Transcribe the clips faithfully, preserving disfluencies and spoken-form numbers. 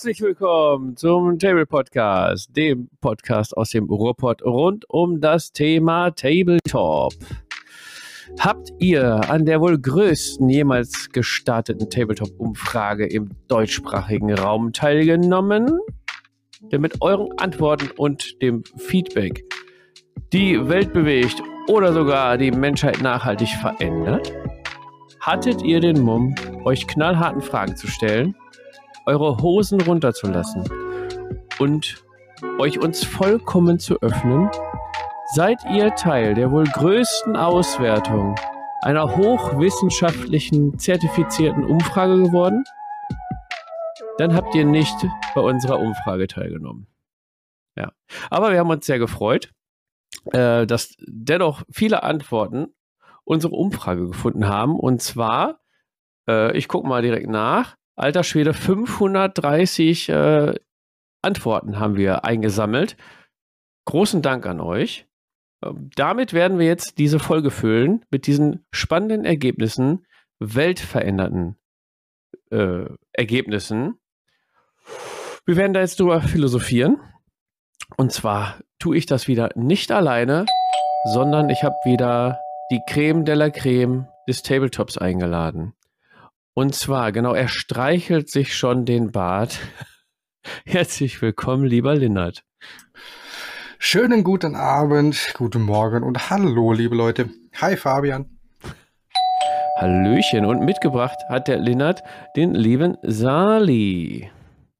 Herzlich willkommen zum Table Podcast, dem Podcast aus dem Ruhrpott rund um das Thema Tabletop. Habt ihr an der wohl größten jemals gestarteten Tabletop-Umfrage im deutschsprachigen Raum teilgenommen? Der mit euren Antworten und dem Feedback die Welt bewegt oder sogar die Menschheit nachhaltig verändert? Hattet ihr den Mumm, euch knallharten Fragen zu stellen, eure Hosen runterzulassen und euch uns vollkommen zu öffnen? Seid ihr Teil der wohl größten Auswertung einer hochwissenschaftlichen, zertifizierten Umfrage geworden? Dann habt ihr nicht bei unserer Umfrage teilgenommen. Ja, aber wir haben uns sehr gefreut, äh, dass dennoch viele Antworten unsere Umfrage gefunden haben. Und zwar, äh, ich gucke mal direkt nach, alter Schwede, fünfhundertdreißig äh, Antworten haben wir eingesammelt. Großen Dank an euch. Ähm, damit werden wir jetzt diese Folge füllen mit diesen spannenden Ergebnissen, weltverändernden äh, Ergebnissen. Wir werden da jetzt drüber philosophieren. Und zwar tue ich das wieder nicht alleine, sondern ich habe wieder die Creme de la Creme des Tabletops eingeladen. Und zwar, genau, er streichelt sich schon den Bart. Herzlich willkommen, lieber Linnert. Schönen guten Abend, guten Morgen und hallo, liebe Leute. Hi, Fabian. Hallöchen. Und mitgebracht hat der Linnert den lieben Sali.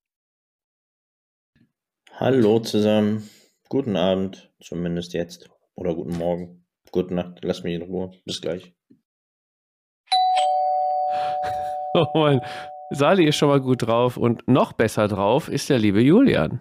Hallo zusammen. Guten Abend, zumindest jetzt. Oder guten Morgen. Gute Nacht. Lass mich in Ruhe. Bis gleich. Oh Mann. Sali ist schon mal gut drauf und noch besser drauf ist der liebe Julian.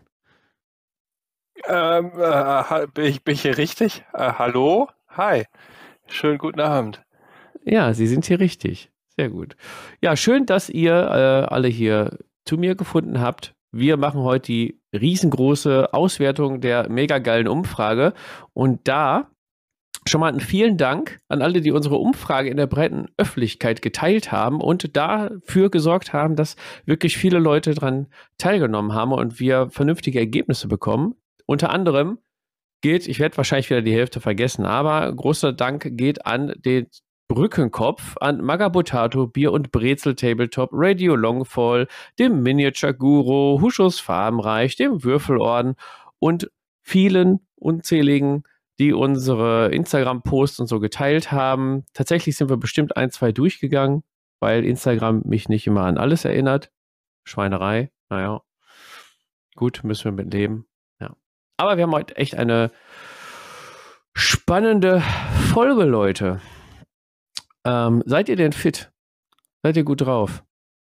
Ähm, äh, bin, ich, bin ich hier richtig? Äh, hallo? Hi. Schönen guten Abend. Ja, Sie sind hier richtig. Sehr gut. Ja, schön, dass ihr äh, alle hier zu mir gefunden habt. Wir machen heute die riesengroße Auswertung der mega geilen Umfrage. Und da schon mal einen vielen Dank an alle, die unsere Umfrage in der breiten Öffentlichkeit geteilt haben und dafür gesorgt haben, dass wirklich viele Leute daran teilgenommen haben und wir vernünftige Ergebnisse bekommen. Unter anderem geht, ich werde wahrscheinlich wieder die Hälfte vergessen, aber großer Dank geht an den Brückenkopf, an Magabotato, Bier und Brezel Tabletop, Radio Longfall, dem Miniature Guru, Huschus Farbenreich, dem Würfelorden und vielen unzähligen, die unsere Instagram-Posts und so geteilt haben. Tatsächlich sind wir bestimmt ein, zwei durchgegangen, weil Instagram mich nicht immer an alles erinnert. Schweinerei, naja. Gut, müssen wir mit leben. Ja. Aber wir haben heute echt eine spannende Folge, Leute. Ähm, seid ihr denn fit? Seid ihr gut drauf?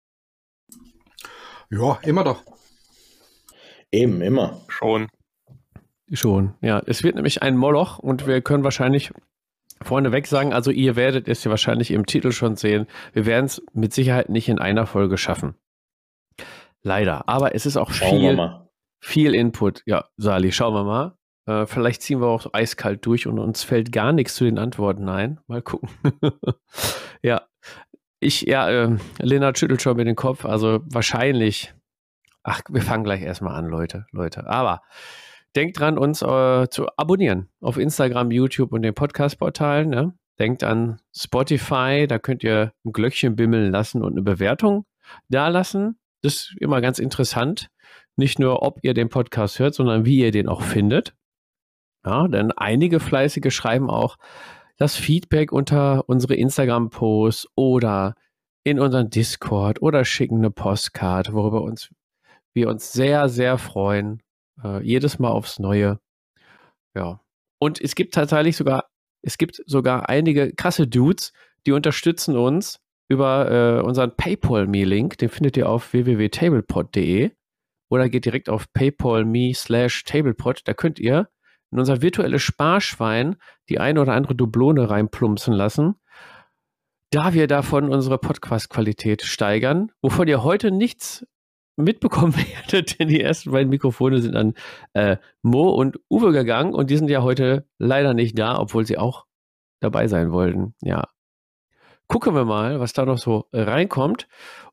Ja, immer doch. Eben, immer. Schon. Schon, ja. Es wird nämlich ein Moloch und wir können wahrscheinlich vorneweg sagen, also ihr werdet es ja wahrscheinlich im Titel schon sehen, wir werden es mit Sicherheit nicht in einer Folge schaffen. Leider. Aber es ist auch Schauen wir viel, mal. viel Input. Ja, Sali, schauen wir mal. Äh, vielleicht ziehen wir auch so eiskalt durch und uns fällt gar nichts zu den Antworten ein. Mal gucken. Ja, ich, ja, äh, Lennart schüttelt schon mit dem Kopf. Also wahrscheinlich, ach, wir fangen gleich erstmal an, Leute, Leute. Aber denkt dran, uns äh, zu abonnieren auf Instagram, YouTube und den Podcast-Portalen. Ne? Denkt an Spotify, da könnt ihr ein Glöckchen bimmeln lassen und eine Bewertung da lassen. Das ist immer ganz interessant. Nicht nur, ob ihr den Podcast hört, sondern wie ihr den auch findet. Ja, denn einige Fleißige schreiben auch das Feedback unter unsere Instagram-Posts oder in unseren Discord oder schicken eine Postkarte, worüber uns, wir uns sehr, sehr freuen. Äh, jedes Mal aufs Neue. Ja. Und es gibt tatsächlich sogar, es gibt sogar einige krasse Dudes, die unterstützen uns über äh, unseren PayPal-Me-Link. Den findet ihr auf w w w punkt tablepod punkt de oder geht direkt auf paypal.me slash tablepod. Da könnt ihr in unser virtuelles Sparschwein die eine oder andere Dublone reinplumpsen lassen, da wir davon unsere Podcast-Qualität steigern, wovon ihr heute nichts mitbekommen werdet, denn die ersten beiden Mikrofone sind an äh, Mo und Uwe gegangen und die sind ja heute leider nicht da, obwohl sie auch dabei sein wollten. Ja. Gucken wir mal, was da noch so reinkommt.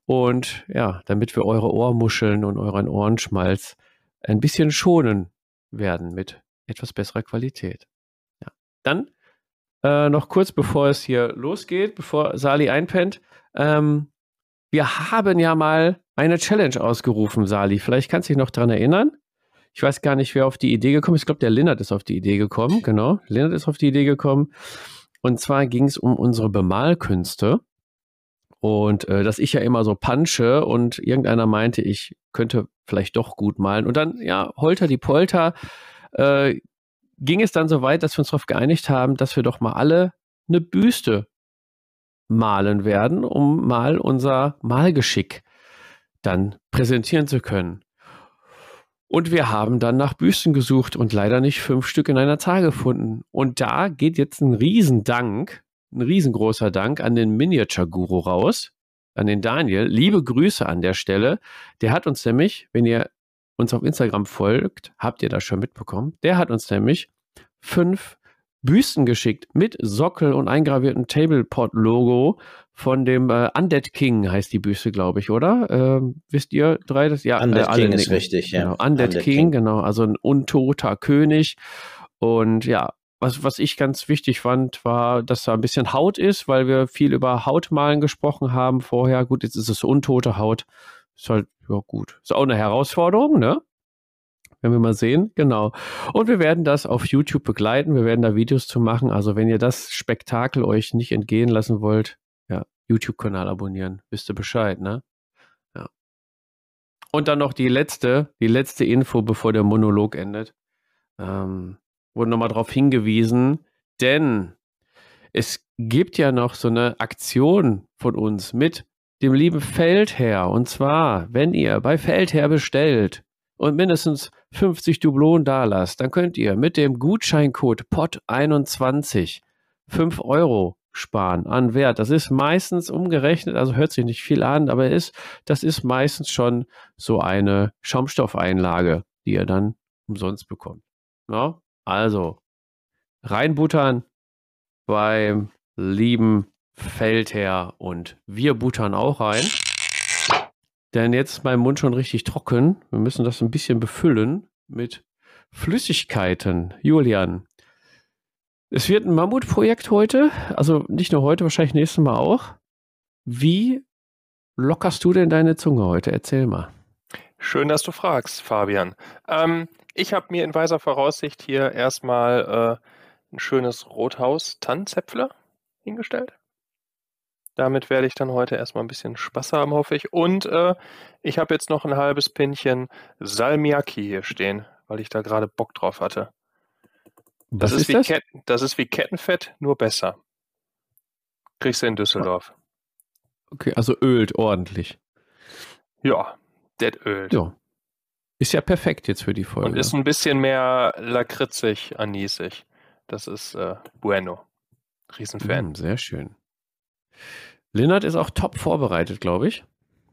Und ja, damit wir eure Ohrmuscheln und euren Ohrenschmalz ein bisschen schonen werden mit etwas besserer Qualität. Ja. Dann äh, noch kurz, bevor es hier losgeht, bevor Sali einpennt. Ähm, wir haben ja mal eine Challenge ausgerufen, Sali. Vielleicht kannst du dich noch daran erinnern. Ich weiß gar nicht, wer auf die Idee gekommen ist. Ich glaube, der Linnert ist auf die Idee gekommen. Genau, Linnert ist auf die Idee gekommen. Und zwar ging es um unsere Bemalkünste. Und äh, dass ich ja immer so punche und irgendeiner meinte, ich könnte vielleicht doch gut malen. Und dann, ja, holter die Polter, äh, ging es dann so weit, dass wir uns darauf geeinigt haben, dass wir doch mal alle eine Büste malen werden, um mal unser Malgeschick dann präsentieren zu können. Und wir haben dann nach Büsten gesucht und leider nicht fünf Stück in einer Zahl gefunden. Und da geht jetzt ein Riesendank, ein riesengroßer Dank an den Miniature-Guru raus, an den Daniel. Liebe Grüße an der Stelle. Der hat uns nämlich, wenn ihr uns auf Instagram folgt, habt ihr das schon mitbekommen, der hat uns nämlich fünf Büsten geschickt mit Sockel und eingraviertem Tablepot-Logo von dem äh, Undead King heißt die Büste, glaube ich, oder? Ähm, wisst ihr drei das? Ja, Undead äh, alle King ist nicken. richtig, ja. Genau, Undead, Undead King, King. genau, also ein untoter König. Und ja, was, was ich ganz wichtig fand, war, dass da ein bisschen Haut ist, weil wir viel über Hautmalen gesprochen haben vorher. Gut, jetzt ist es untote Haut. Ist halt, ja gut. Ist auch eine Herausforderung, ne? Wenn wir mal sehen, genau. Und wir werden das auf YouTube begleiten. Wir werden da Videos zu machen. Also wenn ihr das Spektakel euch nicht entgehen lassen wollt, ja, YouTube-Kanal abonnieren. Wisst ihr Bescheid, ne? Ja. Und dann noch die letzte, die letzte Info, bevor der Monolog endet. Ähm, wurde nochmal darauf hingewiesen, denn es gibt ja noch so eine Aktion von uns mit dem lieben Feldherr. Und zwar, wenn ihr bei Feldherr bestellt und mindestens fünfzig Dublonen da lasst, dann könnt ihr mit dem Gutscheincode P O D einundzwanzig fünf Euro sparen an Wert. Das ist meistens umgerechnet, also hört sich nicht viel an, aber ist, das ist meistens schon so eine Schaumstoffeinlage, die ihr dann umsonst bekommt. Ja? Also reinbuttern beim lieben Feldherr und wir buttern auch rein. Denn jetzt ist mein Mund schon richtig trocken. Wir müssen das ein bisschen befüllen mit Flüssigkeiten. Julian, es wird ein Mammutprojekt heute. Also nicht nur heute, wahrscheinlich nächstes Mal auch. Wie lockerst du denn deine Zunge heute? Erzähl mal. Schön, dass du fragst, Fabian. Ähm, ich habe mir in weiser Voraussicht hier erstmal äh, ein schönes Rothaus-Tannenzäpfle hingestellt. Damit werde ich dann heute erstmal ein bisschen Spaß haben, hoffe ich. Und äh, ich habe jetzt noch ein halbes Pinchen Salmiakki hier stehen, weil ich da gerade Bock drauf hatte. Das Was ist, ist wie das? Ket- das ist wie Kettenfett, nur besser. Kriegst du in Düsseldorf. Okay, also ölt ordentlich. Ja, das ölt. Ja. Ist ja perfekt jetzt für die Folge. Und ist ein bisschen mehr lakritzig, anisig. Das ist äh, bueno. Riesenfan. Mm, sehr schön. Linnert ist auch top vorbereitet, glaube ich.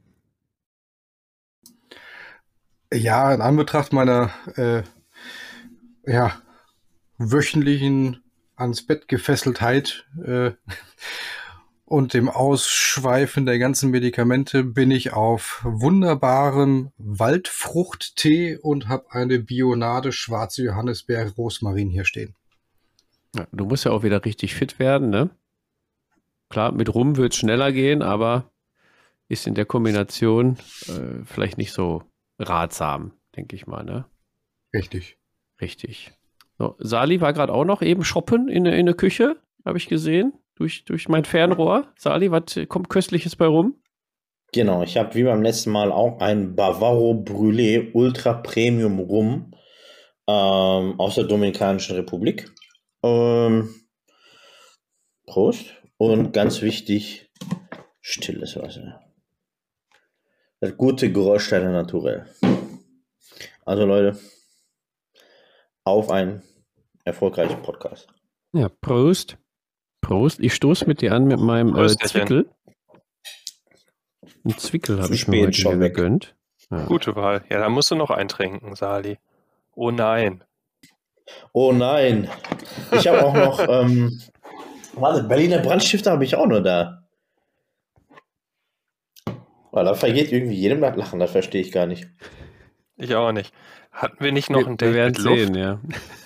Ja, in Anbetracht meiner äh, ja, wöchentlichen ans Bett gefesseltheit äh, und dem Ausschweifen der ganzen Medikamente bin ich auf wunderbarem Waldfruchttee und habe eine Bionade schwarze Johannisbeere Rosmarin hier stehen. Ja, du musst ja auch wieder richtig fit werden, ne? Klar, mit Rum wird es schneller gehen, aber ist in der Kombination äh, vielleicht nicht so ratsam, denke ich mal, ne? Richtig. Richtig. So, Sali war gerade auch noch eben shoppen in, in der Küche, habe ich gesehen, durch, durch mein Fernrohr. Sali, was kommt Köstliches bei rum? Genau, ich habe wie beim letzten Mal auch ein Bavaro Brûlé Ultra Premium Rum ähm, aus der Dominikanischen Republik. Ähm, Prost. Und ganz wichtig, stilles Wasser. Das gute Gerösteiner Naturell. Also Leute, auf einen erfolgreichen Podcast. Ja, Prost. Prost. Ich stoße mit dir an mit meinem äh, Prösterchen. Zwickel. Ein Zwickel habe Zu ich mir spät heute schon hier weg. gegönnt. Ja. Gute Wahl. Ja, da musst du noch eintrinken, Sali. Oh nein. Oh nein. Ich habe auch noch, ähm, warte, Berliner Brandstifter habe ich auch noch da. Weil da vergeht irgendwie jedem das Lachen, das verstehe ich gar nicht. Ich auch nicht. Hatten wir nicht noch Wir, ein wir Date werden mit Luft? sehen, ja.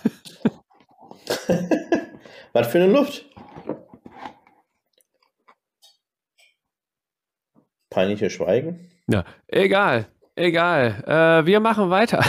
Was für eine Luft? Peinliches Schweigen? Ja, egal, egal. Äh, wir machen weiter.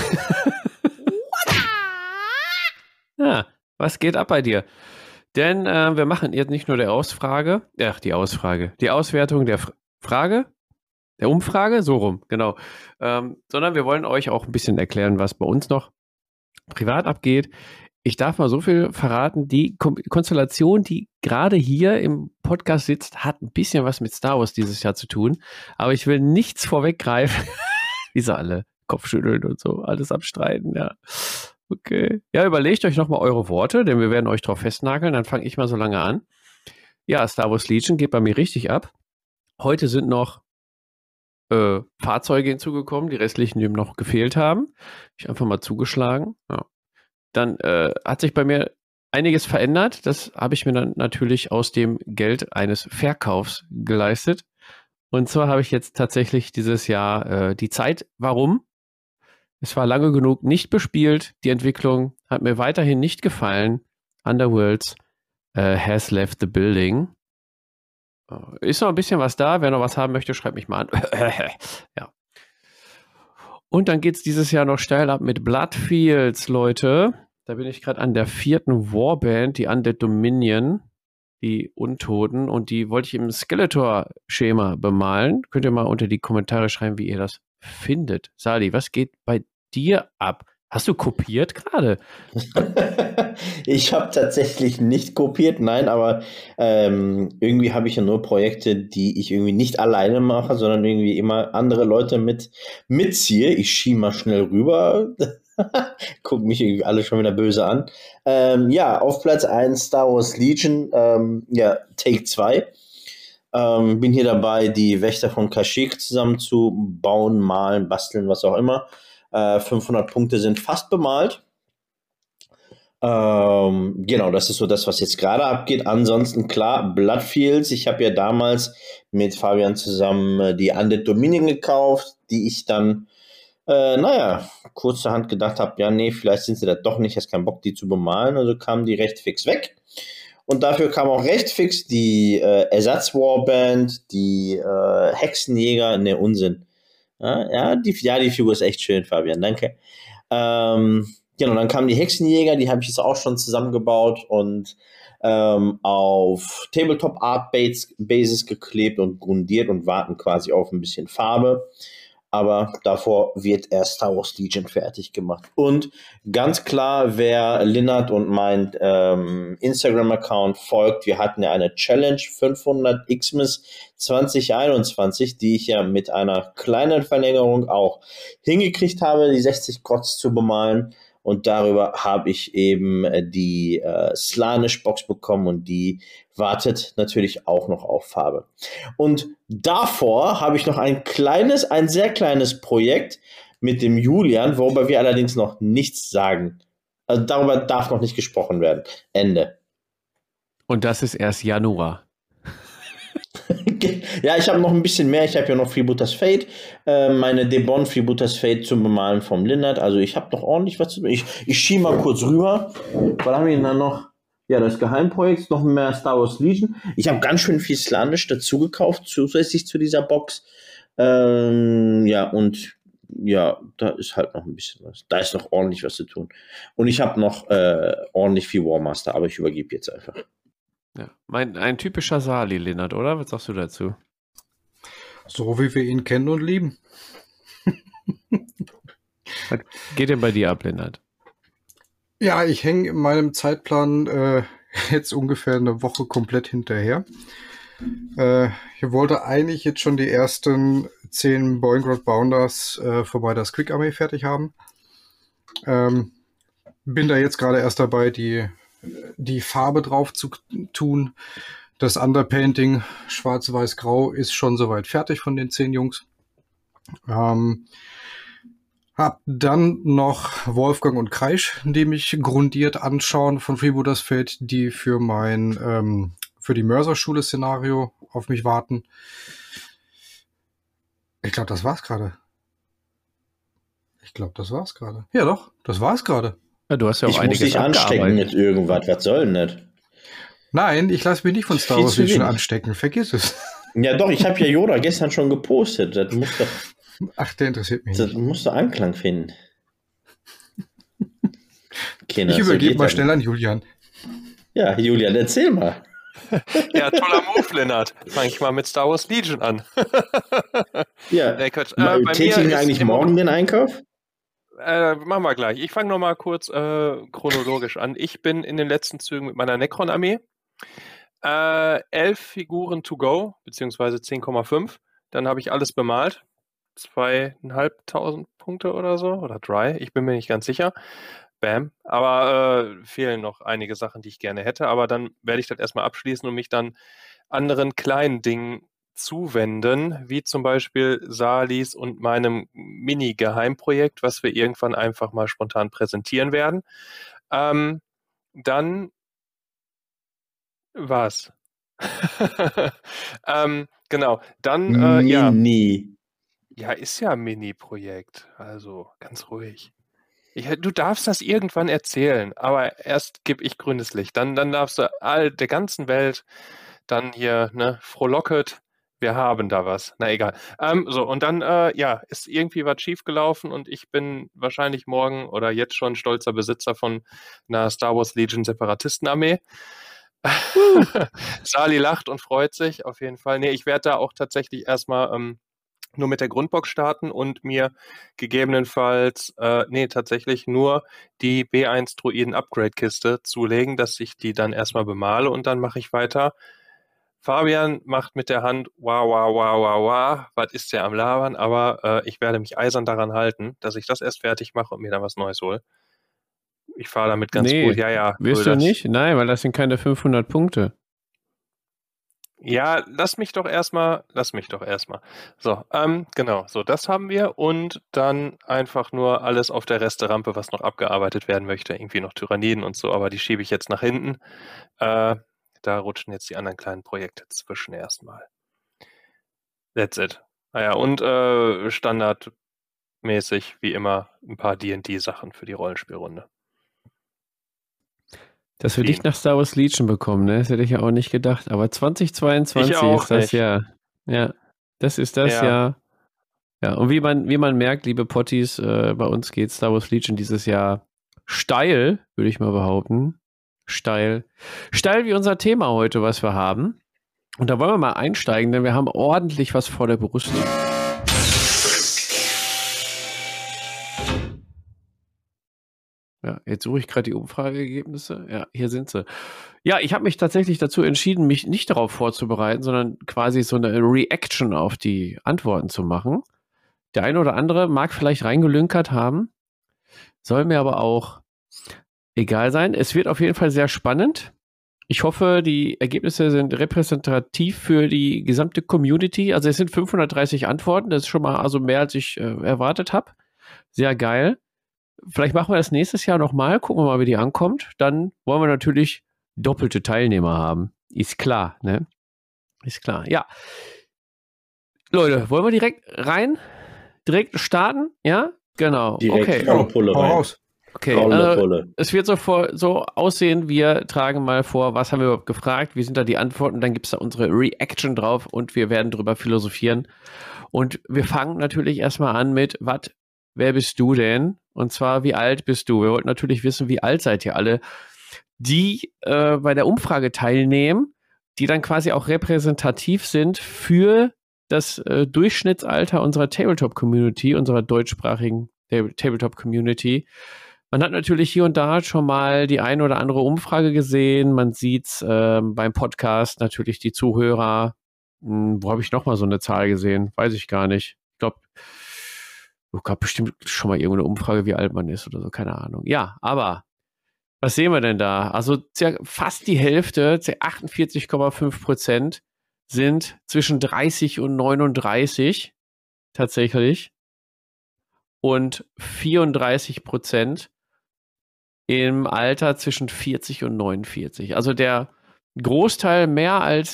Ja, was geht ab bei dir? Denn äh, wir machen jetzt nicht nur die Ausfrage, ach, die Ausfrage, die Auswertung der F- Frage, der Umfrage, so rum, genau. Ähm, sondern wir wollen euch auch ein bisschen erklären, was bei uns noch privat abgeht. Ich darf mal so viel verraten, die Kom- Konstellation, die gerade hier im Podcast sitzt, hat ein bisschen was mit Star Wars dieses Jahr zu tun. Aber ich will nichts vorweggreifen. Wie sie alle Kopfschütteln und so, alles abstreiten, ja. Okay. Ja, überlegt euch nochmal eure Worte, denn wir werden euch drauf festnageln. Dann fange ich mal so lange an. Ja, Star Wars Legion geht bei mir richtig ab. Heute sind noch äh, Fahrzeuge hinzugekommen, die restlichen, die ihm noch gefehlt haben. Ich einfach mal zugeschlagen. Ja. Dann äh, hat sich bei mir einiges verändert. Das habe ich mir dann natürlich aus dem Geld eines Verkaufs geleistet. Und zwar habe ich jetzt tatsächlich dieses Jahr äh, die Zeit. Warum? Es war lange genug nicht bespielt. Die Entwicklung hat mir weiterhin nicht gefallen. Underworlds äh, has left the building. Äh, ist noch ein bisschen was da. Wer noch was haben möchte, schreibt mich mal an. Ja. Und dann geht es dieses Jahr noch steil ab mit Bloodfields, Leute. Da bin ich gerade an der vierten Warband, die Undead Dominion, die Untoten. Und die wollte ich im Skeletor-Schema bemalen. Könnt ihr mal unter die Kommentare schreiben, wie ihr das findet. Sali, was geht bei dir ab? Hast du kopiert gerade? Ich habe tatsächlich nicht kopiert, nein, aber ähm, irgendwie habe ich ja nur Projekte, die ich irgendwie nicht alleine mache, sondern irgendwie immer andere Leute mit mitziehe. Ich schiebe mal schnell rüber. Gucken mich irgendwie alle schon wieder böse an. Ähm, ja, auf Platz eins Star Wars Legion, ähm, ja, Take zwei. Ähm, bin hier dabei, die Wächter von Kashyyyk zusammenzubauen, malen, basteln, was auch immer. Äh, fünfhundert Punkte sind fast bemalt. Ähm, genau, das ist so das, was jetzt gerade abgeht. Ansonsten, klar, Bloodfields. Ich habe ja damals mit Fabian zusammen äh, die Undead Dominion gekauft, die ich dann, äh, naja, kurzerhand gedacht habe, ja, nee, vielleicht sind sie da doch nicht, hast keinen Bock, die zu bemalen. Also kamen die recht fix weg. Und dafür kam auch recht fix die äh, Ersatz-Warband, die äh, Hexenjäger, ne, Unsinn. Ja, ja, die, ja, die Figur ist echt schön, Fabian, danke. Ähm, genau, dann kamen die Hexenjäger, die habe ich jetzt auch schon zusammengebaut und ähm, auf Tabletop Art Basis geklebt und grundiert und warten quasi auf ein bisschen Farbe. Aber davor wird erst Star Wars Legion fertig gemacht. Und ganz klar, wer Linnert und mein ähm, Instagram-Account folgt, wir hatten ja eine Challenge fünfhundert Xmas zwanzig einundzwanzig, die ich ja mit einer kleinen Verlängerung auch hingekriegt habe, die sechzig Grotz zu bemalen. Und darüber habe ich eben die äh, Slaanesh-Box bekommen und die wartet natürlich auch noch auf Farbe. Und davor habe ich noch ein kleines, ein sehr kleines Projekt mit dem Julian, worüber wir allerdings noch nichts sagen. Also darüber darf noch nicht gesprochen werden. Ende. Und das ist erst Januar. Ja, ich habe noch ein bisschen mehr. Ich habe ja noch Freebooters Fate, äh, meine Debon Freebooters Fate zum Bemalen vom Linnert. Also ich habe noch ordentlich was zu tun. Ich, ich schiebe mal kurz rüber. Was haben wir denn dann noch? Ja, das Geheimprojekt, noch mehr Star Wars Legion. Ich habe ganz schön viel Slaanesh dazu gekauft, zusätzlich zu dieser Box. Ähm, ja, und ja, da ist halt noch ein bisschen was. Da ist noch ordentlich was zu tun. Und ich habe noch äh, ordentlich viel Warmaster, aber ich übergebe jetzt einfach. Ja, mein, ein typischer Sali, Linnert, oder? Was sagst du dazu? So wie wir ihn kennen und lieben. Was geht denn bei dir ab, Linnert? Ja, ich hänge in meinem Zeitplan äh, jetzt ungefähr eine Woche komplett hinterher. Äh, ich wollte eigentlich jetzt schon die ersten zehn Boingrod Bounders äh, vorbei das Quick Army fertig haben. Ähm, bin da jetzt gerade erst dabei, die die Farbe drauf zu tun. Das Underpainting schwarz-weiß-grau ist schon soweit fertig von den zehn Jungs. Ähm, hab dann noch Wolfgang und Kreisch, die mich grundiert anschauen von Freebooters Fate, die für mein ähm, für die Mörserschule-Szenario auf mich warten. Ich glaube, das war's gerade. Ich glaube, das war's gerade. Ja doch, das war's gerade. Ja, du hast ja auch Ich muss einiges dich anstecken abgearbeitet. mit irgendwas. Was soll denn das? Nein, ich lasse mich nicht von Star Viel Wars zu Legion wenig. anstecken. Vergiss es. Ja doch, ich habe ja Yoda gestern schon gepostet. Das muss doch, Ach, der interessiert mich das nicht. muss doch Anklang finden. Kinder, Ich so übergebe geht mal das schnell an Julian. nicht. Ja, Julian, erzähl mal. Ja, toller Move, Lennart. Fange ich mal mit Star Wars Legion an. Ja, Nee, Quatsch. Äh, Ma- bei mir tätigen wir ist eigentlich im morgen den Einkauf? Äh, machen wir gleich. Ich fange nochmal kurz äh, chronologisch an. Ich bin in den letzten Zügen mit meiner Necron-Armee. Äh, elf Figuren to go, beziehungsweise zehn Komma fünf. Dann habe ich alles bemalt. Zweieinhalbtausend Punkte oder so. Oder drei. Ich bin mir nicht ganz sicher. Bam. Aber äh, fehlen noch einige Sachen, die ich gerne hätte. Aber dann werde ich das erstmal abschließen und mich dann anderen kleinen Dingen zuwenden, wie zum Beispiel Salis und meinem Mini-Geheimprojekt, was wir irgendwann einfach mal spontan präsentieren werden. Ähm, dann was? ähm, genau, dann äh, ja. Mini. Ja, ist ja ein Mini-Projekt, also ganz ruhig. Ich, du darfst das irgendwann erzählen, aber erst gebe ich grünes Licht. Dann, dann darfst du all der ganzen Welt dann hier, ne, frohlocket, wir haben da was. Na egal. Ähm, so, und dann, äh, ja, ist irgendwie was schiefgelaufen und ich bin wahrscheinlich morgen oder jetzt schon stolzer Besitzer von einer Star Wars Legion Separatistenarmee. Sali lacht und freut sich auf jeden Fall. Nee, ich werde da auch tatsächlich erstmal ähm, nur mit der Grundbox starten und mir gegebenenfalls, äh, nee, tatsächlich nur die B eins Druiden Upgrade Kiste zulegen, dass ich die dann erstmal bemale und dann mache ich weiter. Fabian macht mit der Hand, wow, wow, wow, wow, wow, was ist der am Labern, aber äh, ich werde mich eisern daran halten, dass ich das erst fertig mache und mir dann was Neues hole. Ich fahre damit ganz Nee, gut, ja, ja. wirst cool, du das- nicht? Nein, weil das sind keine fünfhundert Punkte. Ja, lass mich doch erstmal, lass mich doch erstmal. So, ähm, genau, so, das haben wir und dann einfach nur alles auf der Resterampe, was noch abgearbeitet werden möchte, irgendwie noch Tyranniden und so, aber die schiebe ich jetzt nach hinten. Äh, da rutschen jetzt die anderen kleinen Projekte zwischen erstmal. That's it. Naja, und äh, standardmäßig, wie immer, ein paar D und D-Sachen für die Rollenspielrunde. Dass wir Clean. dich nach Star Wars Legion bekommen, ne? Das hätte ich ja auch nicht gedacht. Aber zwanzig zweiundzwanzig Ich auch ist das nicht. Jahr. Ja, das ist das Ja. Jahr. Ja, und wie man, wie man merkt, liebe Potties, äh, bei uns geht Star Wars Legion dieses Jahr steil, würde ich mal behaupten. Steil. Steil wie unser Thema heute, was wir haben. Und da wollen wir mal einsteigen, denn wir haben ordentlich was vor der Brust. Ja, jetzt suche ich gerade die Umfrageergebnisse. Ja, hier sind sie. Ja, ich habe mich tatsächlich dazu entschieden, mich nicht darauf vorzubereiten, sondern quasi so eine Reaction auf die Antworten zu machen. Der eine oder andere mag vielleicht reingelünkert haben, soll mir aber auch egal sein. Es wird auf jeden Fall sehr spannend. Ich hoffe, die Ergebnisse sind repräsentativ für die gesamte Community. Also es sind fünfhundertdreißig Antworten, das ist schon mal also mehr, als ich äh, erwartet habe. Sehr geil. Vielleicht machen wir das nächstes Jahr nochmal, gucken wir mal, wie die ankommt. Dann wollen wir natürlich doppelte Teilnehmer haben. Ist klar, ne? Ist klar, ja. Leute, wollen wir direkt rein? Direkt starten? Ja? Genau. Direkt okay. volle Pulle Hau rein. raus. Okay. Volle Äh, Pulle. es wird so, vor, so aussehen, wir tragen mal vor, was haben wir überhaupt gefragt, wie sind da die Antworten, dann gibt es da unsere Reaction drauf und wir werden drüber philosophieren. Und wir fangen natürlich erstmal an mit, was, wer bist du denn? Und zwar, wie alt bist du? Wir wollten natürlich wissen, wie alt seid ihr alle, die äh, bei der Umfrage teilnehmen, die dann quasi auch repräsentativ sind für das äh, Durchschnittsalter unserer Tabletop-Community, unserer deutschsprachigen Tabletop-Community. Man hat natürlich hier und da schon mal die ein oder andere Umfrage gesehen. Man sieht es ähm, beim Podcast natürlich die Zuhörer. Hm, wo habe ich noch mal so eine Zahl gesehen? Weiß ich gar nicht. Ich glaube, es gab bestimmt schon mal irgendeine Umfrage, wie alt man ist oder so. Keine Ahnung. Ja, aber was sehen wir denn da? Also fast die Hälfte, achtundvierzig Komma fünf Prozent sind zwischen dreißig und neununddreißig tatsächlich. Und vierunddreißig Prozent im Alter zwischen vierzig und neunundvierzig. Also der Großteil, mehr als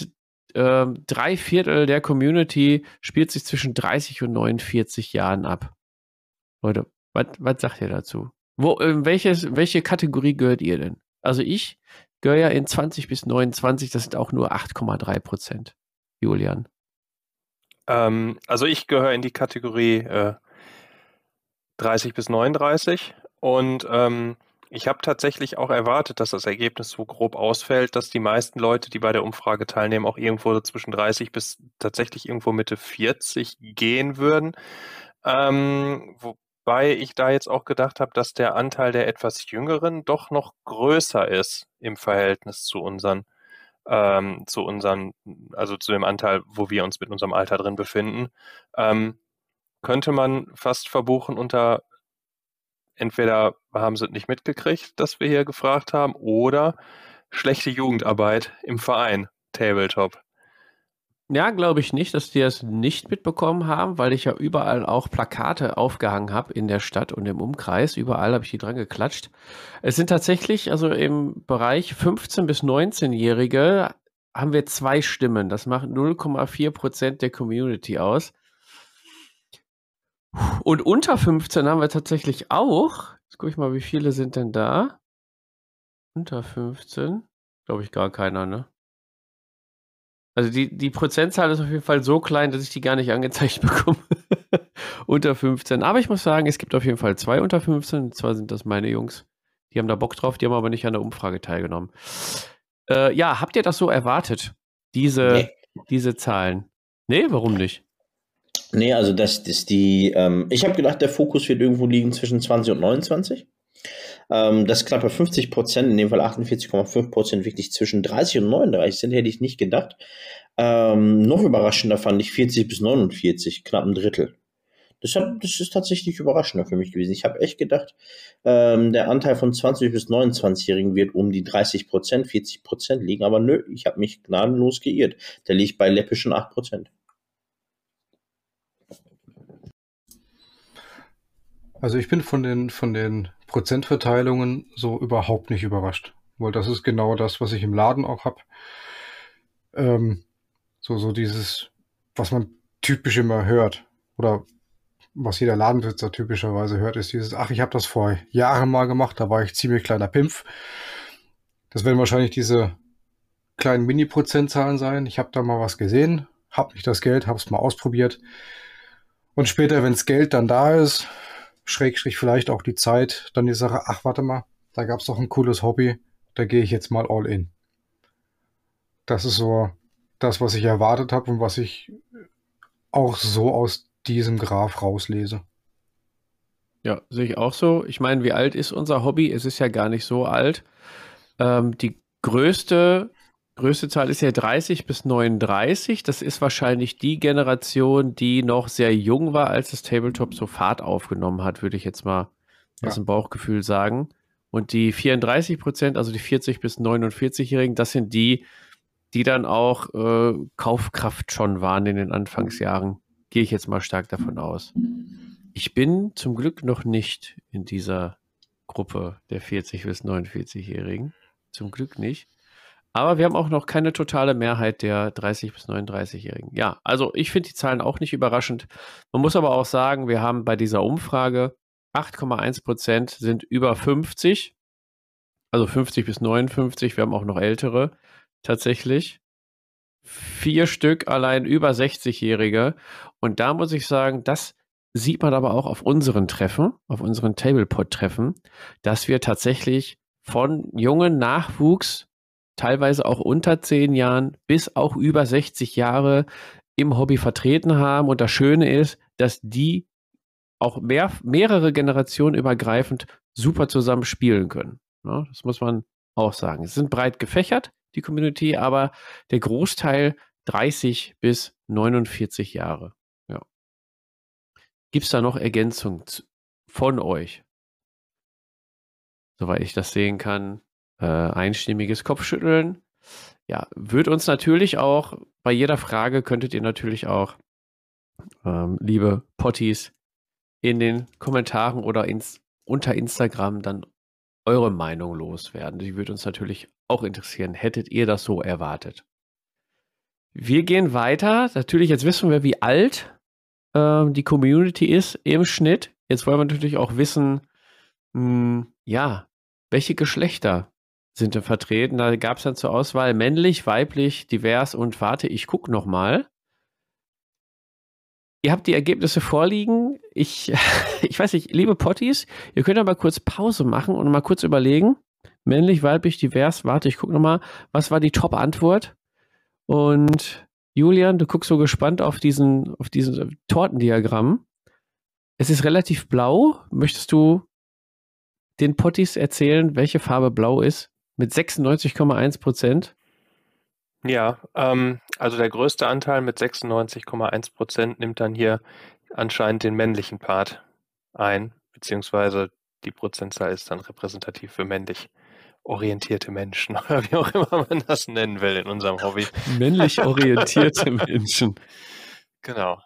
ähm, drei Viertel der Community spielt sich zwischen dreißig und neunundvierzig Jahren ab. Leute, was, was sagt ihr dazu? Wo, in welches, welche Kategorie gehört ihr denn? Also ich gehöre ja in zwanzig bis neunundzwanzig, das sind auch nur acht Komma drei Prozent. Julian. Ähm, also ich gehöre in die Kategorie äh, dreißig bis neununddreißig und ähm, ich habe tatsächlich auch erwartet, dass das Ergebnis so grob ausfällt, dass die meisten Leute, die bei der Umfrage teilnehmen, auch irgendwo zwischen dreißig bis tatsächlich irgendwo Mitte vierzig gehen würden. Ähm, wobei ich da jetzt auch gedacht habe, dass der Anteil der etwas Jüngeren doch noch größer ist im Verhältnis zu unseren, ähm, zu unseren, also zu dem Anteil, wo wir uns mit unserem Alter drin befinden. Ähm, könnte man fast verbuchen unter entweder haben sie es nicht mitgekriegt, dass wir hier gefragt haben, oder schlechte Jugendarbeit im Verein Tabletop. Ja, glaube ich nicht, dass die das nicht mitbekommen haben, weil ich ja überall auch Plakate aufgehangen habe in der Stadt und im Umkreis. Überall habe ich die dran geklatscht. Es sind tatsächlich, also im Bereich fünfzehn- bis neunzehn-Jährige haben wir zwei Stimmen. Das macht null Komma vier Prozent der Community aus. Und unter fünfzehn haben wir tatsächlich auch. Jetzt gucke ich mal, wie viele sind denn da? Unter fünfzehn? Glaube ich gar keiner, ne? Also die, die Prozentzahl ist auf jeden Fall so klein, dass ich die gar nicht angezeigt bekomme. Unter fünfzehn. Aber ich muss sagen, es gibt auf jeden Fall zwei unter fünfzehn. Und zwar sind das meine Jungs. Die haben da Bock drauf, die haben aber nicht an der Umfrage teilgenommen. Äh, ja, habt ihr das so erwartet? Diese, Nee. diese Zahlen? Nee, warum nicht? Nee, also das ist die, ähm, ich habe gedacht, der Fokus wird irgendwo liegen zwischen zwanzig und neunundzwanzig. Ähm, dass knappe fünfzig Prozent, in dem Fall achtundvierzig Komma fünf Prozent wirklich zwischen dreißig und neununddreißig sind, hätte ich nicht gedacht. Ähm, noch überraschender fand ich vierzig bis neunundvierzig, knapp ein Drittel. Das, hat, das ist tatsächlich überraschender für mich gewesen. Ich habe echt gedacht, ähm, der Anteil von zwanzig bis neunundzwanzig-Jährigen wird um die dreißig Prozent, vierzig Prozent liegen, aber nö, ich habe mich gnadenlos geirrt. Der liegt bei läppischen acht Prozent. Also ich bin von den, von den Prozentverteilungen so überhaupt nicht überrascht, weil das ist genau das, was ich im Laden auch habe. Ähm, so, so dieses, was man typisch immer hört oder was jeder Ladenbesitzer typischerweise hört, ist dieses, ach, ich habe das vor Jahren mal gemacht, da war ich ziemlich kleiner Pimpf. Das werden wahrscheinlich diese kleinen Mini-Prozentzahlen sein. Ich habe da mal was gesehen, habe nicht das Geld, habe es mal ausprobiert. Und später, wenn das Geld dann da ist, Schrägstrich vielleicht auch die Zeit, dann die Sache, ach, warte mal, da gab es doch ein cooles Hobby, da gehe ich jetzt mal all in. Das ist so das, was ich erwartet habe und was ich auch so aus diesem Graph rauslese. Ja, sehe ich auch so. Ich meine, wie alt ist unser Hobby? Es ist ja gar nicht so alt. Ähm, die größte, größte Zahl ist ja dreißig bis neununddreißig. Das ist wahrscheinlich die Generation, die noch sehr jung war, als das Tabletop so Fahrt aufgenommen hat, würde ich jetzt mal Ja. aus dem Bauchgefühl sagen. Und die vierunddreißig Prozent, also die vierzig bis neunundvierzig-Jährigen, das sind die, die dann auch äh, Kaufkraft schon waren in den Anfangsjahren. Gehe ich jetzt mal stark davon aus. Ich bin zum Glück noch nicht in dieser Gruppe der vierzig bis neunundvierzig-Jährigen. Zum Glück nicht. Aber wir haben auch noch keine totale Mehrheit der dreißig bis neununddreißig-Jährigen. Ja, also ich finde die Zahlen auch nicht überraschend. Man muss aber auch sagen, wir haben bei dieser Umfrage acht Komma eins Prozent sind über fünfzig. Also fünfzig bis neunundfünfzig. Wir haben auch noch ältere tatsächlich. Vier Stück allein über sechzig-Jährige. Und da muss ich sagen, das sieht man aber auch auf unseren Treffen, auf unseren Tablepod-Treffen, dass wir tatsächlich von jungen Nachwuchs, teilweise auch unter zehn Jahren, bis auch über sechzig Jahre im Hobby vertreten haben. Und das Schöne ist, dass die auch mehr, mehrere Generationen übergreifend super zusammen spielen können. Ja, das muss man auch sagen. Es sind breit gefächert, die Community, aber der Großteil dreißig bis neunundvierzig Jahre. Ja. Gibt es da noch Ergänzungen von euch? Soweit ich das sehen kann, äh, einstimmiges Kopfschütteln. Ja, wird uns natürlich auch, bei jeder Frage könntet ihr natürlich auch, ähm, liebe Potties, in den Kommentaren oder ins, unter Instagram dann eure Meinung loswerden. Die würde uns natürlich auch interessieren. Hättet ihr das so erwartet? Wir gehen weiter. Natürlich, jetzt wissen wir, wie alt äh, die Community ist im Schnitt. Jetzt wollen wir natürlich auch wissen, mh, ja, welche Geschlechter sind denn vertreten. Da gab es dann zur Auswahl männlich, weiblich, divers und warte, ich gucke nochmal. Ihr habt die Ergebnisse vorliegen. Ich, ich weiß nicht, liebe Potties, ihr könnt aber kurz Pause machen und mal kurz überlegen. Männlich, weiblich, divers, warte, ich gucke nochmal. Was war die Top-Antwort? Und Julian, du guckst so gespannt auf diesen, auf diesen Tortendiagramm. Es ist relativ blau. Möchtest du den Potties erzählen, welche Farbe blau ist? Mit sechsundneunzig Komma eins Prozent. Ja, ähm, also der größte Anteil mit sechsundneunzig Komma eins Prozent nimmt dann hier anscheinend den männlichen Part ein, beziehungsweise die Prozentzahl ist dann repräsentativ für männlich orientierte Menschen oder wie auch immer man das nennen will in unserem Hobby. Männlich orientierte Menschen. Genau.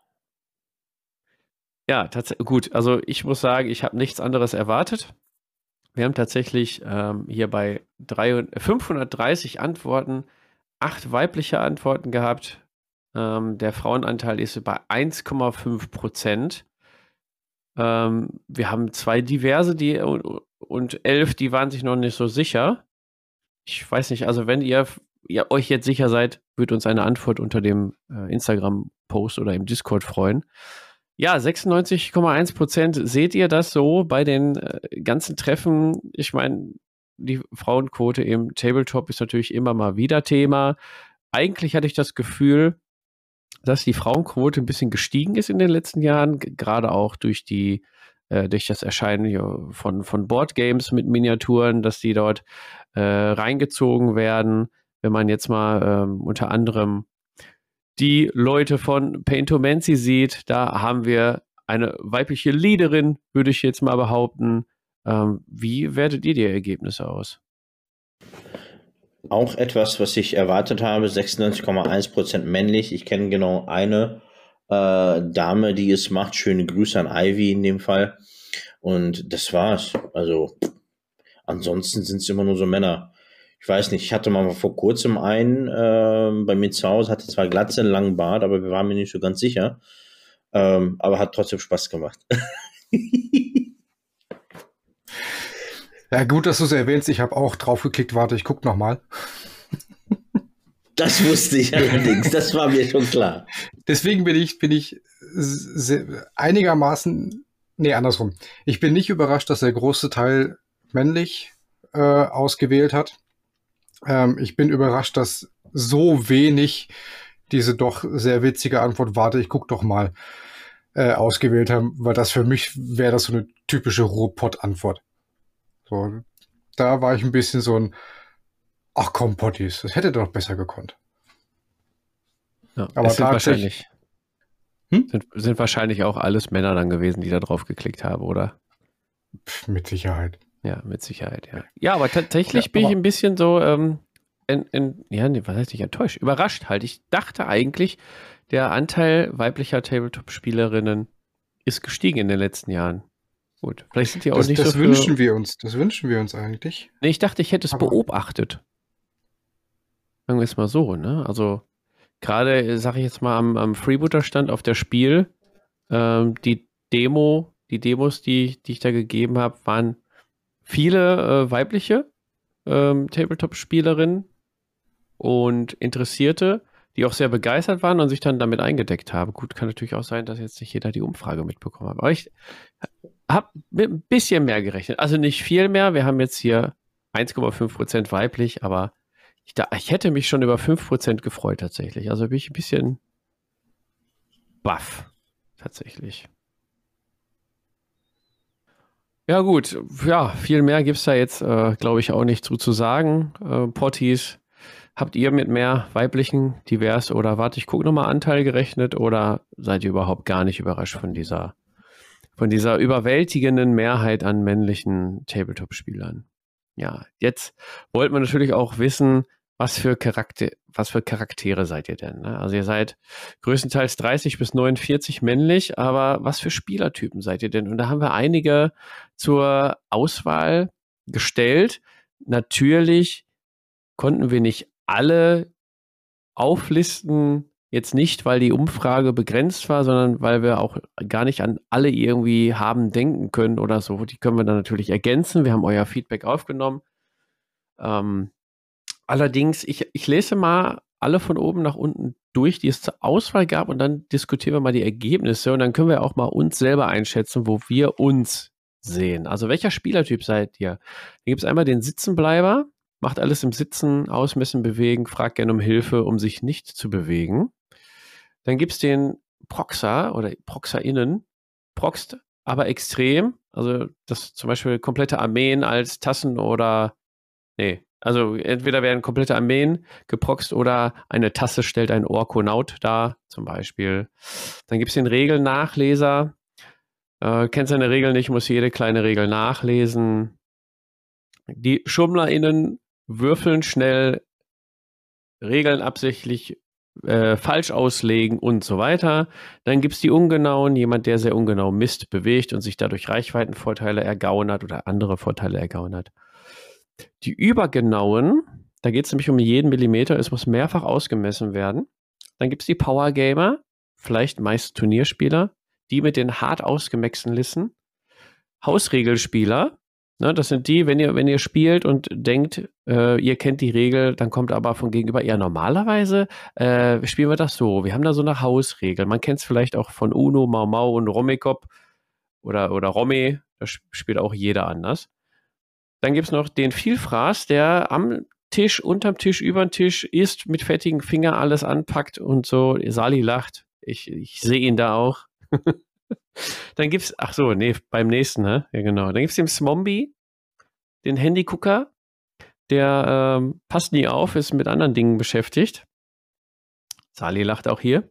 Ja, tatsächlich gut. Also ich muss sagen, ich habe nichts anderes erwartet. Wir haben tatsächlich ähm, hier bei fünfhundertdreißig Antworten acht weibliche Antworten gehabt. Ähm, der Frauenanteil ist bei eins Komma fünf Prozent. Ähm, wir haben zwei diverse die, und, und elf, die waren sich noch nicht so sicher. Ich weiß nicht, also wenn ihr, ihr euch jetzt sicher seid, würde uns eine Antwort unter dem äh, Instagram-Post oder im Discord freuen. Ja, sechsundneunzig Komma eins Prozent. Seht ihr das so bei den äh, ganzen Treffen? Ich meine, die Frauenquote im Tabletop ist natürlich immer mal wieder Thema. Eigentlich hatte ich das Gefühl, dass die Frauenquote ein bisschen gestiegen ist in den letzten Jahren, g- gerade auch durch die äh, durch das Erscheinen ja, von, von Boardgames mit Miniaturen, dass die dort äh, reingezogen werden. Wenn man jetzt mal ähm, unter anderem die Leute von Paintomancy sieht, da haben wir eine weibliche Leaderin, würde ich jetzt mal behaupten. Ähm, wie wertet ihr die Ergebnisse aus? Auch etwas, was ich erwartet habe, sechsundneunzig Komma eins Prozent männlich. Ich kenne genau eine äh, Dame, die es macht. Schöne Grüße an Ivy in dem Fall. Und das war's. Also ansonsten sind es immer nur so Männer. Ich weiß nicht, ich hatte mal vor kurzem einen äh, bei mir zu Hause, hatte zwar Glatze, einen langen Bart, aber wir waren mir nicht so ganz sicher. Ähm, aber hat trotzdem Spaß gemacht. Ja, gut, dass du es erwähnst. Ich habe auch drauf geklickt. Warte, ich guck nochmal. Das wusste ich allerdings, das war mir schon klar. Deswegen bin ich, bin ich sehr, einigermaßen, nee, andersrum. Ich bin nicht überrascht, dass der große Teil männlich äh, ausgewählt hat. Ähm, ich bin überrascht, dass so wenig diese doch sehr witzige Antwort, warte, ich guck doch mal, äh, ausgewählt haben, weil das für mich wäre das so eine typische Ruhrpott-Antwort. So, da war ich ein bisschen so ein, ach komm, Potties, das hätte doch besser gekonnt. Ja, Aber es sind tatsächlich- wahrscheinlich, Hm? sind, sind wahrscheinlich auch alles Männer dann gewesen, die da drauf geklickt haben, oder? Pff, mit Sicherheit. Ja, mit Sicherheit, ja. Ja, aber tatsächlich Ja, bin ich aber- ein bisschen so, ähm, in, in, ja, nee, was heißt nicht enttäuscht? Überrascht halt. Ich dachte eigentlich, der Anteil weiblicher Tabletop-Spielerinnen ist gestiegen in den letzten Jahren. Gut, vielleicht sind die auch Das, nicht das so wünschen für, wir uns. Das wünschen wir uns eigentlich. Nee, ich dachte, ich hätte es Aber- beobachtet. Sagen wir es mal so, ne? Also, gerade, sage ich jetzt mal, am, am Freebooter-Stand auf der Spiel, ähm, die Demo, die Demos, die, die ich da gegeben habe, waren viele äh, weibliche ähm, Tabletop-Spielerinnen und Interessierte, die auch sehr begeistert waren und sich dann damit eingedeckt haben. Gut, kann natürlich auch sein, dass jetzt nicht jeder die Umfrage mitbekommen hat. Aber ich habe mit ein bisschen mehr gerechnet. Also nicht viel mehr. Wir haben jetzt hier eins Komma fünf Prozent weiblich, aber ich, da, ich hätte mich schon über fünf Prozent gefreut tatsächlich. Also bin ich ein bisschen baff tatsächlich. Ja gut, ja, viel mehr gibt es da jetzt, äh, glaube ich, auch nicht zu, zu sagen. Äh, Potties, habt ihr mit mehr weiblichen, divers oder warte, ich gucke nochmal Anteil gerechnet oder seid ihr überhaupt gar nicht überrascht von dieser, von dieser überwältigenden Mehrheit an männlichen Tabletop-Spielern? Ja, jetzt wollte man natürlich auch wissen, was für Charakter, was für Charaktere seid ihr denn? Ne? Also ihr seid größtenteils dreißig bis neunundvierzig männlich, aber was für Spielertypen seid ihr denn? Und da haben wir einige zur Auswahl gestellt. Natürlich konnten wir nicht alle auflisten, jetzt nicht, weil die Umfrage begrenzt war, sondern weil wir auch gar nicht an alle irgendwie haben denken können oder so. Die können wir dann natürlich ergänzen. Wir haben euer Feedback aufgenommen. Ähm, allerdings, ich, ich lese mal alle von oben nach unten durch, die es zur Auswahl gab, und dann diskutieren wir mal die Ergebnisse und dann können wir auch mal uns selber einschätzen, wo wir uns sehen. Also welcher Spielertyp seid ihr? Da gibt es einmal den Sitzenbleiber, macht alles im Sitzen, ausmessen, bewegen, fragt gerne um Hilfe, um sich nicht zu bewegen. Dann gibt es den Proxer oder ProxerInnen, proxt, aber extrem. Also das zum Beispiel komplette Armeen als Tassen oder, nee, also entweder werden komplette Armeen geproxt oder eine Tasse stellt ein Orkonaut dar, zum Beispiel. Dann gibt es den Regelnachleser. Äh, kennt seine Regeln nicht, muss jede kleine Regel nachlesen. Die SchummlerInnen würfeln schnell, Regeln absichtlich äh, falsch auslegen und so weiter. Dann gibt es die Ungenauen, jemand, der sehr ungenau misst, bewegt und sich dadurch Reichweitenvorteile ergaunert oder andere Vorteile ergaunert. Die Übergenauen, da geht es nämlich um jeden Millimeter, es muss mehrfach ausgemessen werden. Dann gibt es die Power Gamer, vielleicht meist Turnierspieler, die mit den hart ausgemaxten Listen. Hausregelspieler, ne, das sind die, wenn ihr, wenn ihr spielt und denkt, äh, ihr kennt die Regel, dann kommt aber von gegenüber, ja, normalerweise äh, spielen wir das so. Wir haben da so eine Hausregel. Man kennt es vielleicht auch von Uno, Mau Mau und Rummikop oder, oder Romme, da spielt auch jeder anders. Dann gibt es noch den Vielfraß, der am Tisch, unterm Tisch, über den Tisch isst, mit fettigen Fingern alles anpackt und so. Sali lacht. Ich, ich sehe ihn da auch. Dann gibt's, ach so, nee, beim nächsten, ne? Ja, genau. Dann gibt's den Smombie, den Handygucker, der ähm, passt nie auf, ist mit anderen Dingen beschäftigt. Sali lacht auch hier.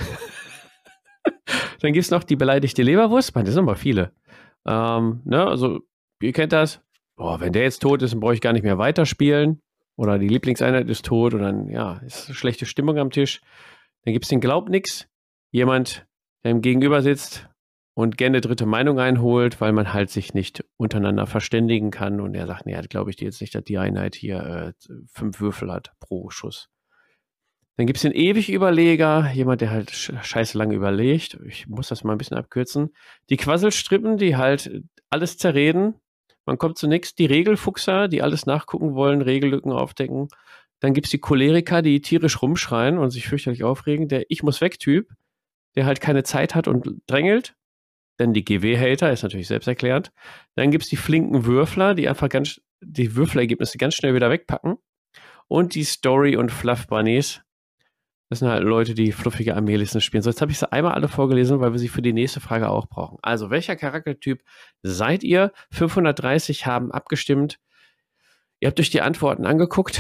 Dann gibt's noch die beleidigte Leberwurst. Man, das sind aber viele. Ähm, ne, also, ihr kennt das. Boah, wenn der jetzt tot ist, dann brauche ich gar nicht mehr weiterspielen. Oder die Lieblingseinheit ist tot und dann, ja, ist schlechte Stimmung am Tisch. Dann gibt's den Glaubnix. Jemand, der ihm gegenüber sitzt und gerne dritte Meinung einholt, weil man halt sich nicht untereinander verständigen kann. Und er sagt, nee, glaube ich dir jetzt nicht, dass die Einheit hier äh, fünf Würfel hat pro Schuss. Dann gibt es den Ewig-Überleger, jemand, der halt scheiße lange überlegt. Ich muss das mal ein bisschen abkürzen. Die Quasselstrippen, die halt alles zerreden. Man kommt zu nichts. Die Regelfuchser, die alles nachgucken wollen, Regellücken aufdecken. Dann gibt es die Choleriker, die tierisch rumschreien und sich fürchterlich aufregen. Der Ich-muss-weg-Typ, der halt keine Zeit hat und drängelt. Dann die G W-Hater, ist natürlich selbsterklärend. Dann gibt es die flinken Würfler, die einfach ganz die Würfelergebnisse ganz schnell wieder wegpacken. Und die Story- und Fluff-Bunnies. Das sind halt Leute, die fluffige Armeelisten spielen. So, jetzt habe ich sie einmal alle vorgelesen, weil wir sie für die nächste Frage auch brauchen. Also, welcher Charaktertyp seid ihr? fünfhundertdreißig haben abgestimmt. Ihr habt euch die Antworten angeguckt.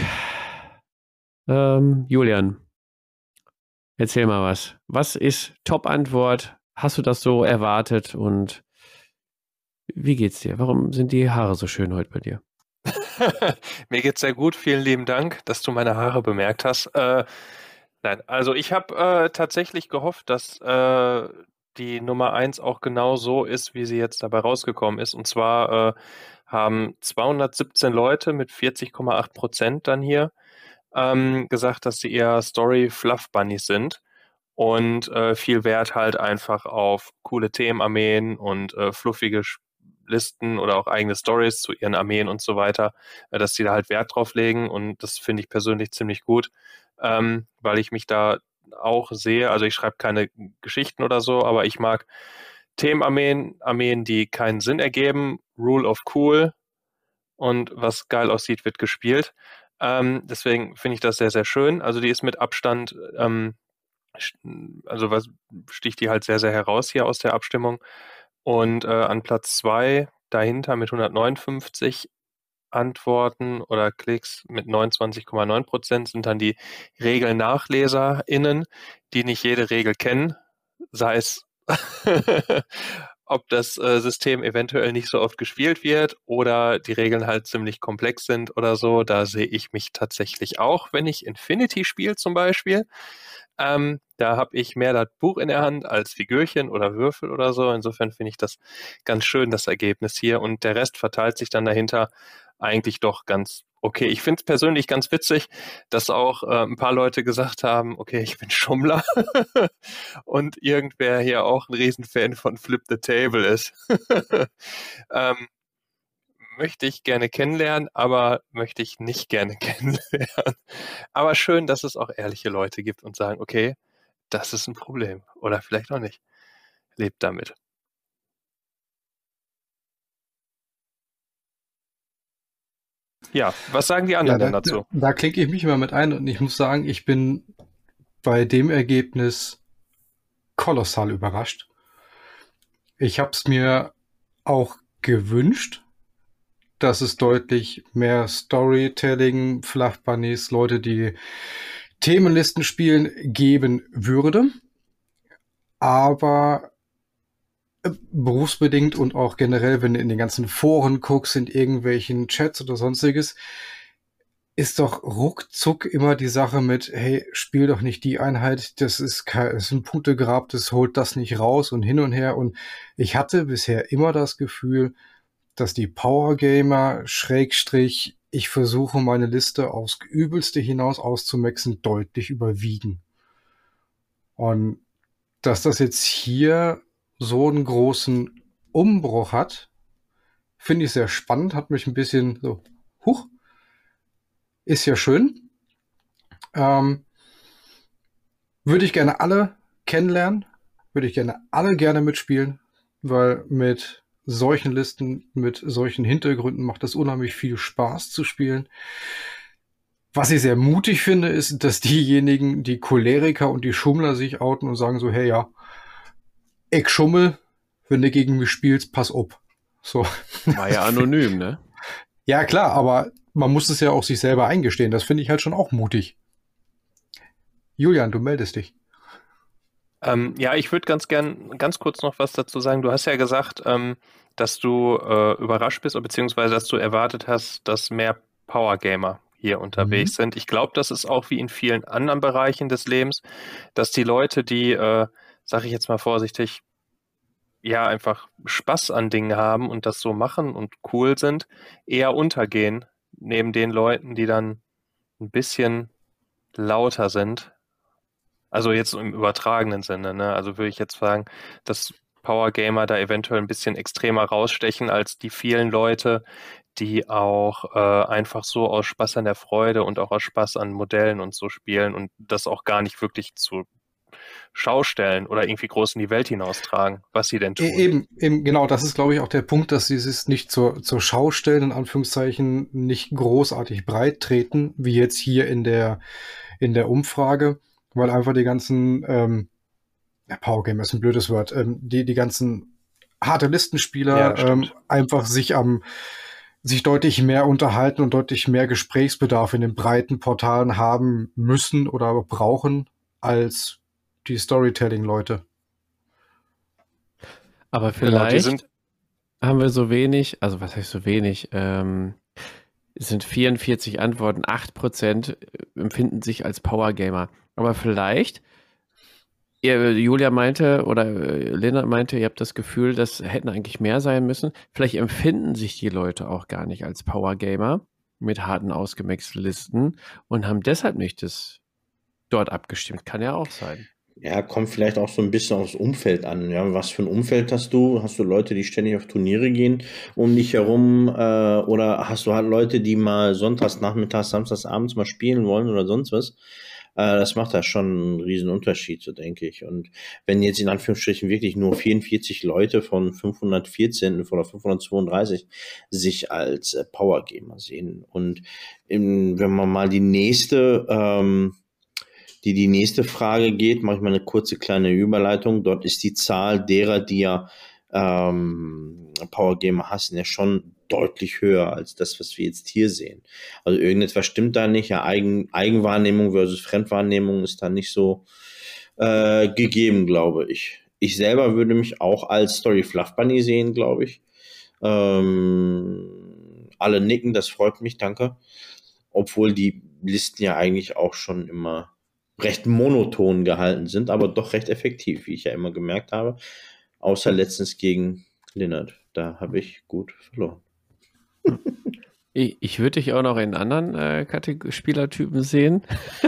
Ähm, Julian, erzähl mal was. Was ist Top-Antwort? Hast du das so erwartet? Und wie geht's dir? Warum sind die Haare so schön heute bei dir? Mir geht's sehr gut. Vielen lieben Dank, dass du meine Haare bemerkt hast. Äh, nein, also ich habe äh, tatsächlich gehofft, dass äh, die Nummer eins auch genau so ist, wie sie jetzt dabei rausgekommen ist. Und zwar äh, haben zweihundertsiebzehn Leute mit vierzig Komma acht Prozent dann hier ähm, gesagt, dass sie eher Story-Fluff-Bunnies sind. Und äh, viel Wert halt einfach auf coole Themenarmeen und äh, fluffige Listen oder auch eigene Stories zu ihren Armeen und so weiter, äh, dass die da halt Wert drauf legen. Und das finde ich persönlich ziemlich gut, ähm, weil ich mich da auch sehe. Also ich schreibe keine Geschichten oder so, aber ich mag Themenarmeen, Armeen, die keinen Sinn ergeben. Rule of Cool und was geil aussieht, wird gespielt. Ähm, deswegen finde ich das sehr, sehr schön. Also die ist mit Abstand ähm, also was sticht die halt sehr, sehr heraus hier aus der Abstimmung. Und äh, an Platz zwei dahinter mit hundertneunundfünfzig Antworten oder Klicks mit neunundzwanzig Komma neun Prozent sind dann die RegelnachleserInnen, die nicht jede Regel kennen, sei es ob das äh, System eventuell nicht so oft gespielt wird oder die Regeln halt ziemlich komplex sind oder so. Da sehe ich mich tatsächlich auch, wenn ich Infinity spiele zum Beispiel. Ähm, da habe ich mehr das Buch in der Hand als Figürchen oder Würfel oder so. Insofern finde ich das ganz schön, das Ergebnis hier. Und der Rest verteilt sich dann dahinter eigentlich doch ganz okay. Ich finde es persönlich ganz witzig, dass auch äh, ein paar Leute gesagt haben, okay, ich bin Schummler und irgendwer hier auch ein Riesenfan von Flip the Table ist. ähm, möchte ich gerne kennenlernen, aber möchte ich nicht gerne kennenlernen. Aber schön, dass es auch ehrliche Leute gibt und sagen, okay, das ist ein Problem. Oder vielleicht auch nicht. Lebt damit. Ja, was sagen die anderen Ja, denn da, dazu? da klicke ich mich mal mit ein und ich muss sagen, ich bin bei dem Ergebnis kolossal überrascht. Ich habe es mir auch gewünscht, dass es deutlich mehr Storytelling, Flachbunnies, Leute, die Themenlisten spielen, geben würde. Aber äh, berufsbedingt und auch generell, wenn du in den ganzen Foren guckst, in irgendwelchen Chats oder sonstiges, ist doch ruckzuck immer die Sache mit, hey, spiel doch nicht die Einheit, das ist, kein, das ist ein Punktegrab, das holt das nicht raus und hin und her. Und ich hatte bisher immer das Gefühl, dass die Powergamer, Schrägstrich, ich versuche meine Liste aufs Übelste hinaus auszumexen, deutlich überwiegen. Und dass das jetzt hier so einen großen Umbruch hat, finde ich sehr spannend, hat mich ein bisschen so, huch, ist ja schön. Ähm, würde ich gerne alle kennenlernen, würde ich gerne alle gerne mitspielen, weil mit solchen Listen, mit solchen Hintergründen macht das unheimlich viel Spaß zu spielen. Was ich sehr mutig finde, ist, dass diejenigen, die Choleriker und die Schummler sich outen und sagen so, hey ja, ich schummel, wenn du gegen mich spielst, pass auf. So. War ja anonym, ne? Ja, klar, aber man muss es ja auch sich selber eingestehen. Das finde ich halt schon auch mutig. Julian, du meldest dich. Ähm, ja, ich würde ganz gern ganz kurz noch was dazu sagen. Du hast ja gesagt, ähm, dass du äh, überrascht bist, beziehungsweise dass du erwartet hast, dass mehr Powergamer hier unterwegs Mhm. sind. Ich glaube, das ist auch wie in vielen anderen Bereichen des Lebens, dass die Leute, die, äh, sage ich jetzt mal vorsichtig, ja, einfach Spaß an Dingen haben und das so machen und cool sind, eher untergehen, neben den Leuten, die dann ein bisschen lauter sind. Also jetzt im übertragenen Sinne, ne? Also würde ich jetzt sagen, dass Power Gamer da eventuell ein bisschen extremer rausstechen als die vielen Leute, die auch äh, einfach so aus Spaß an der Freude und auch aus Spaß an Modellen und so spielen und das auch gar nicht wirklich zu Schaustellen oder irgendwie groß in die Welt hinaustragen, was sie denn E- tun. Eben, eben, genau, das ist, glaube ich, auch der Punkt, dass sie es nicht zur, zur Schau stellen, in Anführungszeichen, nicht großartig breit treten, wie jetzt hier in der, in der Umfrage, weil einfach die ganzen, ähm, ja, Powergamer ist ein blödes Wort, ähm, die, die ganzen harte Ja, Listenspieler das ähm, stimmt. einfach sich am, sich deutlich mehr unterhalten und deutlich mehr Gesprächsbedarf in den breiten Portalen haben müssen oder brauchen als die Storytelling-Leute. Aber Genau, die vielleicht sind, haben wir so wenig, also was heißt so wenig? Ähm, es sind vierundvierzig Antworten, acht Prozent empfinden sich als Powergamer. Aber vielleicht, ihr, Julia meinte oder äh, Lennart meinte, ihr habt das Gefühl, das hätten eigentlich mehr sein müssen. Vielleicht empfinden sich die Leute auch gar nicht als Powergamer mit harten, ausgemixten Listen und haben deshalb nicht das dort abgestimmt. Kann ja auch sein. Ja, kommt vielleicht auch so ein bisschen aufs Umfeld an. Ja, was für ein Umfeld hast du? Hast du Leute, die ständig auf Turniere gehen um dich herum? Äh, oder hast du halt Leute, die mal sonntags, nachmittags, samstags, abends mal spielen wollen oder sonst was? Äh, das macht da schon einen riesen Unterschied, so denke ich. Und wenn jetzt in Anführungsstrichen wirklich nur vierundvierzig Leute von fünfhundertvierzehn oder fünfhundertzweiunddreißig sich als äh, Powergamer sehen und im, wenn man mal die nächste ähm, die die nächste Frage geht, mache ich mal eine kurze kleine Überleitung. Dort ist die Zahl derer, die ja ähm, Powergamer hassen, ja schon deutlich höher als das, was wir jetzt hier sehen. Also irgendetwas stimmt da nicht. Ja, Eigen, Eigenwahrnehmung versus Fremdwahrnehmung ist da nicht so äh, gegeben, glaube ich. Ich selber würde mich auch als Story Fluff Bunny sehen, glaube ich. Ähm, alle nicken, das freut mich, danke. Obwohl die Listen ja eigentlich auch schon immer recht monoton gehalten sind, aber doch recht effektiv, wie ich ja immer gemerkt habe. Außer letztens gegen Lennart. Da habe ich gut verloren. Ich, ich würde dich auch noch in anderen äh, Kategor- Spielertypen sehen.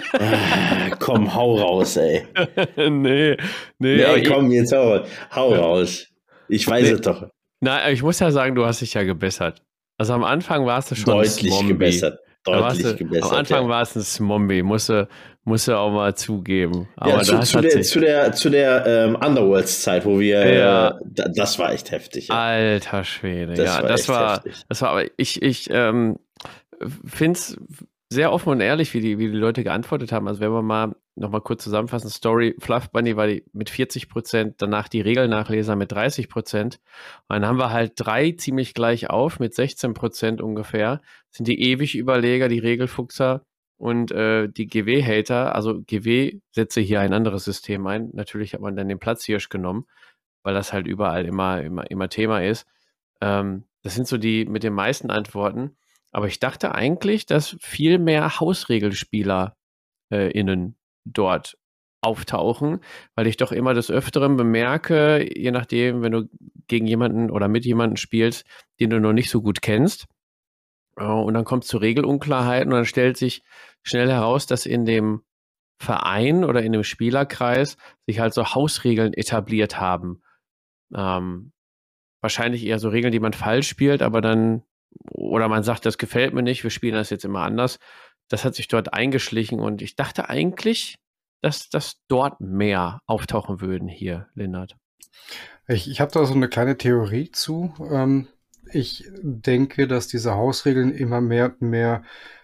Ah, komm, hau raus, ey. nee, nee, aber Nee, ich, komm, jetzt hau, hau ja, raus. Ich weiß nee, es doch. na, ich muss ja sagen, du hast dich ja gebessert. Also am Anfang warst du schon ein Deutlich Smombie. gebessert. Da warst Deutlich du, am gebessert, Anfang ja. war es ein Smombie, musst du, musst du auch mal zugeben. Ja, Aber zu, das zu hat der, sich, zu der, zu der ähm, Underworlds-Zeit, wo wir, ja, äh, da, das war echt heftig, ja. alter Schwede, Das ja, war das echt war, heftig. das war, aber ich, ich ähm, finde es sehr offen und ehrlich, wie die, wie die Leute geantwortet haben. Also wenn wir mal nochmal kurz zusammenfassen, Story, Fluff Bunny war die mit vierzig Prozent, danach die Regelnachleser mit dreißig Prozent. Und dann haben wir halt drei ziemlich gleich auf mit sechzehn Prozent ungefähr. Das sind die ewig Überleger, die Regelfuchser und äh, die G W-Hater. Also G W setze hier ein anderes System ein. Natürlich hat man dann den Platzhirsch genommen, weil das halt überall immer, immer, immer Thema ist. Ähm, das sind so die mit den meisten Antworten. Aber ich dachte eigentlich, dass viel mehr Hausregelspieler äh, innen dort auftauchen, weil ich doch immer des Öfteren bemerke, je nachdem, wenn du gegen jemanden oder mit jemandem spielst, den du noch nicht so gut kennst, äh, und dann kommt es zu Regelunklarheiten und dann stellt sich schnell heraus, dass in dem Verein oder in dem Spielerkreis sich halt so Hausregeln etabliert haben. Ähm, wahrscheinlich eher so Regeln, die man falsch spielt, aber dann, oder man sagt, das gefällt mir nicht, wir spielen das jetzt immer anders. Das hat sich dort eingeschlichen und ich dachte eigentlich, dass das dort mehr auftauchen würden hier, Lindert. Ich, ich habe da so eine kleine Theorie zu. Ähm, ich denke, dass diese Hausregeln immer mehr und mehr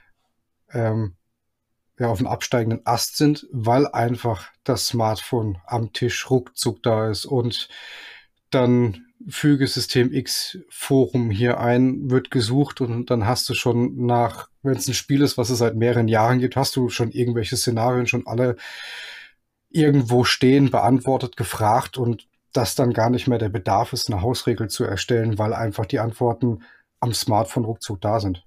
ähm, ja, auf dem absteigenden Ast sind, weil einfach das Smartphone am Tisch ruckzuck da ist und dann füge System X Forum hier ein, wird gesucht und dann hast du schon nach, wenn es ein Spiel ist, was es seit mehreren Jahren gibt, hast du schon irgendwelche Szenarien schon alle irgendwo stehen, beantwortet, gefragt und dass dann gar nicht mehr der Bedarf ist, eine Hausregel zu erstellen, weil einfach die Antworten am Smartphone ruckzuck da sind.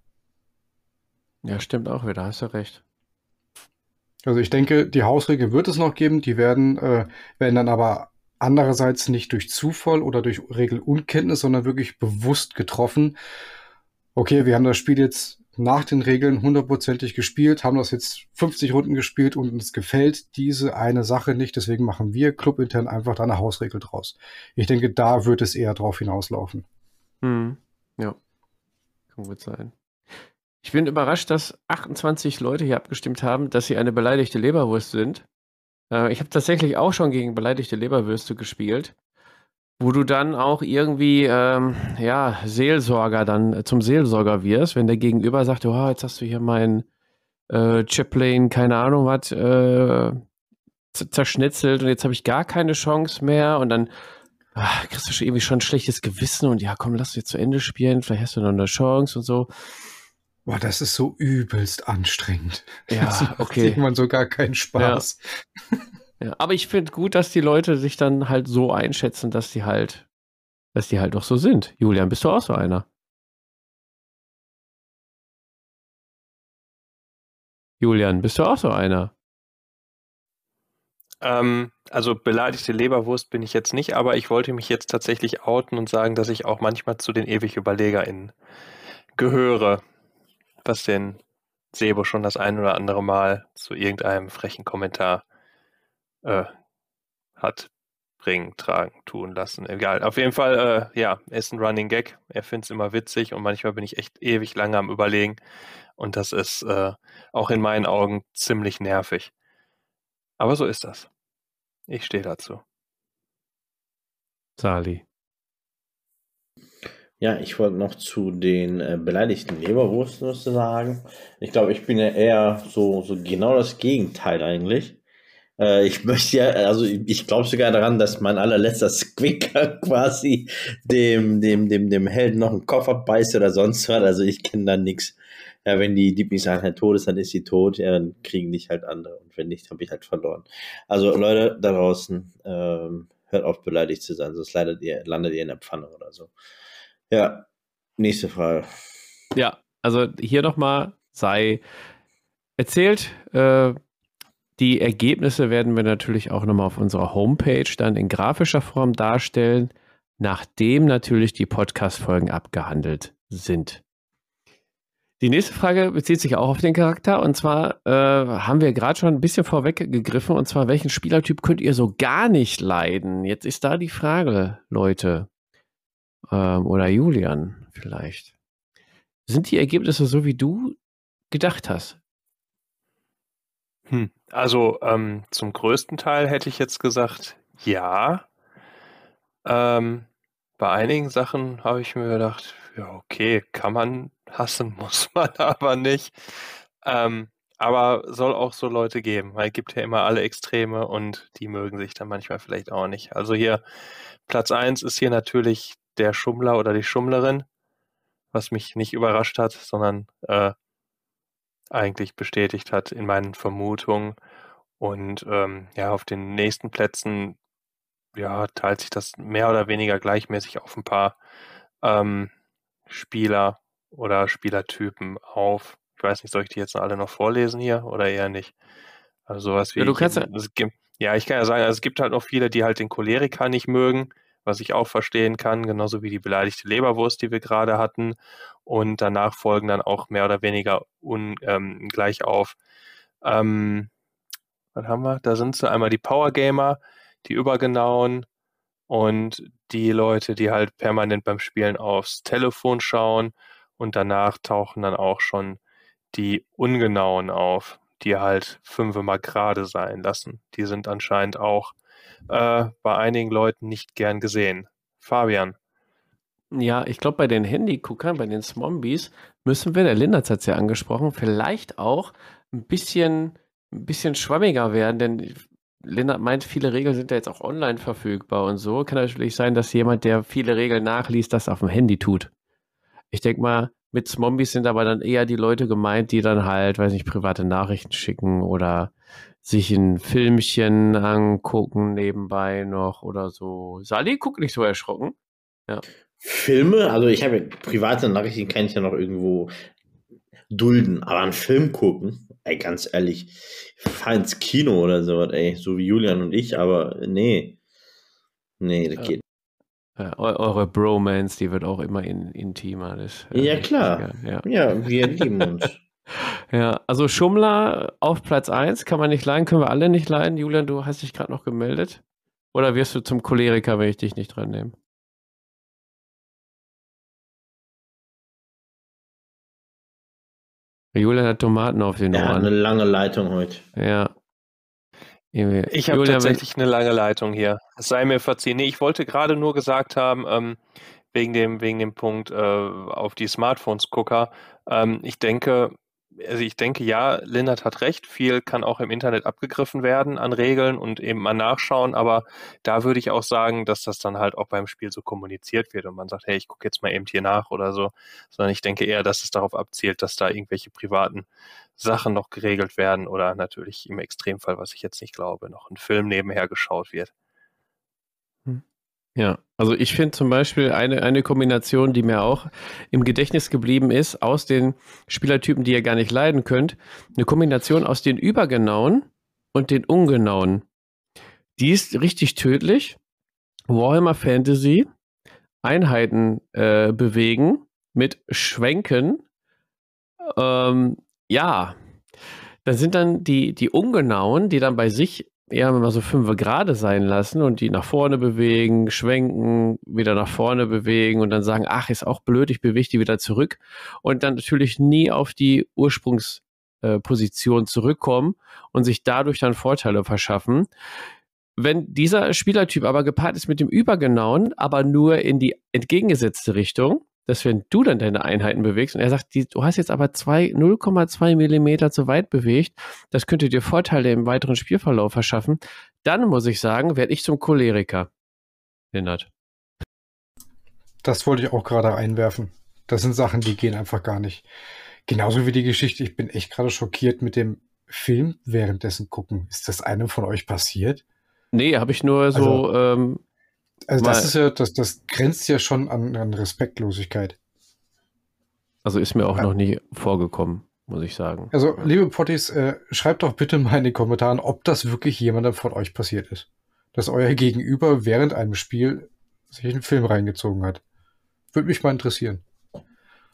Ja, stimmt auch wieder, hast du recht. Also ich denke, die Hausregeln wird es noch geben, die werden, äh, werden dann aber andererseits nicht durch Zufall oder durch Regelunkenntnis, sondern wirklich bewusst getroffen. Okay, wir haben das Spiel jetzt nach den Regeln hundertprozentig gespielt, haben das jetzt fünfzig Runden gespielt und uns gefällt diese eine Sache nicht, deswegen machen wir clubintern einfach da eine Hausregel draus. Ich denke, da wird es eher drauf hinauslaufen. Hm. Ja, kann gut sein. Ich bin überrascht, dass achtundzwanzig Leute hier abgestimmt haben, dass sie eine beleidigte Leberwurst sind. Äh, ich habe tatsächlich auch schon gegen beleidigte Leberwürste gespielt, wo du dann auch irgendwie, ähm, ja, Seelsorger dann zum Seelsorger wirst, wenn der Gegenüber sagt, oh, jetzt hast du hier mein äh, Chiplane, keine Ahnung was, äh, zerschnitzelt und jetzt habe ich gar keine Chance mehr und dann ach, kriegst du schon irgendwie schon ein schlechtes Gewissen und ja, komm, lass uns jetzt zu Ende spielen, vielleicht hast du noch eine Chance und so. Boah, das ist so übelst anstrengend. Ja, das macht okay. irgendwann so gar keinen Spaß. Ja. Ja, aber ich finde gut, dass die Leute sich dann halt so einschätzen, dass die halt, dass die halt doch so sind. Julian, bist du auch so einer? Julian, bist du auch so einer? Ähm, also beleidigte Leberwurst bin ich jetzt nicht, aber ich wollte mich jetzt tatsächlich outen und sagen, dass ich auch manchmal zu den ewig UberlegerInnen gehöre, was den Sebo schon das ein oder andere Mal zu irgendeinem frechen Kommentar äh, hat bringen, tragen, tun lassen. Egal. Auf jeden Fall, äh, ja, ist ein Running Gag. Er findet es immer witzig und manchmal bin ich echt ewig lange am Überlegen. Und das ist äh, auch in meinen Augen ziemlich nervig. Aber so ist das. Ich stehe dazu. Sali. Ja, ich wollte noch zu den äh, beleidigten Leberwursten was sagen. Ich glaube, ich bin ja eher so, so genau das Gegenteil eigentlich. Äh, ich möchte ja, also ich, ich glaube sogar daran, dass mein allerletzter Squicker quasi dem, dem, dem, dem Helden noch einen Kopf abbeißt oder sonst was. Also ich kenne da nichts. Ja, wenn die Lieblingseinheit tot ist, dann ist sie tot. Ja, dann kriegen dich halt andere. Und wenn nicht, habe ich halt verloren. Also Leute da draußen, ähm, hört auf beleidigt zu sein, sonst landet ihr, landet ihr in der Pfanne oder so. Ja, nächste Frage. Ja, also hier nochmal sei erzählt, äh, die Ergebnisse werden wir natürlich auch nochmal auf unserer Homepage dann in grafischer Form darstellen, nachdem natürlich die Podcast-Folgen abgehandelt sind. Die nächste Frage bezieht sich auch auf den Charakter und zwar äh, haben wir gerade schon ein bisschen vorweggegriffen und zwar, welchen Spielertyp könnt ihr so gar nicht leiden? Jetzt ist da die Frage, Leute, ähm, oder Julian vielleicht. Sind die Ergebnisse so, wie du gedacht hast? Hm. Also ähm, zum größten Teil hätte ich jetzt gesagt, ja. Ähm, bei einigen Sachen habe ich mir gedacht, ja, okay, kann man hassen, muss man aber nicht. Ähm, aber soll auch so Leute geben, weil es gibt ja immer alle Extreme und die mögen sich dann manchmal vielleicht auch nicht. Also hier Platz eins ist hier natürlich der Schummler oder die Schummlerin, was mich nicht überrascht hat, sondern äh, eigentlich bestätigt hat in meinen Vermutungen. Und ähm, ja, auf den nächsten Plätzen ja, teilt sich das mehr oder weniger gleichmäßig auf ein paar ähm, Spieler oder Spielertypen auf. Ich weiß nicht, soll ich die jetzt alle noch vorlesen hier oder eher nicht? Also sowas wie Ja, du kannst jeden, es gibt, ja, ich kann ja sagen, also es gibt halt noch viele, die halt den Choleriker nicht mögen, was ich auch verstehen kann, genauso wie die beleidigte Leberwurst, die wir gerade hatten. Und danach folgen dann auch mehr oder weniger un, ähm, gleich auf. Ähm, was haben wir? Da sind so einmal die Power Gamer, die Übergenauen und die Leute, die halt permanent beim Spielen aufs Telefon schauen und danach tauchen dann auch schon die Ungenauen auf, die halt fünfmal gerade sein lassen. Die sind anscheinend auch äh, bei einigen Leuten nicht gern gesehen. Fabian. Ja, ich glaube, bei den Handyguckern, bei den Smombies, müssen wir, der Lindertz hat es ja angesprochen, vielleicht auch ein bisschen, ein bisschen schwammiger werden, denn Lindert meint, viele Regeln sind ja jetzt auch online verfügbar und so. Kann natürlich sein, dass jemand, der viele Regeln nachliest, das auf dem Handy tut. Ich denke mal, mit Smombies sind aber dann eher die Leute gemeint, die dann halt, weiß nicht, private Nachrichten schicken oder sich ein Filmchen angucken nebenbei noch oder so. Sally, guck nicht so erschrocken. Ja. Filme, also ich habe ja private Nachrichten, kann ich ja noch irgendwo dulden, aber einen Film gucken, ey, ganz ehrlich, ich fahr ins Kino oder sowas, ey, so wie Julian und ich, aber nee, nee, das Ja. geht. Ja, eu eure Bromance, die wird auch immer in, intimer. Das, äh, Ja, klar. Ja. Ja, wir lieben uns. Ja, also Schummler auf Platz eins kann man nicht leiden, können wir alle nicht leiden. Julian, du hast dich gerade noch gemeldet. Oder wirst du zum Choleriker, wenn ich dich nicht dran nehme? Julian hat Tomaten auf den Er hat Ohren. eine lange Leitung heute. Ja. Irgendwie. Ich habe Julian, tatsächlich eine lange Leitung hier. Es sei mir verziehen. Nee, ich wollte gerade nur gesagt haben, ähm, wegen dem, wegen dem Punkt äh, auf die Smartphones-Gucker. Ähm, ich denke, also ich denke, ja, Lindert hat recht, viel kann auch im Internet abgegriffen werden an Regeln und eben mal nachschauen, aber da würde ich auch sagen, dass das dann halt auch beim Spiel so kommuniziert wird und man sagt, hey, ich gucke jetzt mal eben hier nach oder so, sondern ich denke eher, dass es darauf abzielt, dass da irgendwelche privaten Sachen noch geregelt werden oder natürlich im Extremfall, was ich jetzt nicht glaube, noch ein Film nebenher geschaut wird. Ja, also ich finde zum Beispiel eine, eine Kombination, die mir auch im Gedächtnis geblieben ist, aus den Spielertypen, die ihr gar nicht leiden könnt, eine Kombination aus den Übergenauen und den Ungenauen. Die ist richtig tödlich. Warhammer Fantasy, Einheiten äh, bewegen mit Schwenken. Ähm, ja, dann sind dann die, die Ungenauen, die dann bei sich eher mal so fünf Grade sein lassen und die nach vorne bewegen, schwenken, wieder nach vorne bewegen und dann sagen, ach, ist auch blöd, ich bewege die wieder zurück und dann natürlich nie auf die Ursprungsposition äh, zurückkommen und sich dadurch dann Vorteile verschaffen. Wenn dieser Spielertyp aber gepaart ist mit dem Übergenauen, aber nur in die entgegengesetzte Richtung, dass wenn du dann deine Einheiten bewegst und er sagt, die, du hast jetzt aber null Komma zwei Millimeter zu weit bewegt, das könnte dir Vorteile im weiteren Spielverlauf verschaffen, dann muss ich sagen, werde ich zum Choleriker. Lindert. Das wollte ich auch gerade einwerfen. Das sind Sachen, die gehen einfach gar nicht. Genauso wie die Geschichte, ich bin echt gerade schockiert mit dem Film währenddessen gucken. Ist das einem von euch passiert? Nee, habe ich nur so... Also, ähm, Also Mal, das ist ja, das, das grenzt ja schon an, an Respektlosigkeit. Also ist mir auch noch nie vorgekommen, muss ich sagen. Also, liebe Potties, äh, schreibt doch bitte mal in die Kommentare, ob das wirklich jemandem von euch passiert ist. Dass euer Gegenüber während einem Spiel sich einen Film reingezogen hat. Würde mich mal interessieren.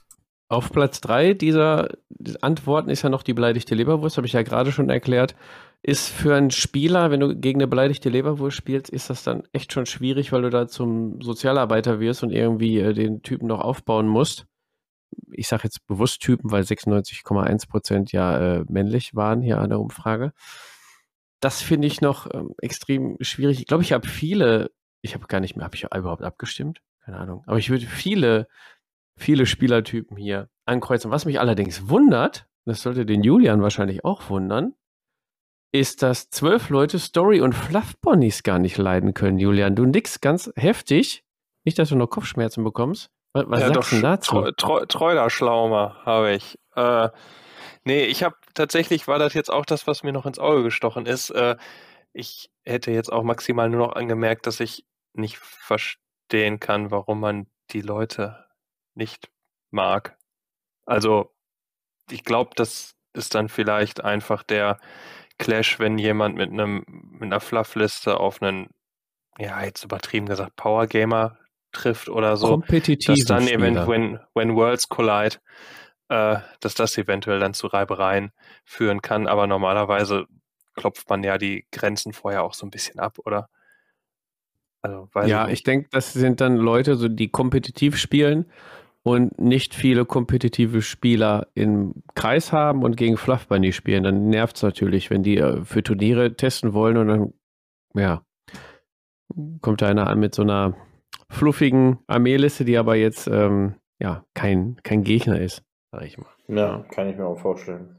Auf Platz drei dieser Antworten ist ja noch die beleidigte Leberwurst, habe ich ja gerade schon erklärt. Ist für einen Spieler, wenn du gegen eine beleidigte Leberwurst spielst, ist das dann echt schon schwierig, weil du da zum Sozialarbeiter wirst und irgendwie äh, den Typen noch aufbauen musst. Ich sage jetzt bewusst Typen, weil sechsundneunzig Komma eins Prozent ja äh, männlich waren hier an der Umfrage. Das finde ich noch ähm, extrem schwierig. Ich glaube, ich habe viele, ich habe gar nicht mehr, habe ich überhaupt abgestimmt? Keine Ahnung. Aber ich würde viele viele Spielertypen hier ankreuzen. Was mich allerdings wundert, das sollte den Julian wahrscheinlich auch wundern, ist, dass zwölf Leute Story- und Fluff-Ponys gar nicht leiden können, Julian. Du nix ganz heftig. Nicht, dass du noch Kopfschmerzen bekommst. Was, was ja, sagst du doch, dazu? Treu, Treu, Treuler-Schlaumer habe ich. Äh, nee, ich habe tatsächlich, war das jetzt auch das, was mir noch ins Auge gestochen ist. Äh, ich hätte jetzt auch maximal nur noch angemerkt, dass ich nicht verstehen kann, warum man die Leute nicht mag. Also, ich glaube, das ist dann vielleicht einfach der Clash, wenn jemand mit einem mit einer Fluffliste auf einen, ja, jetzt übertrieben gesagt, Power Gamer trifft oder so, dass Kompetitiven dann Spieler. event when, when Worlds collide, äh, dass das eventuell dann zu Reibereien führen kann. Aber normalerweise klopft man ja die Grenzen vorher auch so ein bisschen ab, oder? Also, weiß Ja, ich ich nicht. denke, das sind dann Leute, so, die kompetitiv spielen und nicht viele kompetitive Spieler im Kreis haben und gegen Fluff Bunny spielen. Dann nervt es natürlich, wenn die äh, für Turniere testen wollen und dann, ja, kommt da einer an mit so einer fluffigen Armeeliste, die aber jetzt ähm, ja kein, kein Gegner ist, sag ich mal. Ja, kann ich mir auch vorstellen.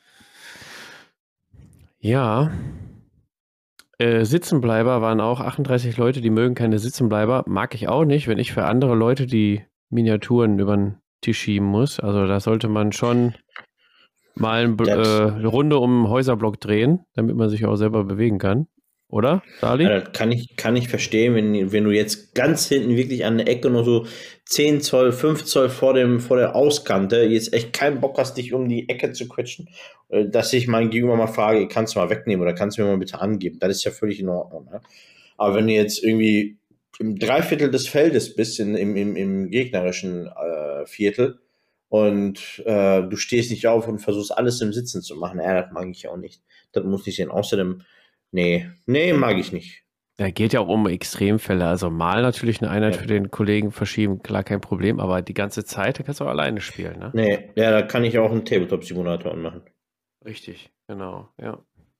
Ja. Äh, Sitzenbleiber waren auch achtunddreißig Leute, die mögen keine Sitzenbleiber. Mag ich auch nicht, wenn ich für andere Leute die Miniaturen über den Tisch schieben muss. Also da sollte man schon mal ein, äh, eine Runde um einen Häuserblock drehen, damit man sich auch selber bewegen kann. Oder, Dali? Ja, das kann ich, kann ich verstehen, wenn, wenn du jetzt ganz hinten wirklich an der Ecke nur so zehn Zoll, fünf Zoll vor, dem, vor der Auskante jetzt echt keinen Bock hast, dich um die Ecke zu quetschen, dass ich mein Gegenüber mal frage, kannst du mal wegnehmen oder kannst du mir mal bitte angeben? Das ist ja völlig in Ordnung. Ne? Aber wenn du jetzt irgendwie im Dreiviertel des Feldes bist, in, im, im, im gegnerischen äh, Viertel, und äh, du stehst nicht auf und versuchst alles im Sitzen zu machen, ja, das mag ich auch nicht. Das muss nicht sein. Außerdem, nee, nee, mag ich nicht. Ja, geht ja auch um Extremfälle. Also mal natürlich eine Einheit Ja. für den Kollegen verschieben, klar, kein Problem, aber die ganze Zeit, da kannst du auch alleine spielen, ne? Nee, ja, da kann ich auch einen Tabletop-Simulator anmachen. Richtig, genau, ja.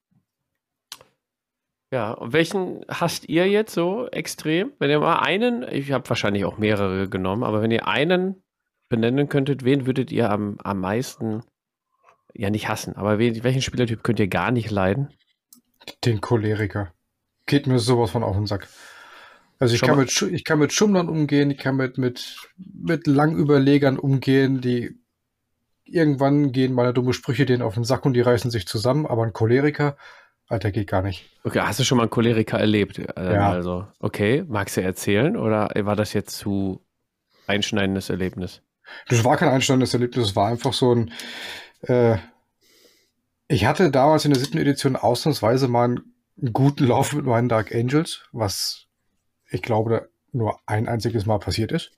Ja, und welchen hasst ihr jetzt so extrem? Wenn ihr mal einen, ich habe wahrscheinlich auch mehrere genommen, aber wenn ihr einen benennen könntet, wen würdet ihr am, am meisten, ja nicht hassen, aber wen, welchen Spielertyp könnt ihr gar nicht leiden? Den Choleriker. Geht mir sowas von auf den Sack. Also ich Schon kann, mal- mit, Schu- ich kann mit Schummlern umgehen, ich kann mit, mit, mit Langüberlegern umgehen, die irgendwann gehen meine dumme Sprüche denen auf den Sack und die reißen sich zusammen, aber ein Choleriker, Alter, geht gar nicht. Okay, hast du schon mal einen Choleriker erlebt? Äh, Ja. Also, okay, magst du erzählen oder war das jetzt zu einschneidendes Erlebnis? Das war kein einsteigendes Erlebnis, es war einfach so ein, äh, ich hatte damals in der siebten Edition ausnahmsweise mal einen guten Lauf mit meinen Dark Angels, was ich glaube nur ein einziges Mal passiert ist.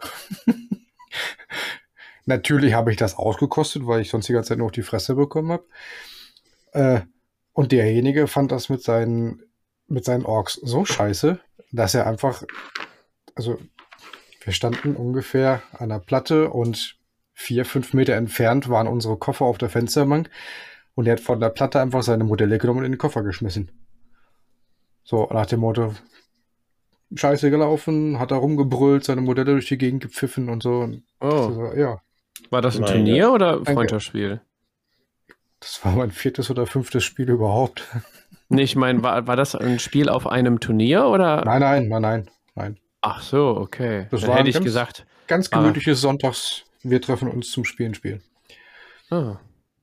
Natürlich habe ich das ausgekostet, weil ich sonst die ganze Zeit nur auf die Fresse bekommen habe. Äh, und derjenige fand das mit seinen, mit seinen Orks so scheiße, dass er einfach, also wir standen ungefähr an der Platte und vier, fünf Meter entfernt waren unsere Koffer auf der Fensterbank und er hat von der Platte einfach seine Modelle genommen und in den Koffer geschmissen. So nach dem Motto, scheiße gelaufen, hat da rumgebrüllt, seine Modelle durch die Gegend gepfiffen und so. Und Oh, so, ja, war das ein Mein Turnier Gott. oder ein Danke. Freundschaftsspiel? das war mein viertes oder fünftes Spiel überhaupt. Nee, ich meine, war, war das ein Spiel auf einem Turnier oder? Nein, nein, nein, nein, nein. Ach so, okay. Das Dann war hätte ein ich ganz- gesagt, Ganz Ah. gemütliches Sonntags, wir treffen uns zum Spielen spielen. ah,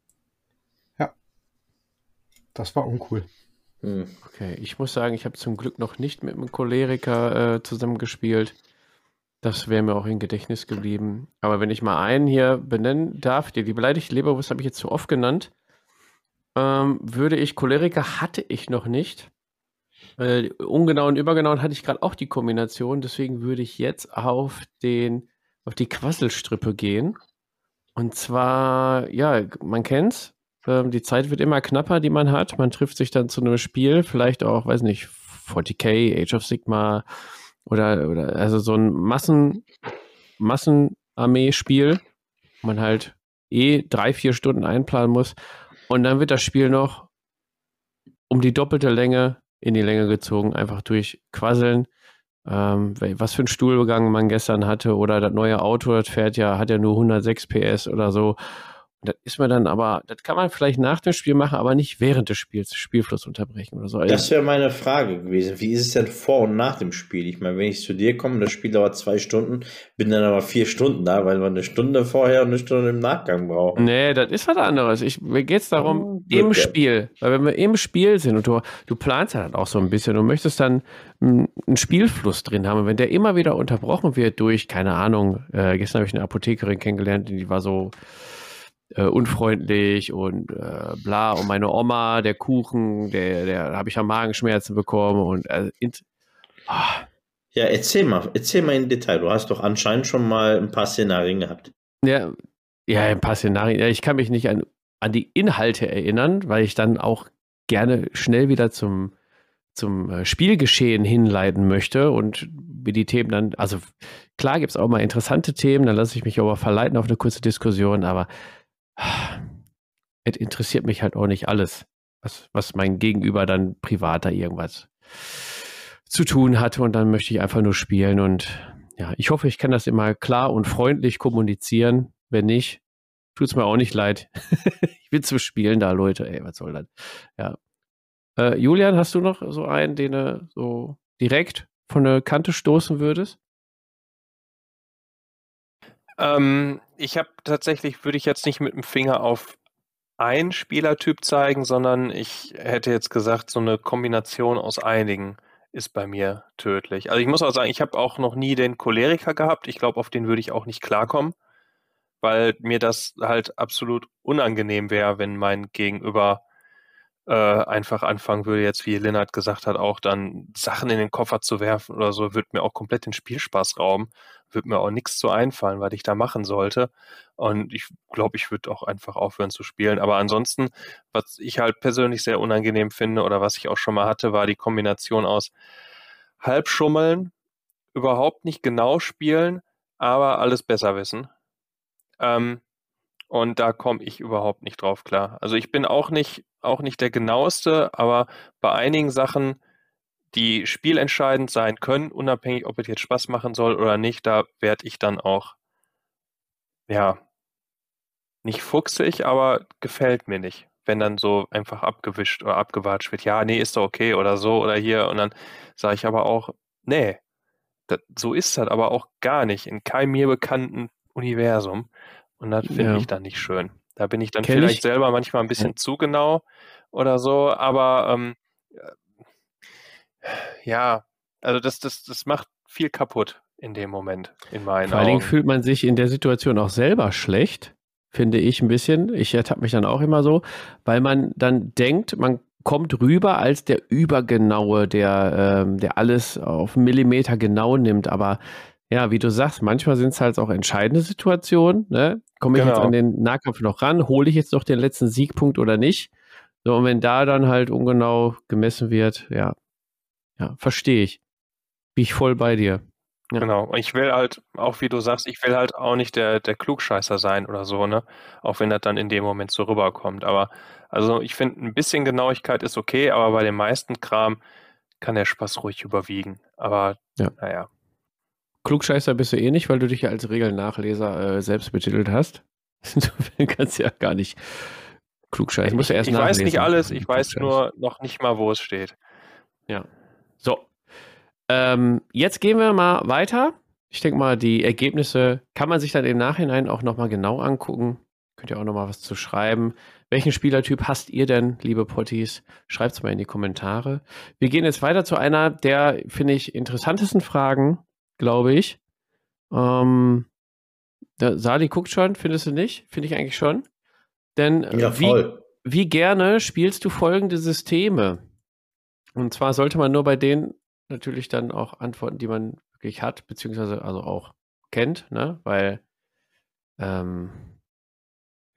Das war uncool. Hm. okay. Ich muss sagen, ich habe zum Glück noch nicht mit einem Choleriker äh, zusammengespielt. Das wäre mir auch im Gedächtnis geblieben. Aber wenn ich mal einen hier benennen darf, die, die beleidigte Leberwurst habe ich jetzt zu oft genannt, ähm, würde ich, Choleriker hatte ich noch nicht. Äh, ungenau und übergenau hatte ich gerade auch die Kombination, deswegen würde ich jetzt auf den, auf die Quasselstrippe gehen. Und zwar, ja, man kennt's. Ähm, die Zeit wird immer knapper, die man hat. Man trifft sich dann zu einem Spiel, vielleicht auch, weiß nicht, forty K, Age of Sigmar oder, oder also so ein Massen, Massenarmee-Spiel, wo man halt eh drei, vier Stunden einplanen muss. Und dann wird das Spiel noch um die doppelte Länge in die Länge gezogen, einfach durch Quasseln. Ähm, was für einen Stuhlbegang man gestern hatte oder das neue Auto, das fährt ja, hat ja nur hundertsechs P S oder so. Und das ist man dann aber, das kann man vielleicht nach dem Spiel machen, aber nicht während des Spiels, Spielfluss unterbrechen oder so. Das wäre meine Frage gewesen. Wie ist es denn vor und nach dem Spiel? Ich meine, wenn ich zu dir komme, das Spiel dauert zwei Stunden, bin dann aber vier Stunden da, weil wir eine Stunde vorher und eine Stunde im Nachgang brauchen. Nee, das ist was anderes. Ich, mir geht es darum, Oh, im Glück, ja. Spiel. Weil wenn wir im Spiel sind und du, du planst ja dann auch so ein bisschen, du möchtest dann m, einen Spielfluss drin haben. Und wenn der immer wieder unterbrochen wird durch, keine Ahnung, äh, gestern habe ich eine Apothekerin kennengelernt, die war so äh, unfreundlich und äh, bla. Und meine Oma, der Kuchen, der, der habe ich ja Magenschmerzen bekommen und äh, in, ah, Ja, erzähl mal, erzähl mal im Detail. Du hast doch anscheinend schon mal ein paar Szenarien gehabt. ja, ja, ein paar Szenarien. Ja, ich kann mich nicht an, an die Inhalte erinnern, weil ich dann auch gerne schnell wieder zum, zum äh, Spielgeschehen hinleiten möchte und mir die Themen dann, also klar gibt es auch mal interessante Themen, dann lasse ich mich aber verleiten auf eine kurze Diskussion, aber ah, es interessiert mich halt auch nicht alles, was, was mein Gegenüber dann privat da irgendwas zu tun hatte und dann möchte ich einfach nur spielen und ja, ich hoffe, ich kann das immer klar und freundlich kommunizieren. Wenn nicht, tut's mir auch nicht leid. Ich bin zum Spielen da, Leute. Ey, was soll das? Ja. Äh, Julian, hast du noch so einen, den du so direkt von der Kante stoßen würdest? Ähm, ich habe tatsächlich, würde ich jetzt nicht mit dem Finger auf einen Spielertyp zeigen, sondern ich hätte jetzt gesagt, so eine Kombination aus einigen ist bei mir tödlich. Also ich muss auch sagen, ich habe auch noch nie den Choleriker gehabt. Ich glaube, auf den würde ich auch nicht klarkommen, weil mir das halt absolut unangenehm wäre, wenn mein Gegenüber äh, einfach anfangen würde, jetzt wie Lennart gesagt hat, auch dann Sachen in den Koffer zu werfen oder so, wird mir auch komplett den Spielspaß rauben, wird mir auch nichts zu einfallen, was ich da machen sollte. Und ich glaube, ich würde auch einfach aufhören zu spielen. Aber ansonsten, was ich halt persönlich sehr unangenehm finde oder was ich auch schon mal hatte, war die Kombination aus Halbschummeln, überhaupt nicht genau spielen, aber alles besser wissen. Ähm, und da komme ich überhaupt nicht drauf klar. Also ich bin auch nicht, auch nicht der Genaueste, aber bei einigen Sachen, die spielentscheidend sein können, unabhängig, ob es jetzt Spaß machen soll oder nicht, da werde ich dann auch, ja, nicht fuchsig, aber gefällt mir nicht. Wenn dann so einfach abgewischt oder abgewatscht wird, ja, nee, ist doch okay oder so oder hier. Und dann sage ich aber auch, nee, das, so ist das aber auch gar nicht in keinem mir bekannten Universum. Und das finde Ja. ich dann nicht schön. Da bin ich dann Kenn vielleicht ich. selber manchmal ein bisschen zu genau oder so, aber ähm, ja, also das, das, das macht viel kaputt in dem Moment, in meinen Vor allen Dingen Augen. fühlt man sich in der Situation auch selber schlecht, finde ich ein bisschen. Ich ertappe mich dann auch immer so, weil man dann denkt, man kommt rüber als der Übergenaue, der, ähm, der alles auf Millimeter genau nimmt. Aber ja, wie du sagst, manchmal sind es halt auch entscheidende Situationen. Ne? Komme ich jetzt Genau. an den Nahkampf noch ran? Hole ich jetzt noch den letzten Siegpunkt oder nicht? So, und wenn da dann halt ungenau gemessen wird, ja, ja, verstehe ich. Bin ich voll bei dir. Ja. Genau. Und ich will halt, auch wie du sagst, ich will halt auch nicht der, der Klugscheißer sein oder so, ne? Auch wenn das dann in dem Moment so rüberkommt. Aber also ich finde, ein bisschen Genauigkeit ist okay, aber bei dem meisten Kram kann der Spaß ruhig überwiegen. Aber Ja. naja. Klugscheißer bist du eh nicht, weil du dich ja als Regelnachleser äh, selbst betitelt hast. Du kannst ja gar nicht klugscheißen. Ich, Musst du erst ich weiß nachlesen. nicht alles, ich weiß Klugscheiß. nur noch nicht mal, wo es steht. Ja. So. Ähm, jetzt gehen wir mal weiter. Ich denke mal, die Ergebnisse kann man sich dann im Nachhinein auch nochmal genau angucken. Könnt ihr auch nochmal was zu schreiben. Welchen Spielertyp hasst ihr denn, liebe Potties? Schreibt es mal in die Kommentare. Wir gehen jetzt weiter zu einer der, finde ich, interessantesten Fragen, glaube ich. Ähm, der Sali guckt schon, findest du nicht? Finde ich eigentlich schon. Denn äh, Ja, wie, voll. wie gerne spielst du folgende Systeme? Und zwar sollte man nur bei denen natürlich dann auch antworten, die man wirklich hat, beziehungsweise also auch kennt, ne? Weil ähm,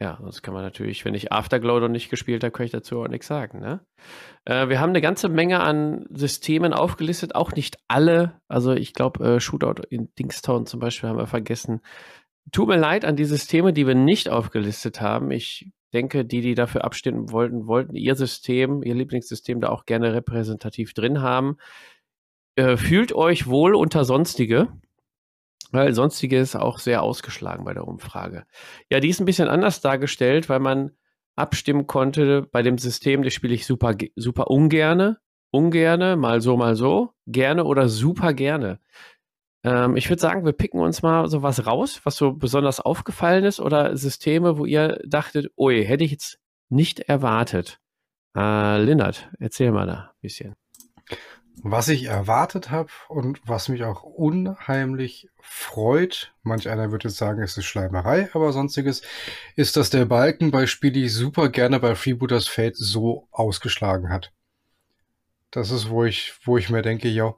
Ja, sonst kann man natürlich, wenn ich Afterglow noch nicht gespielt habe, kann ich dazu auch nichts sagen. Ne? Äh, wir haben eine ganze Menge an Systemen aufgelistet, auch nicht alle. Also ich glaube, äh, Shootout in Dingstown zum Beispiel haben wir vergessen. Tut mir leid an die Systeme, die wir nicht aufgelistet haben. Ich denke, die, die dafür abstimmen wollten, wollten ihr System, ihr Lieblingssystem da auch gerne repräsentativ drin haben. Äh, fühlt euch wohl unter Sonstige. Weil Sonstige ist auch sehr ausgeschlagen bei der Umfrage. Ja, die ist ein bisschen anders dargestellt, weil man abstimmen konnte bei dem System, das spiele ich super, super ungerne, ungerne, mal so, mal so, gerne oder super gerne. Ähm, ich würde sagen, wir picken uns mal so was raus, was so besonders aufgefallen ist oder Systeme, wo ihr dachtet, ui, hätte ich jetzt nicht erwartet. Äh, Lennart, erzähl mal da ein bisschen. Was ich erwartet habe und was mich auch unheimlich freut, manch einer würde jetzt sagen, es ist Schleimerei, aber sonstiges, ist, dass der Balken bei Spiele ich super gerne bei Freebooters Fate so ausgeschlagen hat. Das ist, wo ich, wo ich mir denke, ja,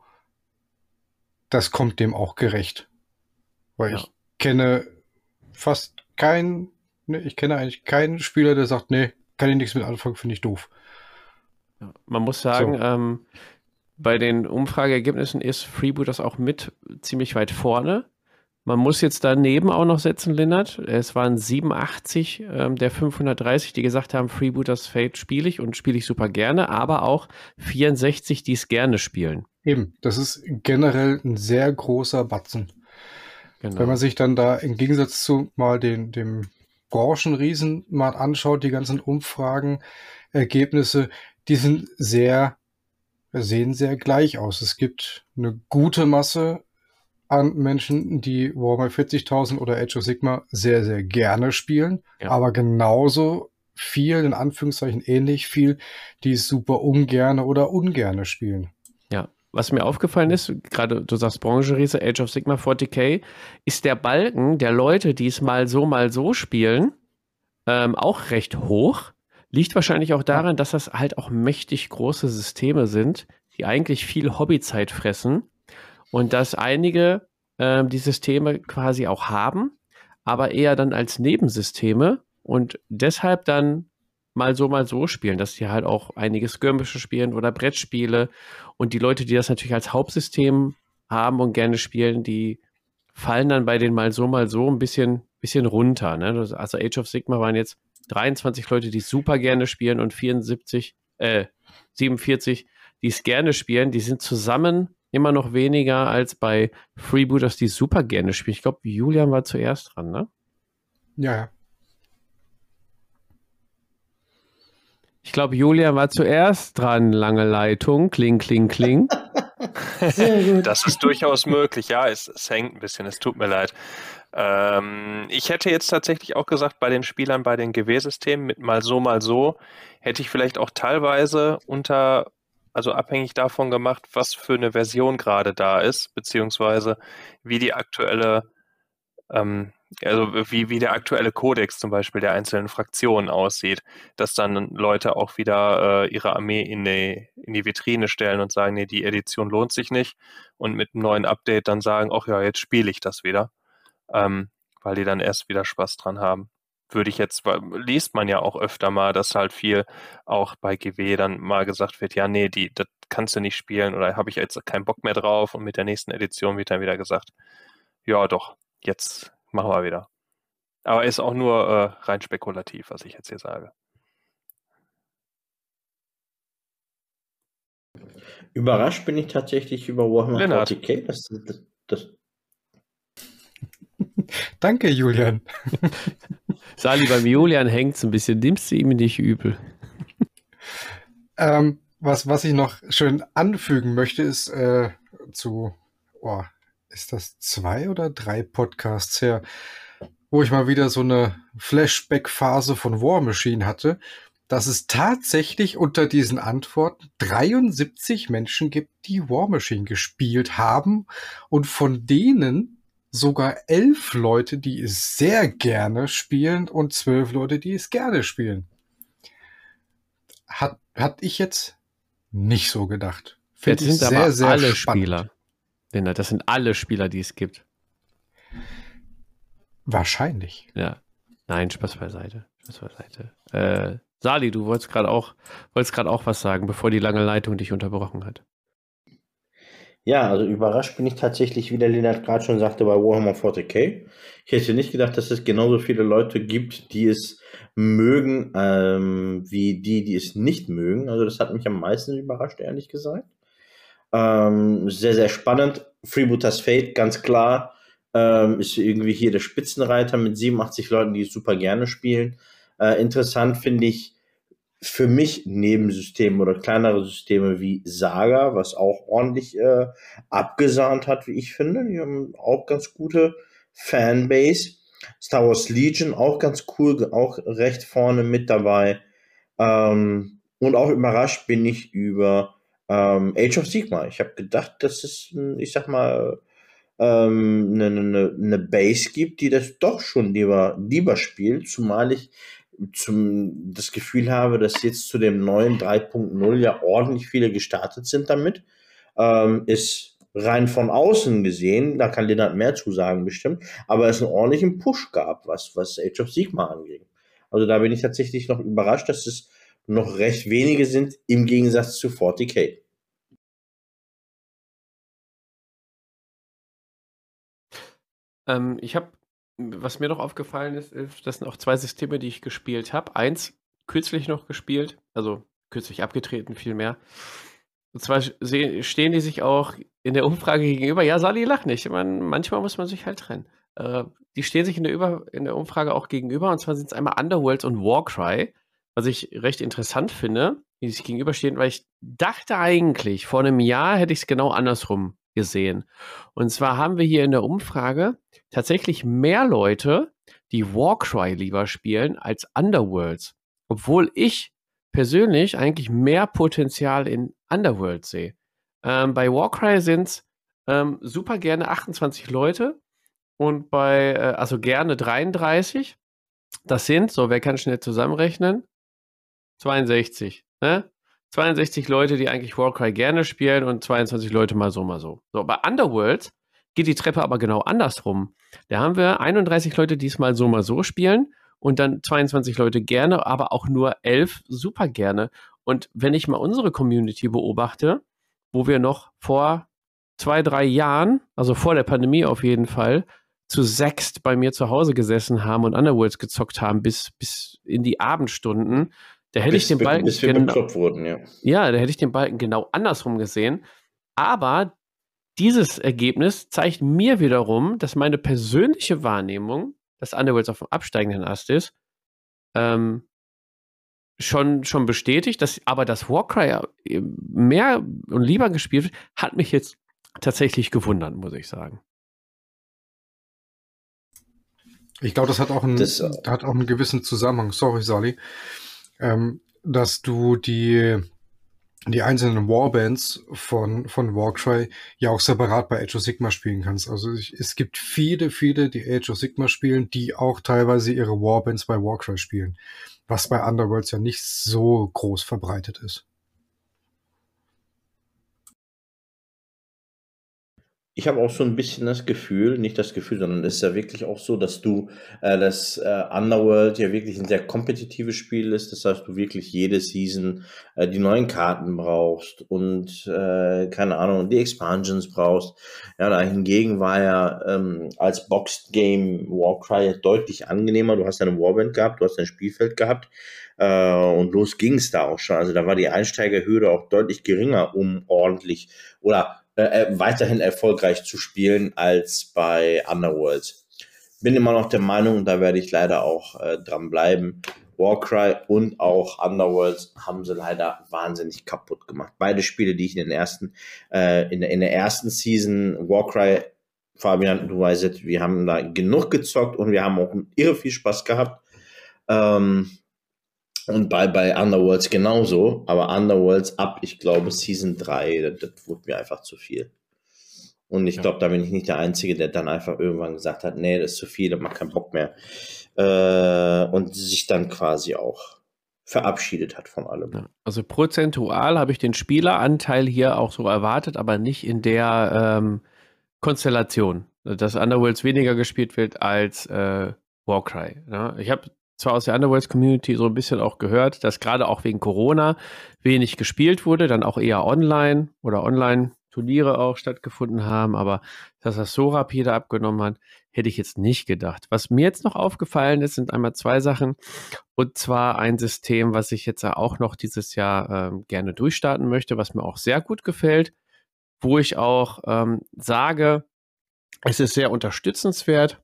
das kommt dem auch gerecht. Weil Ja. ich kenne fast keinen, ne, ich kenne eigentlich keinen Spieler, der sagt, nee, kann ich nichts mit anfangen, finde ich doof. Ja, man muss sagen, So. ähm, bei den Umfrageergebnissen ist Freebooters auch mit ziemlich weit vorne. Man muss jetzt daneben auch noch setzen, Lennart. Es waren siebenundachtzig ähm, der fünfhundertdreißig, die gesagt haben, Freebooters Fate spiele ich und spiele ich super gerne, aber auch vierundsechzig, die es gerne spielen. Eben, das ist generell ein sehr großer Batzen. Genau. Wenn man sich dann da im Gegensatz zu mal den, dem Branchenriesen mal anschaut, die ganzen Umfragen, Ergebnisse, die sind sehr, sehen sehr gleich aus. Es gibt eine gute Masse an Menschen, die Warhammer vierzigtausend oder Age of Sigmar sehr, sehr gerne spielen, Ja. aber genauso viel, in Anführungszeichen ähnlich viel, die es super ungerne oder ungerne spielen. Ja, was mir aufgefallen ist, gerade du sagst Branchenriese, Age of Sigmar, forty K, ist der Balken der Leute, die es mal so, mal so spielen, ähm, auch recht hoch. Liegt wahrscheinlich auch daran, dass das halt auch mächtig große Systeme sind, die eigentlich viel Hobbyzeit fressen und dass einige ähm, die Systeme quasi auch haben, aber eher dann als Nebensysteme und deshalb dann mal so, mal so spielen, dass die halt auch einige Skirmische spielen oder Brettspiele und die Leute, die das natürlich als Hauptsystem haben und gerne spielen, die fallen dann bei den mal so, mal so ein bisschen, bisschen runter. Ne? Das- Also Age of Sigmar waren jetzt dreiundzwanzig Leute, die es super gerne spielen und vierundsiebzig, äh, siebenundvierzig, die es gerne spielen. Die sind zusammen immer noch weniger als bei Freebooters, die es super gerne spielen. Ich glaube, Julian war zuerst dran, ne? Ja, ja. Ich glaube, Julian war zuerst dran. Lange Leitung. Kling, kling, kling. Sehr gut. Das ist durchaus möglich, ja, es, es hängt ein bisschen, es tut mir leid. Ähm, ich hätte jetzt tatsächlich auch gesagt, bei den Spielern bei den G W-Systemen mit mal so, mal so, hätte ich vielleicht auch teilweise unter, also abhängig davon gemacht, was für eine Version gerade da ist, beziehungsweise wie die aktuelle, ähm, also wie, wie der aktuelle Kodex zum Beispiel der einzelnen Fraktionen aussieht, dass dann Leute auch wieder äh, ihre Armee in die, in die Vitrine stellen und sagen, nee, die Edition lohnt sich nicht und mit einem neuen Update dann sagen, ach ja, jetzt spiele ich das wieder, ähm, weil die dann erst wieder Spaß dran haben. Würde ich jetzt, weil- liest man ja auch öfter mal, dass halt viel auch bei G W dann mal gesagt wird, ja, nee, die, das kannst du nicht spielen oder habe ich jetzt keinen Bock mehr drauf und mit der nächsten Edition wird dann wieder gesagt, ja doch, jetzt machen wir wieder. Aber ist auch nur äh, rein spekulativ, was ich jetzt hier sage. Überrascht bin ich tatsächlich über Warhammer Lennart. forty K. Das, das, das, Danke, Julian. Sali, beim Julian hängt es ein bisschen. Nimmst du ihm nicht übel. Ähm, was, was ich noch schön anfügen möchte, ist äh, zu, oh, ist das zwei oder drei Podcasts her, wo ich mal wieder so eine Flashback-Phase von War Machine hatte, dass es tatsächlich unter diesen Antworten dreiundsiebzig Menschen gibt, die War Machine gespielt haben und von denen sogar elf Leute, die es sehr gerne spielen und zwölf Leute, die es gerne spielen. Hat, hat ich jetzt nicht so gedacht. Jetzt Finde ich sind sehr, aber sehr alle spannend. Spieler. Lennart, das sind alle Spieler, die es gibt. Wahrscheinlich. Ja. Nein, Spaß beiseite. Das war Seite. Äh, Sali, du wolltest gerade auch, wolltest gerade auch was sagen, bevor die lange Leitung dich unterbrochen hat. Ja, also überrascht bin ich tatsächlich, wie der Lennart gerade schon sagte, bei Warhammer vierzig K. Ich hätte nicht gedacht, dass es genauso viele Leute gibt, die es mögen, ähm, wie die, die es nicht mögen. Also das hat mich am meisten überrascht, ehrlich gesagt. Ähm, sehr, sehr spannend. Freebooters Fate, ganz klar, ähm, ist irgendwie hier der Spitzenreiter mit siebenundachtzig Leuten, die es super gerne spielen. Äh, interessant finde ich für mich Nebensysteme oder kleinere Systeme wie Saga, was auch ordentlich äh, abgesahnt hat, wie ich finde. Die haben auch ganz gute Fanbase. Star Wars Legion auch ganz cool, auch recht vorne mit dabei. Ähm, und auch überrascht bin ich über ähm, Age of Sigmar. Ich habe gedacht, dass es, ich sag mal, ähm, eine, eine, eine Base gibt, die das doch schon lieber, lieber spielt, zumal ich zum, das Gefühl habe, dass jetzt zu dem neuen drei Punkt null ja ordentlich viele gestartet sind damit. Ähm, ist rein von außen gesehen, da kann Lennart mehr zu sagen bestimmt, aber es einen ordentlichen Push gab, was, was Age of Sigmar anging. Also da bin ich tatsächlich noch überrascht, dass es noch recht wenige sind im Gegensatz zu vierzig K. Ähm, ich habe, was mir noch aufgefallen ist, ist, das sind auch zwei Systeme, die ich gespielt habe. Eins kürzlich noch gespielt, also kürzlich abgetreten vielmehr. Und zwar se- stehen die sich auch in der Umfrage gegenüber. Ja, Sali, lach nicht. Man, manchmal muss man sich halt trennen. Äh, die stehen sich in der, Über in der Umfrage auch gegenüber. Und zwar sind es einmal Underworlds und Warcry, was ich recht interessant finde, wie die sich gegenüberstehen, weil ich dachte eigentlich, vor einem Jahr hätte ich es genau andersrum gesehen. Und zwar haben wir hier in der Umfrage tatsächlich mehr Leute, die Warcry lieber spielen als Underworlds. Obwohl ich persönlich eigentlich mehr Potenzial in Underworld sehe. Ähm, bei Warcry sind es ähm, super gerne achtundzwanzig Leute und bei, äh, also gerne dreiunddreißig. Das sind, so, wer kann schnell zusammenrechnen? zweiundsechzig, ne? zweiundsechzig Leute, die eigentlich Warcry gerne spielen und zweiundzwanzig Leute mal so, mal so. So, bei Underworld geht die Treppe aber genau andersrum. Da haben wir einunddreißig Leute, die es mal so, mal so spielen und dann zweiundzwanzig Leute gerne, aber auch nur elf super gerne. Und wenn ich mal unsere Community beobachte, wo wir noch vor zwei, drei Jahren, also vor der Pandemie auf jeden Fall, zu sechst bei mir zu Hause gesessen haben und Underworlds gezockt haben bis, bis in die Abendstunden, da hätte Bis, ich den Balken bis wir genau, bekloppt wurden, ja. ja, da hätte ich den Balken genau andersrum gesehen. Aber dieses Ergebnis zeigt mir wiederum, dass meine persönliche Wahrnehmung, dass Underworlds auf dem absteigenden Ast ist, ähm, schon, schon bestätigt, dass aber das Warcry mehr und lieber gespielt wird, hat mich jetzt tatsächlich gewundert, muss ich sagen. Ich glaube, das hat auch einen, Das, hat auch einen gewissen Zusammenhang. Sorry, Sali. Ähm, dass du die, die einzelnen Warbands von, von Warcry ja auch separat bei Age of Sigmar spielen kannst. Also ich, es gibt viele, viele, die Age of Sigmar spielen, die auch teilweise ihre Warbands bei Warcry spielen. Was bei Underworlds ja nicht so groß verbreitet ist. Ich habe auch so ein bisschen das Gefühl, nicht das Gefühl, sondern es ist ja wirklich auch so, dass du, äh, das äh, Underworld ja wirklich ein sehr kompetitives Spiel ist. Das heißt, du wirklich jede Season äh, die neuen Karten brauchst und, äh, keine Ahnung, die Expansions brauchst. Ja, da hingegen war ja ähm, als Boxed Game Warcry deutlich angenehmer. Du hast eine Warband gehabt, du hast ein Spielfeld gehabt äh, und los ging es da auch schon. Also da war die Einsteigerhürde auch deutlich geringer, um ordentlich oder Äh, weiterhin erfolgreich zu spielen als bei Underworld. Bin immer noch der Meinung, da werde ich leider auch äh, dran bleiben. Warcry und auch Underworld haben sie leider wahnsinnig kaputt gemacht. Beide Spiele, die ich in den ersten, äh, in, der, in der ersten Season, Warcry, Fabian, du weißt, wir haben da genug gezockt und wir haben auch irre viel Spaß gehabt. Ähm, Und bei, bei Underworlds genauso, aber Underworlds ab, ich glaube, Season drei, das, das wurde mir einfach zu viel. Und ich Ja. glaube, da bin ich nicht der Einzige, der dann einfach irgendwann gesagt hat, nee, das ist zu viel, da macht keinen Bock mehr. Äh, und sich dann quasi auch verabschiedet hat von allem. Ja, also prozentual habe ich den Spieleranteil hier auch so erwartet, aber nicht in der ähm, Konstellation, dass Underworlds weniger gespielt wird als äh, Warcry. Ne? Ich habe zwar aus der Underworlds-Community so ein bisschen auch gehört, dass gerade auch wegen Corona wenig gespielt wurde, dann auch eher online oder Online-Turniere auch stattgefunden haben, aber dass das so rapide abgenommen hat, hätte ich jetzt nicht gedacht. Was mir jetzt noch aufgefallen ist, sind einmal zwei Sachen, und zwar ein System, was ich jetzt auch noch dieses Jahr ähm, gerne durchstarten möchte, was mir auch sehr gut gefällt, wo ich auch ähm, sage, es ist sehr unterstützenswert.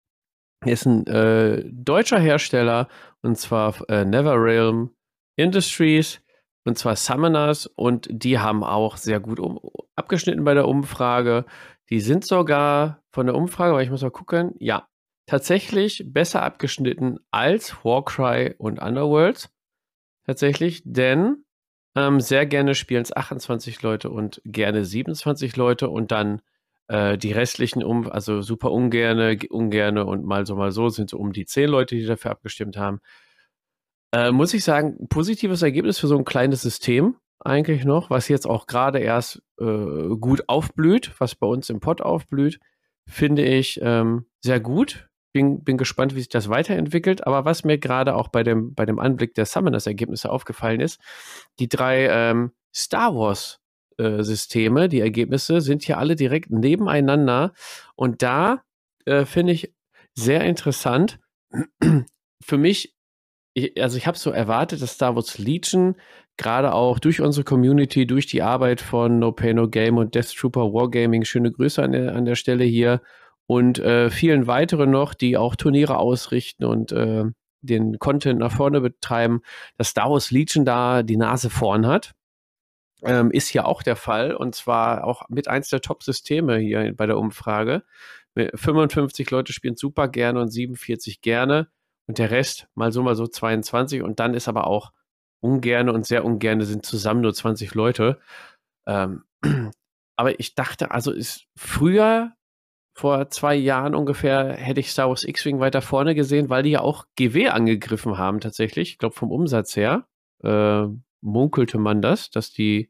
Ist ein äh, deutscher Hersteller, und zwar äh, NetherRealm Industries, und zwar Summoners, und die haben auch sehr gut um, abgeschnitten bei der Umfrage. Die sind sogar von der Umfrage, aber ich muss mal gucken, ja, tatsächlich besser abgeschnitten als Warcry und Underworlds. Tatsächlich, denn ähm, sehr gerne spielen es achtundzwanzig Leute und gerne siebenundzwanzig Leute und dann äh, die restlichen, um, also super ungerne, ungerne und mal so, mal so, sind so um die zehn Leute, die dafür abgestimmt haben. Äh, muss ich sagen, positives Ergebnis für so ein kleines System eigentlich noch, was jetzt auch gerade erst äh, gut aufblüht, was bei uns im Pod aufblüht, finde ich ähm, sehr gut. Bin, bin gespannt, wie sich das weiterentwickelt. Aber was mir gerade auch bei dem, bei dem Anblick der Summoners-Ergebnisse aufgefallen ist, die drei ähm, Star Wars äh, Systeme, die Ergebnisse sind hier alle direkt nebeneinander. Und da äh, finde ich sehr interessant. Für mich, ich, also ich habe so erwartet, dass Star Wars Legion gerade auch durch unsere Community, durch die Arbeit von No Pay No Game und Death Trooper Wargaming, schöne Grüße an der, an der Stelle hier, und äh, vielen weiteren noch, die auch Turniere ausrichten und äh, den Content nach vorne betreiben, dass Star Wars Legion da die Nase vorn hat. Ähm, ist hier auch der Fall, und zwar auch mit eins der Top-Systeme hier bei der Umfrage. fünfundfünfzig Leute spielen super gerne und siebenundvierzig gerne und der Rest mal so, mal so zweiundzwanzig, und dann ist aber auch ungerne und sehr ungerne sind zusammen nur zwanzig Leute. Ähm, aber ich dachte, also ist früher, vor zwei Jahren ungefähr, hätte ich Star Wars X-Wing weiter vorne gesehen, weil die ja auch G W angegriffen haben tatsächlich. Ich glaube, vom Umsatz her äh, munkelte man das, dass die,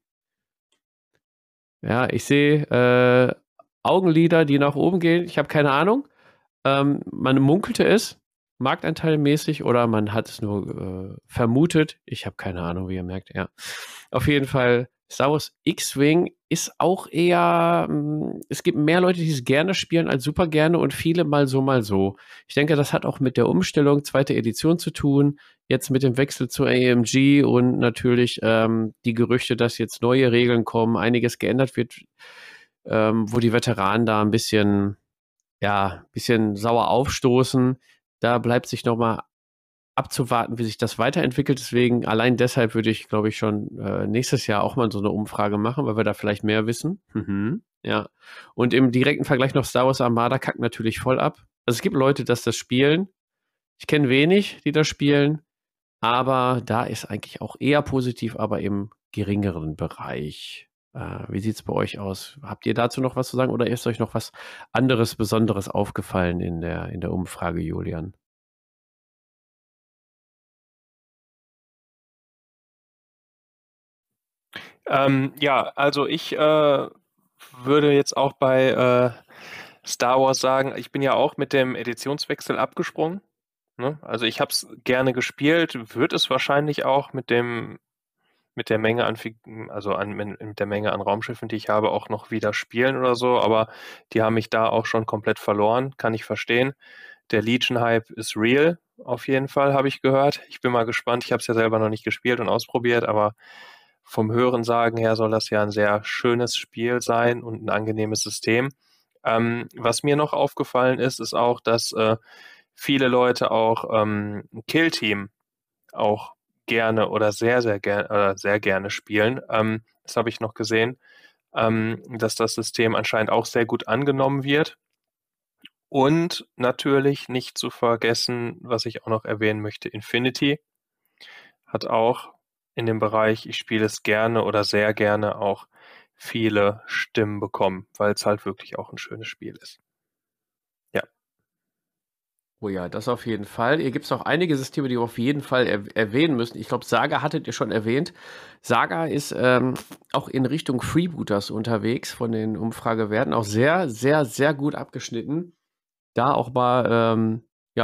ja, ich sehe äh, Augenlider, die nach oben gehen. Ich habe keine Ahnung. Ähm, man munkelte es, markteinteilmäßig, oder man hat es nur äh, vermutet. Ich habe keine Ahnung, wie ihr merkt, ja. Auf jeden Fall, Star Wars X-Wing ist auch eher, mh, es gibt mehr Leute, die es gerne spielen als super gerne, und viele mal so, mal so. Ich denke, das hat auch mit der Umstellung zweite Edition zu tun, jetzt mit dem Wechsel zu A M G und natürlich ähm, die Gerüchte, dass jetzt neue Regeln kommen, einiges geändert wird, ähm, wo die Veteranen da ein bisschen, ja, ein bisschen sauer aufstoßen. Da bleibt sich nochmal abzuwarten, wie sich das weiterentwickelt. Deswegen, allein deshalb würde ich, glaube ich, schon äh, nächstes Jahr auch mal so eine Umfrage machen, weil wir da vielleicht mehr wissen. Mhm. Ja. Und im direkten Vergleich noch Star Wars Armada kackt natürlich voll ab. Also es gibt Leute, die das spielen. Ich kenne wenig, die das spielen. Aber da ist eigentlich auch eher positiv, aber im geringeren Bereich. Äh, wie sieht es bei euch aus? Habt ihr dazu noch was zu sagen, oder ist euch noch was anderes, Besonderes aufgefallen in der, in der Umfrage, Julian? Ähm, ja, also ich äh, würde jetzt auch bei äh, Star Wars sagen, ich bin ja auch mit dem Editionswechsel abgesprungen. Ne? Also ich habe es gerne gespielt, würde es wahrscheinlich auch mit dem mit der Menge an also an mit der Menge an Raumschiffen, die ich habe, auch noch wieder spielen oder so, aber die haben mich da auch schon komplett verloren, kann ich verstehen. Der Legion-Hype ist real, auf jeden Fall, habe ich gehört. Ich bin mal gespannt, ich habe es ja selber noch nicht gespielt und ausprobiert, aber vom Hörensagen her soll das ja ein sehr schönes Spiel sein und ein angenehmes System. Ähm, was mir noch aufgefallen ist, ist auch, dass äh, viele Leute auch ähm, Kill Team auch gerne oder sehr, sehr gerne oder sehr gerne spielen. Ähm, das habe ich noch gesehen, ähm, dass das System anscheinend auch sehr gut angenommen wird. Und natürlich nicht zu vergessen, was ich auch noch erwähnen möchte, Infinity hat auch in dem Bereich, ich spiele es gerne oder sehr gerne, auch viele Stimmen bekommen, weil es halt wirklich auch ein schönes Spiel ist. Ja. Oh ja, das auf jeden Fall. Hier gibt es auch einige Systeme, die wir auf jeden Fall er erwähnen müssen. Ich glaube, Saga hattet ihr schon erwähnt. Saga ist ähm, auch in Richtung Freebooters unterwegs von den Umfragewerten. Auch sehr, sehr, sehr gut abgeschnitten. Da auch mal, ähm, ja,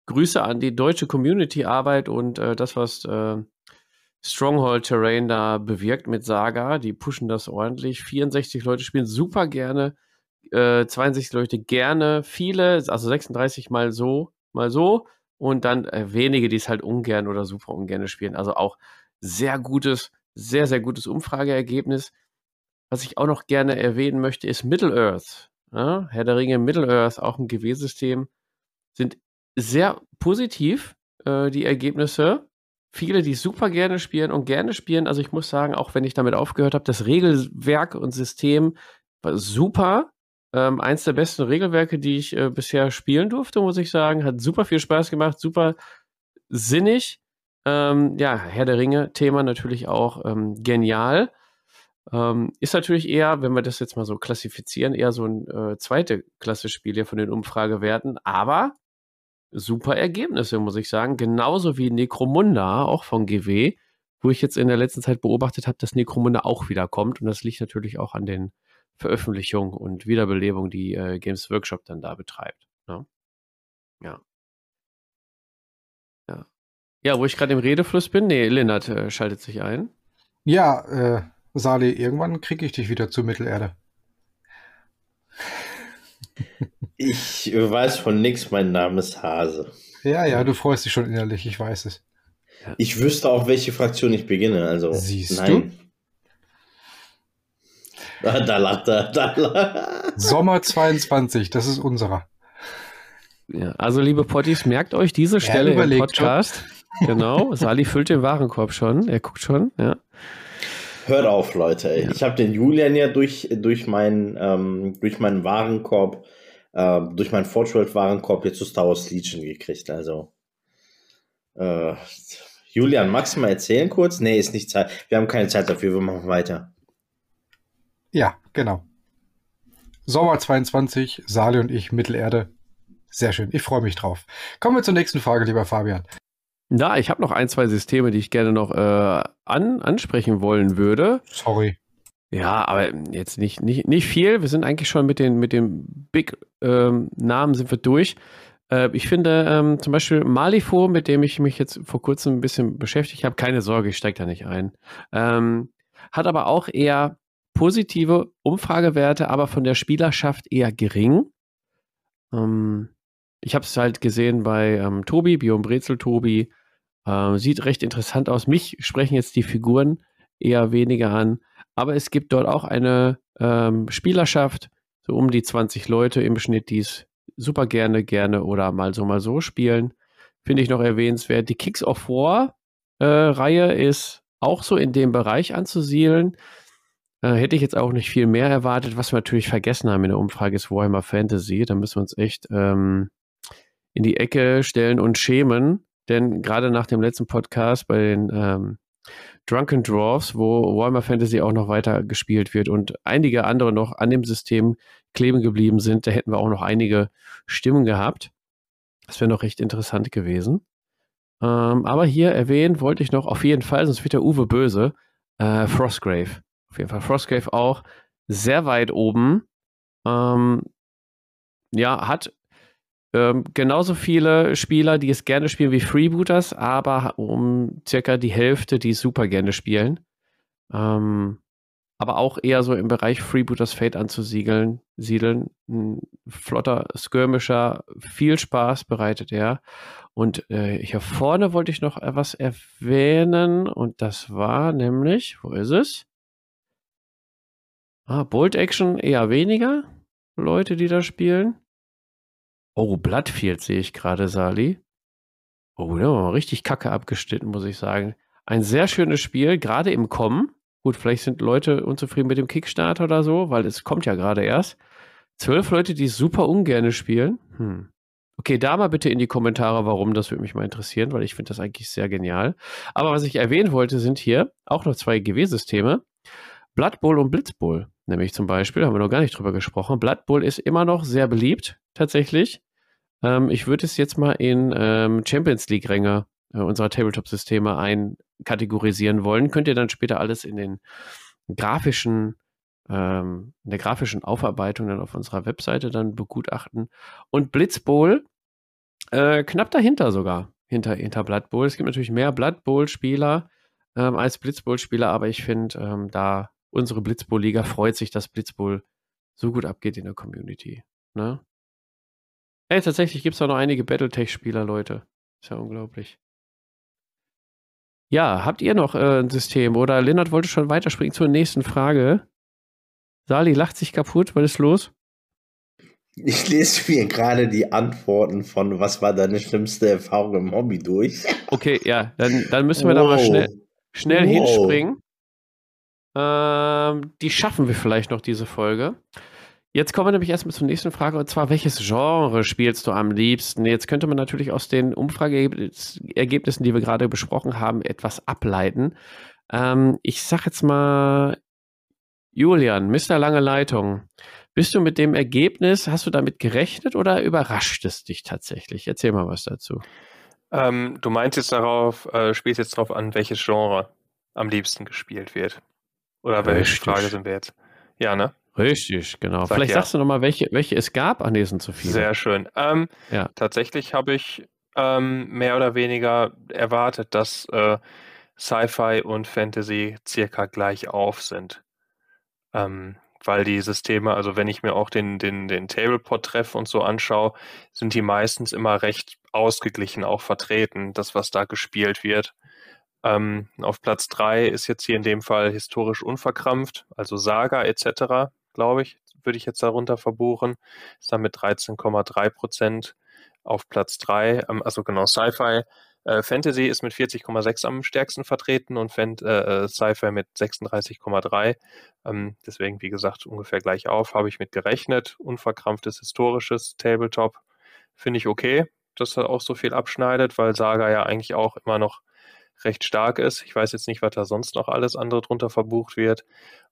Grüße an die deutsche Community-Arbeit und äh, das, was äh, Stronghold Terrain da bewirkt mit Saga. Die pushen das ordentlich. vierundsechzig Leute spielen super gerne, äh, zweiundsechzig Leute gerne, viele, also sechsunddreißig mal so, mal so und dann äh, wenige, die es halt ungern oder super ungern spielen. Also auch sehr gutes, sehr, sehr gutes Umfrageergebnis. Was ich auch noch gerne erwähnen möchte, ist Middle-earth. Ja? Herr der Ringe, Middle-earth, auch ein G W-System, sind sehr positiv, äh, die Ergebnisse. Viele, die super gerne spielen und gerne spielen. Also ich muss sagen, auch wenn ich damit aufgehört habe, das Regelwerk und System war super. Ähm, eins der besten Regelwerke, die ich äh, bisher spielen durfte, muss ich sagen. Hat super viel Spaß gemacht, super sinnig. Ähm, ja, Herr der Ringe, Thema natürlich auch ähm, genial. Ähm, ist natürlich eher, wenn wir das jetzt mal so klassifizieren, eher so ein äh, zweite Klasse-Spiel hier von den Umfragewerten, aber super Ergebnisse, muss ich sagen. Genauso wie Necromunda, auch von G W, wo ich jetzt in der letzten Zeit beobachtet habe, dass Necromunda auch wieder kommt. Und das liegt natürlich auch an den Veröffentlichungen und Wiederbelebung, die äh, Games Workshop dann da betreibt. Ne? Ja. Ja. Ja, wo ich gerade im Redefluss bin. Nee, Lennart äh, schaltet sich ein. Ja, äh, Sali, irgendwann kriege ich dich wieder zur Mittelerde. Ich weiß von nichts, mein Name ist Hase. Ja, ja, du freust dich schon innerlich, ich weiß es. Ich wüsste auch, welche Fraktion ich beginne, also Siehst nein. Du? Da, da lacht er, da lacht. Sommer zweiundzwanzig, das ist unserer. Ja, also liebe Potties, merkt euch diese Er Stelle im überlegt Podcast. Genau, Sali füllt den Warenkorb schon, er guckt schon, ja. Hört auf, Leute. Ey. Ja. Ich habe den Julian ja durch, durch, mein, ähm, durch meinen Warenkorb, äh, durch meinen Forge World Warenkorb jetzt zu Star Wars Legion gekriegt. Also, äh, Julian, magst du mal erzählen kurz? Nee, ist nicht Zeit. Wir haben keine Zeit dafür, wir machen weiter. Ja, genau. Sommer zweiundzwanzig, Sali und ich, Mittelerde. Sehr schön, ich freue mich drauf. Kommen wir zur nächsten Frage, lieber Fabian. Ja, ich habe noch ein, zwei Systeme, die ich gerne noch äh, an, ansprechen wollen würde. Sorry. Ja, aber jetzt nicht, nicht, nicht viel. Wir sind eigentlich schon mit den, mit den Big ähm, Namen sind wir durch. Äh, ich finde ähm, zum Beispiel Malifaux, mit dem ich mich jetzt vor kurzem ein bisschen beschäftigt habe, keine Sorge, ich steige da nicht ein. Ähm, hat aber auch eher positive Umfragewerte, aber von der Spielerschaft eher gering. Ähm, ich habe es halt gesehen bei ähm, Tobi, Biom Brezel Tobi. Ähm, sieht recht interessant aus. Mich sprechen jetzt die Figuren eher weniger an. Aber es gibt dort auch eine ähm, Spielerschaft, so um die zwanzig Leute im Schnitt, die es super gerne, gerne oder mal so, mal so spielen. Finde ich noch erwähnenswert. Die Kicks of War äh, Reihe ist auch so in dem Bereich anzusiedeln. Äh, hätte ich jetzt auch nicht viel mehr erwartet. Was wir natürlich vergessen haben in der Umfrage ist Warhammer Fantasy. Da müssen wir uns echt ähm, in die Ecke stellen und schämen. Denn gerade nach dem letzten Podcast bei den ähm, Drunken Dwarfs, wo Warhammer Fantasy auch noch weiter gespielt wird und einige andere noch an dem System kleben geblieben sind, da hätten wir auch noch einige Stimmen gehabt. Das wäre noch recht interessant gewesen. Ähm, aber hier erwähnen wollte ich noch auf jeden Fall, sonst wird der Uwe böse, äh, Frostgrave. Auf jeden Fall Frostgrave auch sehr weit oben. Ähm, ja, hat Ähm, genauso viele Spieler, die es gerne spielen wie Freebooters, aber um circa die Hälfte, die es super gerne spielen. Ähm, aber auch eher so im Bereich Freebooters Fate anzusiedeln. Siedeln. Ein flotter Skirmisher, viel Spaß bereitet er. Und äh, hier vorne wollte ich noch etwas erwähnen und das war nämlich, wo ist es? Ah, Bolt Action eher weniger Leute, die da spielen. Oh, Bloodfield sehe ich gerade, Sali. Oh, da war richtig kacke abgeschnitten, muss ich sagen. Ein sehr schönes Spiel, gerade im Kommen. Gut, vielleicht sind Leute unzufrieden mit dem Kickstarter oder so, weil es kommt ja gerade erst. Zwölf Leute, die es super ungerne spielen. Hm. Okay, da mal bitte in die Kommentare, warum, das würde mich mal interessieren, weil ich finde das eigentlich sehr genial. Aber was ich erwähnen wollte, sind hier auch noch zwei G W-Systeme. Blood Bowl und Blitz Bowl, nämlich zum Beispiel, haben wir noch gar nicht drüber gesprochen. Blood Bowl ist immer noch sehr beliebt, tatsächlich. Ähm, ich würde es jetzt mal in ähm, Champions League-Ränge äh, unserer Tabletop-Systeme einkategorisieren wollen. Könnt ihr dann später alles in den grafischen, ähm, in der grafischen Aufarbeitung dann auf unserer Webseite dann begutachten. Und Blitz Bowl Äh, knapp dahinter sogar, hinter, hinter Blood Bowl. Es gibt natürlich mehr Blood Bowl-Spieler ähm, als Blitz Bowl-Spieler, aber ich finde, ähm, da unsere Blitz Bowl-Liga freut sich, dass Blitz Bowl so gut abgeht in der Community. Ne? Ey, tatsächlich gibt es da noch einige Battletech-Spieler, Leute. Ist ja unglaublich. Ja, habt ihr noch äh, ein System? Oder Lennart wollte schon weiterspringen zur nächsten Frage. Sali lacht sich kaputt, was ist los? Ich lese mir gerade die Antworten von Was war deine schlimmste Erfahrung im Hobby durch. Okay, ja, dann, dann müssen wir da mal schnell, schnell Wow. hinspringen. Ähm, die schaffen wir vielleicht noch, diese Folge. Jetzt kommen wir nämlich erstmal zur nächsten Frage, und zwar, welches Genre spielst du am liebsten? Jetzt könnte man natürlich aus den Umfrageergebnissen, die wir gerade besprochen haben, etwas ableiten. Ähm, ich sag jetzt mal, Julian, Mister Lange Leitung, bist du mit dem Ergebnis, hast du damit gerechnet oder überrascht es dich tatsächlich? Erzähl mal was dazu. Ähm, du meinst jetzt darauf, äh, spielst jetzt darauf an, welches Genre am liebsten gespielt wird? Oder welche Richtig. Frage sind wir jetzt? Ja, ne? Richtig, genau. Sag Vielleicht ja. sagst du nochmal, welche, welche es gab. Ach nee, es sind zu viele. Sehr schön. Ähm, Ja. Tatsächlich habe ich ähm, mehr oder weniger erwartet, dass äh, Sci-Fi und Fantasy circa gleich auf sind. Ähm, weil die Systeme, also wenn ich mir auch den, den, den Tablepot-Treff und so anschaue, sind die meistens immer recht ausgeglichen auch vertreten, das, was da gespielt wird. Ähm, auf Platz drei ist jetzt hier in dem Fall historisch unverkrampft, also Saga et cetera, glaube ich, würde ich jetzt darunter verbuchen. Ist dann mit dreizehn Komma drei Prozent auf Platz drei, ähm, also genau Sci-Fi. Äh, Fantasy ist mit vierzig Komma sechs am stärksten vertreten und Fan äh, Sci-Fi mit sechsunddreißig Komma drei. Ähm, deswegen, wie gesagt, ungefähr gleich auf, habe ich mit gerechnet. Unverkrampftes historisches Tabletop finde ich okay, dass er auch so viel abschneidet, weil Saga ja eigentlich auch immer noch recht stark ist. Ich weiß jetzt nicht, was da sonst noch alles andere drunter verbucht wird.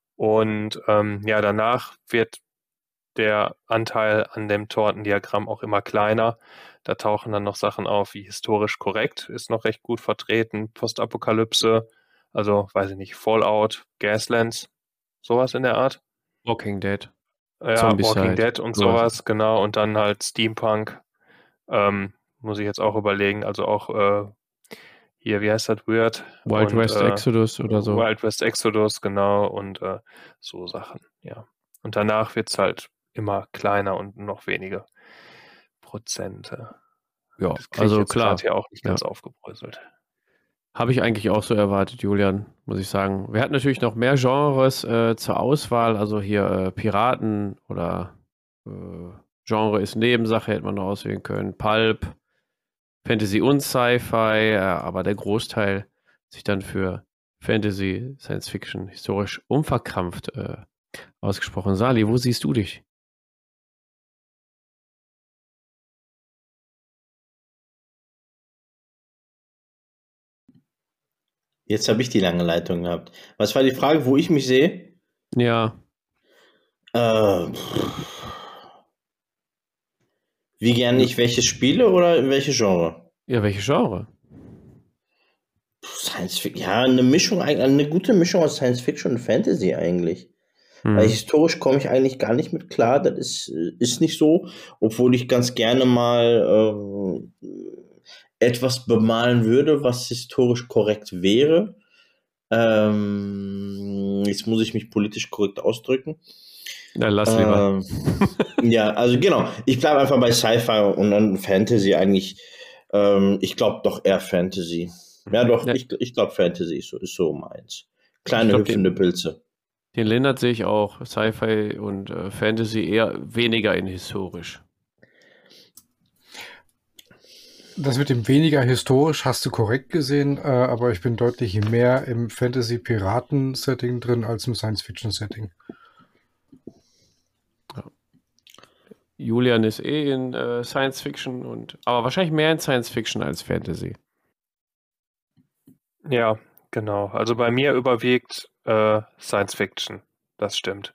Und ähm, ja, danach wird der Anteil an dem Tortendiagramm auch immer kleiner. Da tauchen dann noch Sachen auf wie historisch korrekt, ist noch recht gut vertreten, Postapokalypse, also weiß ich nicht, Fallout, Gaslands, sowas in der Art. Walking Dead. Ja, Zombicide, Walking Dead und sowas. sowas, genau. Und dann halt Steampunk, ähm, muss ich jetzt auch überlegen, also auch äh, hier, wie heißt das, Weird? Wild und, West äh, Exodus oder so. Wild West Exodus, genau, und äh, so Sachen, ja. Und danach wird es halt immer kleiner und noch wenige Prozente. Ja, Das kriege also ich jetzt klar. gerade hier auch nicht Ja. ganz aufgebröselt. Habe ich eigentlich auch so erwartet, Julian, muss ich sagen. Wir hatten natürlich noch mehr Genres äh, zur Auswahl, also hier äh, Piraten oder äh, Genre ist Nebensache, hätte man noch auswählen können. Pulp, Fantasy und Sci-Fi, äh, aber der Großteil sich dann für Fantasy, Science Fiction, historisch unverkrampft äh, ausgesprochen. Sali, wo siehst du dich? Jetzt habe ich die lange Leitung gehabt. Was war die Frage, wo ich mich sehe? Ja, Äh, wie gerne ich welches spiele oder in welche Genre? ja, welche Genre? Science Fiction, ja, eine Mischung, eigentlich- eine gute Mischung aus Science Fiction und Fantasy eigentlich. Hm. Weil historisch komme ich eigentlich gar nicht mit klar, das ist, ist nicht so, obwohl ich ganz gerne mal äh, etwas bemalen würde, was historisch korrekt wäre. Ähm, jetzt muss ich mich politisch korrekt ausdrücken. Ja, lass lieber. Ähm, ja, also genau, ich bleibe einfach bei Sci-Fi und dann Fantasy eigentlich. Ähm, ich glaube doch eher Fantasy. Ja, doch, Ja. ich, ich glaube Fantasy ist so, ist so meins. Kleine Ich glaub, hüpfende den- Pilze. Den Lennart sehe ich auch. Sci-Fi und äh, Fantasy eher weniger in historisch. Das mit dem weniger historisch hast du korrekt gesehen, äh, aber ich bin deutlich mehr im Fantasy-Piraten-Setting drin als im Science-Fiction-Setting. Julian ist eh in äh, Science Fiction und aber wahrscheinlich mehr in Science Fiction als Fantasy. Ja, genau. Also bei mir überwiegt äh, Science Fiction. Das stimmt.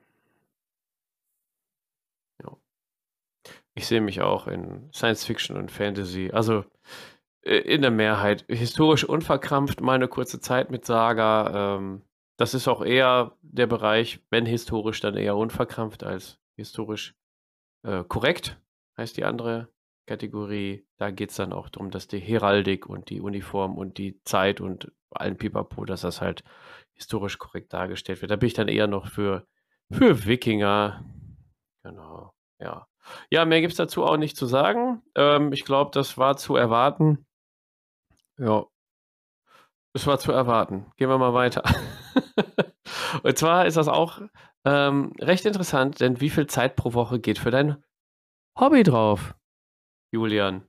Ich sehe mich auch in Science Fiction und Fantasy. Also äh, in der Mehrheit. Historisch unverkrampft, mal eine kurze Zeit mit Saga. Ähm, das ist auch eher der Bereich, wenn historisch, dann eher unverkrampft als historisch äh, korrekt, heißt die andere Kategorie, da geht es dann auch darum, dass die Heraldik und die Uniform und die Zeit und allen Pipapo, dass das halt historisch korrekt dargestellt wird. Da bin ich dann eher noch für, für Wikinger. Genau, ja. Ja, mehr gibt es dazu auch nicht zu sagen. Ähm, ich glaube, das war zu erwarten. Ja, das war zu erwarten. Gehen wir mal weiter. Und zwar ist das auch ähm, recht interessant, denn wie viel Zeit pro Woche geht für dein Hobby drauf, Julian?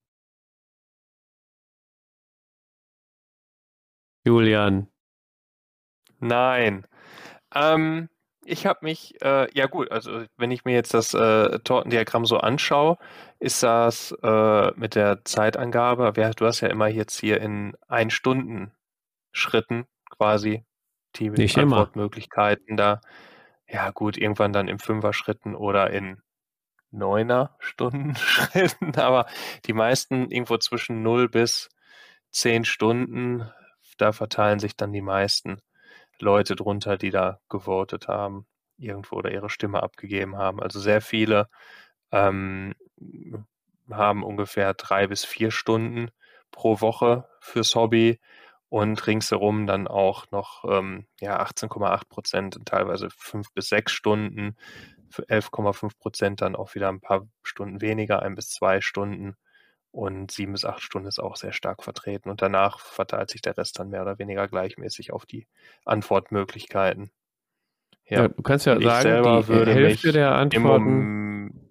Julian. Nein. Ähm, ich habe mich, äh, ja gut, also wenn ich mir jetzt das äh, Tortendiagramm so anschaue, ist das äh, mit der Zeitangabe, wer- du hast ja immer jetzt hier in Ein-Stunden-Schritten quasi die Nicht immer. Antwortmöglichkeiten da. Ja gut, irgendwann dann im Fünfer-Schritten oder in Neuner-Stunden-Schritten, aber die meisten irgendwo zwischen null bis zehn Stunden, da verteilen sich dann die meisten Leute drunter, die da gewotet haben, irgendwo oder ihre Stimme abgegeben haben. Also sehr viele ähm, haben ungefähr drei bis vier Stunden pro Woche fürs Hobby und ringsherum dann auch noch ähm, ja, achtzehn Komma acht Prozent und teilweise fünf bis sechs Stunden, für elf Komma fünf Prozent dann auch wieder ein paar Stunden weniger, ein bis zwei Stunden und sieben bis acht Stunden ist auch sehr stark vertreten und danach verteilt sich der Rest dann mehr oder weniger gleichmäßig auf die Antwortmöglichkeiten. Ja, Ja, du kannst ja und ich sagen, selber die würde Hälfte mich der im Antworten. Mom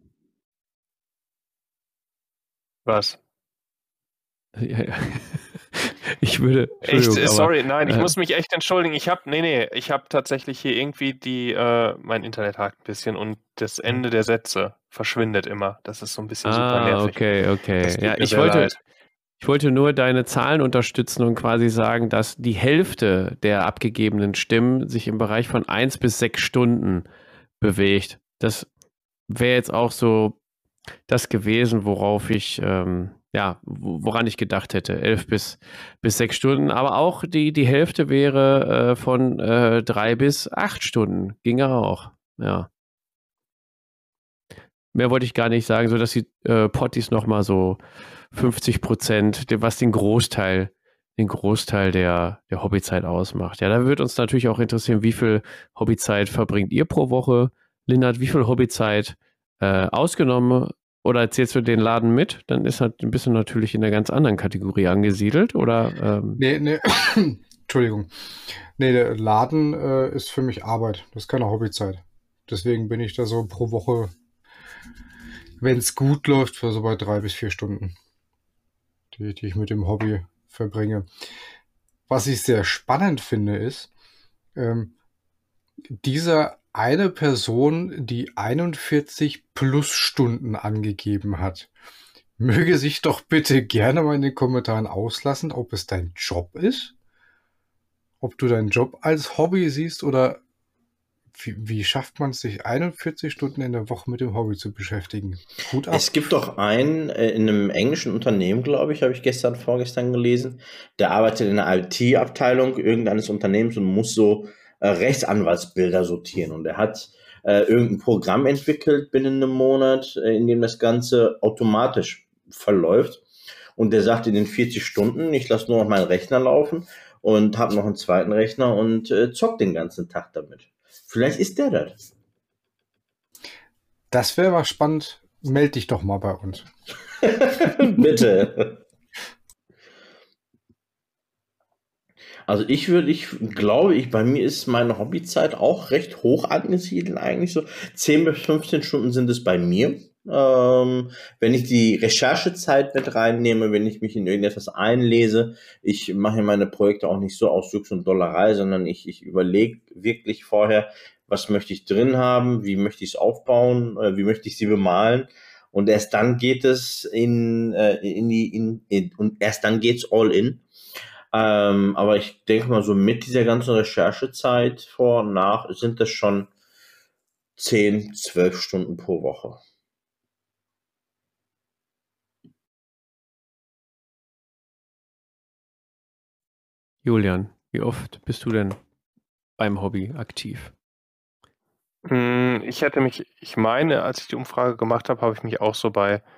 was? Ja, ja. Ich würde, Echt, Entschuldigung, äh, aber sorry, nein, ich äh, muss mich echt entschuldigen. Ich habe, nee, nee, ich habe tatsächlich hier irgendwie die, äh, mein Internet hakt ein bisschen und das Ende der Sätze verschwindet immer. Das ist so ein bisschen super ah, nervig. okay, okay. Das Ja, tut mir ich sehr wollte, leid. ich wollte nur deine Zahlen unterstützen und quasi sagen, dass die Hälfte der abgegebenen Stimmen sich im Bereich von eins bis sechs Stunden bewegt. Das wäre jetzt auch so das gewesen, worauf ich, ähm, ja, wo- woran ich gedacht hätte. Elf bis, bis sechs Stunden. Aber auch die, die Hälfte wäre äh, von äh, drei bis acht Stunden. Ginge auch. Ja. Mehr wollte ich gar nicht sagen, sodass die äh, Potties nochmal so fünfzig Prozent, was den Großteil, den Großteil der, der Hobbyzeit ausmacht. Ja, da würde uns natürlich auch interessieren, wie viel Hobbyzeit verbringt ihr pro Woche? Lindert, wie viel Hobbyzeit äh, ausgenommen oder zählst du den Laden mit? Dann ist halt ein bisschen natürlich in einer ganz anderen Kategorie angesiedelt, oder? Ähm, Nee, nee, Entschuldigung. Nee, der Laden äh, ist für mich Arbeit. Das ist keine Hobbyzeit. Deswegen bin ich da so pro Woche, wenn es gut läuft, für so bei drei bis vier Stunden, die, die ich mit dem Hobby verbringe. Was ich sehr spannend finde, ist, ähm, diese eine Person, die einundvierzig plus Stunden angegeben hat, möge sich doch bitte gerne mal in den Kommentaren auslassen, ob es dein Job ist, ob du deinen Job als Hobby siehst oder wie, wie schafft man es, sich einundvierzig Stunden in der Woche mit dem Hobby zu beschäftigen? Hut ab. Es gibt doch einen äh, in einem englischen Unternehmen, glaube ich, habe ich gestern, vorgestern gelesen, der arbeitet in der I T-Abteilung irgendeines Unternehmens und muss so äh, Rechtsanwaltsbilder sortieren. Und er hat äh, irgendein Programm entwickelt binnen einem Monat, äh, in dem das Ganze automatisch verläuft. Und der sagt in den vierzig Stunden, ich lasse nur noch meinen Rechner laufen und habe noch einen zweiten Rechner und äh, zock den ganzen Tag damit. Vielleicht ist der das. Das wäre mal spannend. Meld dich doch mal bei uns. Bitte. Also ich würde, ich glaube, ich, bei mir ist meine Hobbyzeit auch recht hoch angesiedelt eigentlich so. zehn bis fünfzehn Stunden sind es bei mir. Ähm, wenn ich die Recherchezeit mit reinnehme, wenn ich mich in irgendetwas einlese, ich mache meine Projekte auch nicht so aus Jux und Dollerei, sondern ich, ich überlege wirklich vorher, was möchte ich drin haben, wie möchte ich es aufbauen, äh, wie möchte ich sie bemalen. Und erst dann geht es in, äh, in die, in, in, und erst dann geht's all in. Ähm, aber ich denke mal, so mit dieser ganzen Recherchezeit vor und nach sind das schon zehn, zwölf Stunden pro Woche. Julian, wie oft bist du denn beim Hobby aktiv? Hm, Ich hätte mich, ich meine, als ich die Umfrage gemacht habe, habe ich mich auch so bei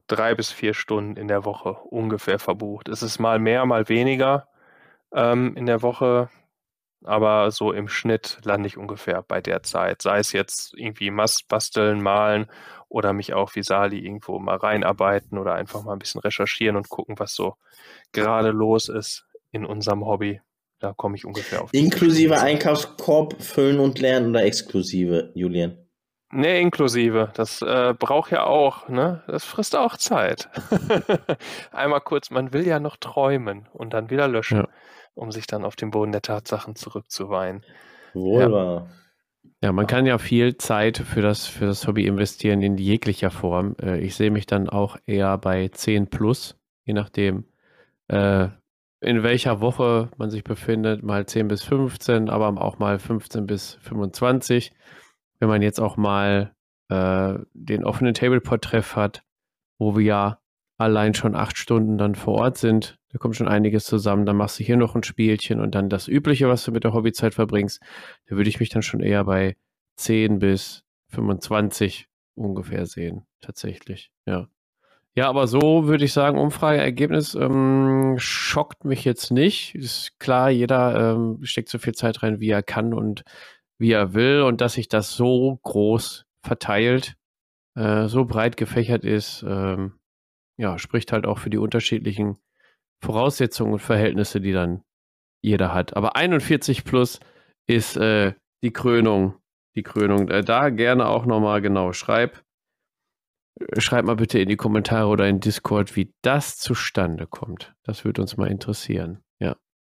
drei bis vier Stunden in der Woche ungefähr verbucht. Es ist mal mehr, mal weniger ähm, in der Woche, aber so im Schnitt lande ich ungefähr bei der Zeit. Sei es jetzt irgendwie Mast basteln, malen oder mich auch wie Sali irgendwo mal reinarbeiten oder einfach mal ein bisschen recherchieren und gucken, was so gerade los ist in unserem Hobby. Da komme ich ungefähr auf. Inklusive Einkaufskorb füllen und lernen oder exklusive, Julian? Nee, inklusive. Das äh, braucht ja auch, ne? Das frisst auch Zeit. Einmal kurz, man will ja noch träumen und dann wieder löschen, ja. um sich dann auf den Boden der Tatsachen zurückzuweihen. Wohl ja. wahr. Ja, man kann ja viel Zeit für das, für das Hobby investieren in jeglicher Form. Äh, ich sehe mich dann auch eher bei zehn plus, je nachdem, äh, in welcher Woche man sich befindet, mal zehn bis fünfzehn, aber auch mal fünfzehn bis fünfundzwanzig. Wenn man jetzt auch mal äh, den offenen Tablepot-Treff hat, wo wir ja allein schon acht Stunden dann vor Ort sind, da kommt schon einiges zusammen, dann machst du hier noch ein Spielchen und dann das Übliche, was du mit der Hobbyzeit verbringst, da würde ich mich dann schon eher bei zehn bis fünfundzwanzig ungefähr sehen, tatsächlich, ja. Ja, aber so würde ich sagen, Umfrageergebnis ähm, schockt mich jetzt nicht. Ist klar, jeder ähm, steckt so viel Zeit rein, wie er kann und wie er will, und dass sich das so groß verteilt, äh, so breit gefächert ist, ähm, ja, spricht halt auch für die unterschiedlichen Voraussetzungen und Verhältnisse, die dann jeder hat. Aber einundvierzig plus ist äh, die Krönung, die Krönung. Äh, da gerne auch nochmal genau, schreib, schreib mal bitte in die Kommentare oder in Discord, wie das zustande kommt. Das würde uns mal interessieren, ja.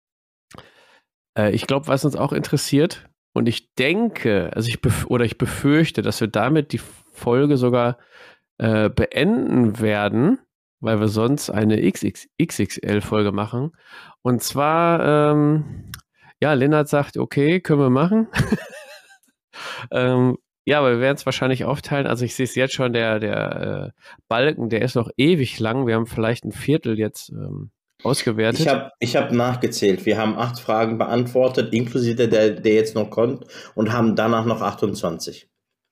Äh, ich glaube, was uns auch interessiert, und ich denke, also ich bef- oder ich befürchte, dass wir damit die Folge sogar äh, beenden werden, weil wir sonst eine X X L-Folge machen. Und zwar, ähm, ja, Lennart sagt, okay, können wir machen. ähm, ja, aber wir werden es wahrscheinlich aufteilen. Also ich sehe es jetzt schon, der, der äh, Balken, der ist noch ewig lang. Wir haben vielleicht ein Viertel jetzt ähm, ausgewertet. Ich habe ich hab nachgezählt. Wir haben acht Fragen beantwortet, inklusive der, der jetzt noch kommt, und haben danach noch achtundzwanzig.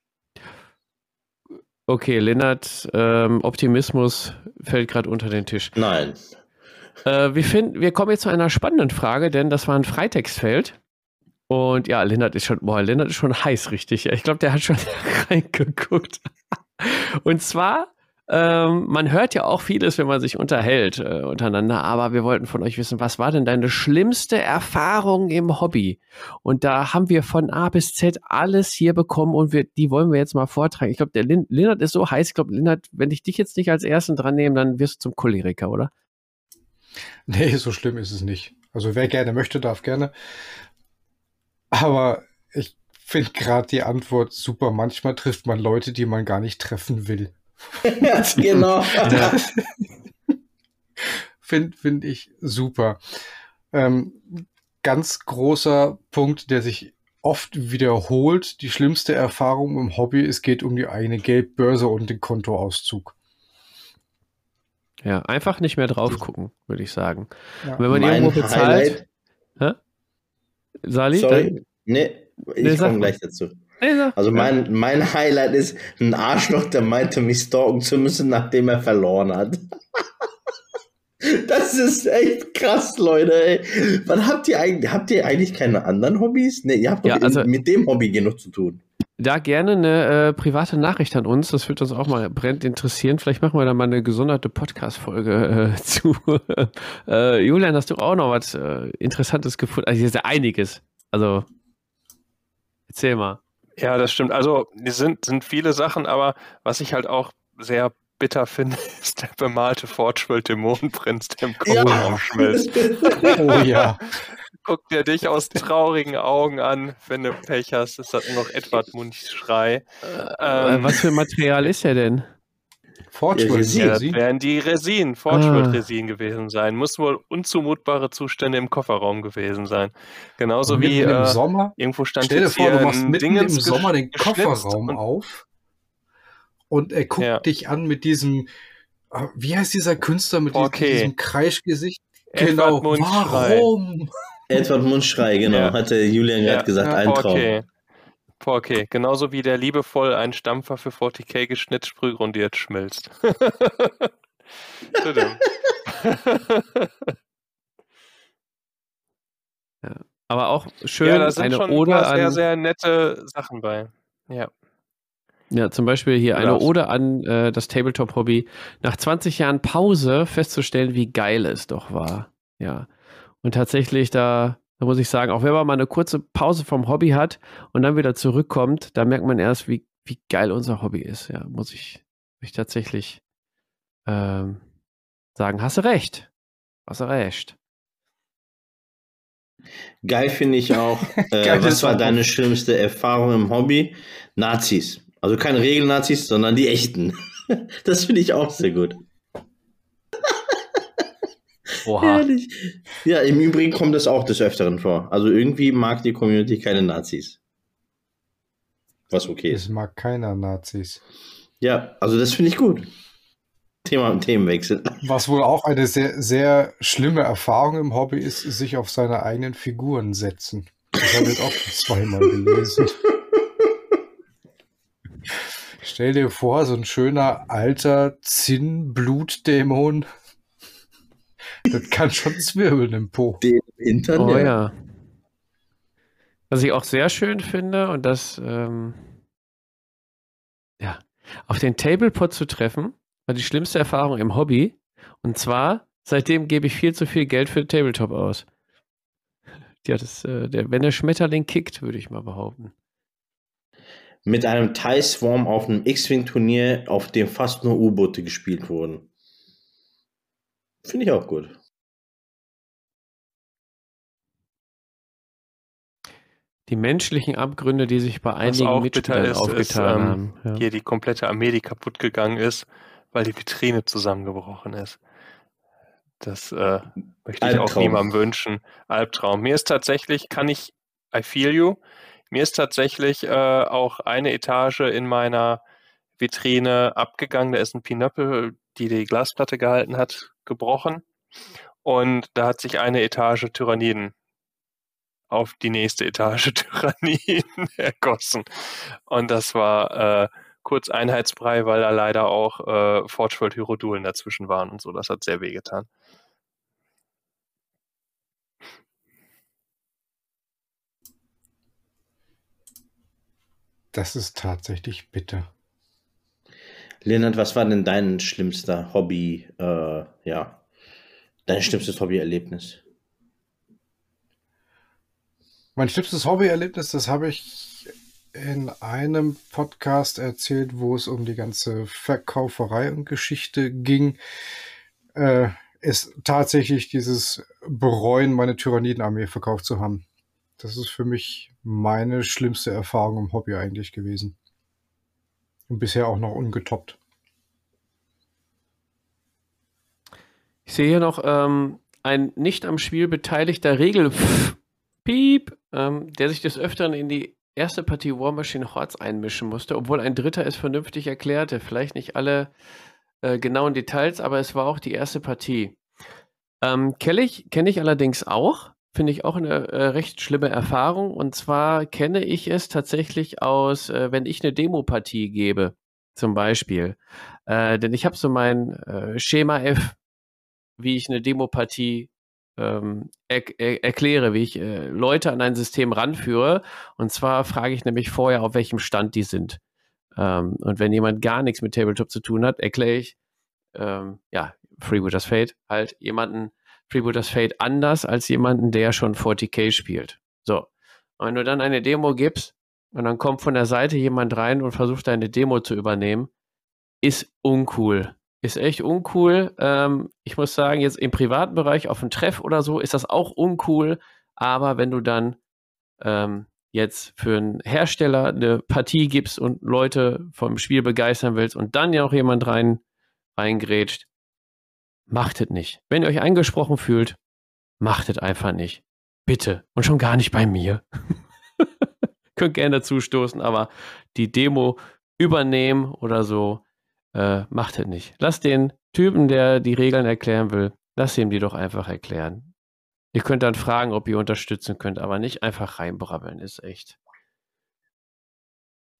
Okay, Lennart, ähm, Optimismus fällt gerade unter den Tisch. Nein. Äh, wir, finden, wir kommen jetzt zu einer spannenden Frage, denn das war ein Freitextfeld. Und ja, Lennart ist schon, boah, Lennart ist schon heiß, richtig. Ich glaube, der hat schon reingeguckt. Und zwar, ähm, man hört ja auch vieles, wenn man sich unterhält äh, untereinander, aber wir wollten von euch wissen, was war denn deine schlimmste Erfahrung im Hobby? Und da haben wir von A bis Z alles hier bekommen und wir, die wollen wir jetzt mal vortragen. Ich glaube, der Lin- Lennart ist so heiß. Ich glaube, Lennart, wenn ich dich jetzt nicht als Ersten dran nehme, dann wirst du zum Choleriker, oder? Nee, so schlimm ist es nicht. Also wer gerne möchte, darf gerne. Aber ich finde gerade die Antwort super. Manchmal trifft man Leute, die man gar nicht treffen will. Genau. Finde find ich super. Ähm, ganz großer Punkt, der sich oft wiederholt. Die schlimmste Erfahrung im Hobby, es geht um die eigene Geldbörse und den Kontoauszug. Ja, einfach nicht mehr drauf gucken, würde ich sagen. Ja. Wenn man Mein irgendwo bezahlt. Hä? Sali? Sorry, Dann, nee, Nee, ich sag komme mal. gleich dazu. nee, sag. Also mein, mein Highlight ist ein Arschloch, der meinte, mich stalken zu müssen, nachdem er verloren hat. Das ist echt krass, Leute. Ey. Wann habt ihr eigentlich, habt ihr eigentlich keine anderen Hobbys? Nee, ihr habt doch Ja, also- in, mit dem Hobby genug zu tun. Da gerne eine äh, private Nachricht an uns, das würde uns auch mal brennend interessieren. Vielleicht machen wir da mal eine gesonderte Podcast-Folge äh, zu. äh, Julian, hast du auch noch was äh, Interessantes gefunden? Also hier ist ja einiges. Also, erzähl mal. Ja, das stimmt. Also, es sind, sind viele Sachen, aber was ich halt auch sehr bitter finde, ist der bemalte Fortschwill-Dämonenprinz, der im Kofferraum schmilzt. Oh ja. Guck dir dich aus traurigen Augen an, wenn du Pech hast. Das hat nur noch Edward Munchs Schrei. Äh, Ähm, was für ein Material ist er denn? Fortschritt, Resin. ja, das Sie? werden die Resin, Fortschritt-Resin gewesen sein. Muss wohl unzumutbare Zustände im Kofferraum gewesen sein. Genauso wie Mitten im äh, Sommer. irgendwo stand Stell dir jetzt vor, hier du machst ein mitten im Dingens Sommer den geschnitzt Kofferraum und- auf und er guckt Ja. dich an mit diesem, äh, wie heißt dieser Künstler mit diesem, Okay. diesem Kreischgesicht? Edward Genau, Munch Schrei. warum? Edward Mundschrei, genau, Ja. hatte Julian gerade Ja. gesagt, Ja. ein Traum. Okay. Okay, genauso wie der liebevoll ein Stampfer für vierzig K geschnitzt sprühgrundiert schmilzt. Tudum. Ja. Aber auch Ja, schön da sind eine schon ein Ode paar sehr, an, sehr nette Sachen bei. Ja, ja, zum Beispiel hier du eine darfst. Ode an äh, das Tabletop-Hobby, nach zwanzig Jahren Pause festzustellen, wie geil es doch war. Ja. Und tatsächlich, da, da muss ich sagen, auch wenn man mal eine kurze Pause vom Hobby hat und dann wieder zurückkommt, da merkt man erst, wie, wie geil unser Hobby ist. Ja, muss ich, muss ich tatsächlich ähm, sagen, hast du recht. Hast du recht. Geil finde ich auch, äh, Geil was ist war auch. deine schlimmste Erfahrung im Hobby? Nazis. Also keine Regelnazis, sondern die echten. Das finde ich auch sehr gut. Oha. Herrlich. Ja, im Übrigen kommt das auch des Öfteren vor. Also irgendwie mag die Community keine Nazis. Was okay Es ist. mag keiner Nazis. Ja, also das finde ich gut. Thema Themenwechsel. Was wohl auch eine sehr, sehr schlimme Erfahrung im Hobby ist, sich auf seine eigenen Figuren setzen. Das habe ich auch schon zweimal gelesen. Stell dir vor, so ein schöner alter Zinn-Blutdämon. Das kann schon zwirbeln im Po. Den Hintern, Oh ja. ja. Was ich auch sehr schön finde und das, ähm, ja, auf den Tablepot zu treffen, war die schlimmste Erfahrung im Hobby. Und zwar, seitdem gebe ich viel zu viel Geld für Tabletop aus. Ja, das, äh, der, wenn der Schmetterling kickt, würde ich mal behaupten. Mit einem TIE Swarm auf einem X-Wing-Turnier, auf dem fast nur U-Boote gespielt wurden. Finde ich auch gut. Die menschlichen Abgründe, die sich bei Was einigen auch bitter Mitspielern ist, ist aufgetan ähm, haben. Ja. hier die komplette Armee, die kaputt gegangen ist, weil die Vitrine zusammengebrochen ist. Das äh, möchte ich auch Albtraum. niemandem wünschen. Albtraum. Mir ist tatsächlich, kann ich, I feel you, mir ist tatsächlich äh, auch eine Etage in meiner Vitrine abgegangen. Da ist ein Pinöppel, die die Glasplatte gehalten hat, gebrochen. Und da hat sich eine Etage Tyranniden auf die nächste Etage Tyranniden ergossen. Und das war äh, kurz Einheitsbrei, weil da leider auch äh, Forge World Hydrodulen dazwischen waren und so. Das hat sehr wehgetan. Das ist tatsächlich bitter. Leonard, was war denn dein schlimmster Hobby, äh, ja, dein schlimmstes Hobbyerlebnis? Mein schlimmstes Hobbyerlebnis, das habe ich in einem Podcast erzählt, wo es um die ganze Verkauferei und Geschichte ging, äh, ist tatsächlich dieses Bereuen, meine Tyrannidenarmee verkauft zu haben. Das ist für mich meine schlimmste Erfahrung im Hobby eigentlich gewesen. Und bisher auch noch ungetoppt. Ich sehe hier noch ähm, ein nicht am Spiel beteiligter Regel Piep, ähm, der sich des Öfteren in die erste Partie War Machine Hordes einmischen musste, obwohl ein Dritter es vernünftig erklärte. Vielleicht nicht alle äh, genauen Details, aber es war auch die erste Partie. Ähm, kenne ich, kenn ich allerdings auch. Finde ich auch eine äh, recht schlimme Erfahrung. Und zwar kenne ich es tatsächlich aus, äh, wenn ich eine Demo-Partie gebe, zum Beispiel. Äh, denn ich habe so mein äh, Schema F, wie ich eine Demo-Partie ähm, er er erkläre, wie ich äh, Leute an ein System ranführe. Und zwar frage ich nämlich vorher, auf welchem Stand die sind. Ähm, und wenn jemand gar nichts mit Tabletop zu tun hat, erkläre ich, ähm, ja, Freebooters Fate, halt jemanden, Freebooters Fate anders als jemanden, der schon vierzig K spielt. So. Und wenn du dann eine Demo gibst und dann kommt von der Seite jemand rein und versucht deine Demo zu übernehmen, ist uncool. Ist echt uncool. Ähm, ich muss sagen, jetzt im privaten Bereich auf dem Treff oder so ist das auch uncool. Aber wenn du dann ähm, jetzt für einen Hersteller eine Partie gibst und Leute vom Spiel begeistern willst und dann ja noch jemand rein reingrätscht, macht es nicht. Wenn ihr euch angesprochen fühlt, macht es einfach nicht. Bitte. Und schon gar nicht bei mir. Könnt gerne dazustoßen, aber die Demo übernehmen oder so, äh, macht es nicht. Lasst den Typen, der die Regeln erklären will, lasst ihm die doch einfach erklären. Ihr könnt dann fragen, ob ihr unterstützen könnt, aber nicht einfach reinbrabbeln, ist echt.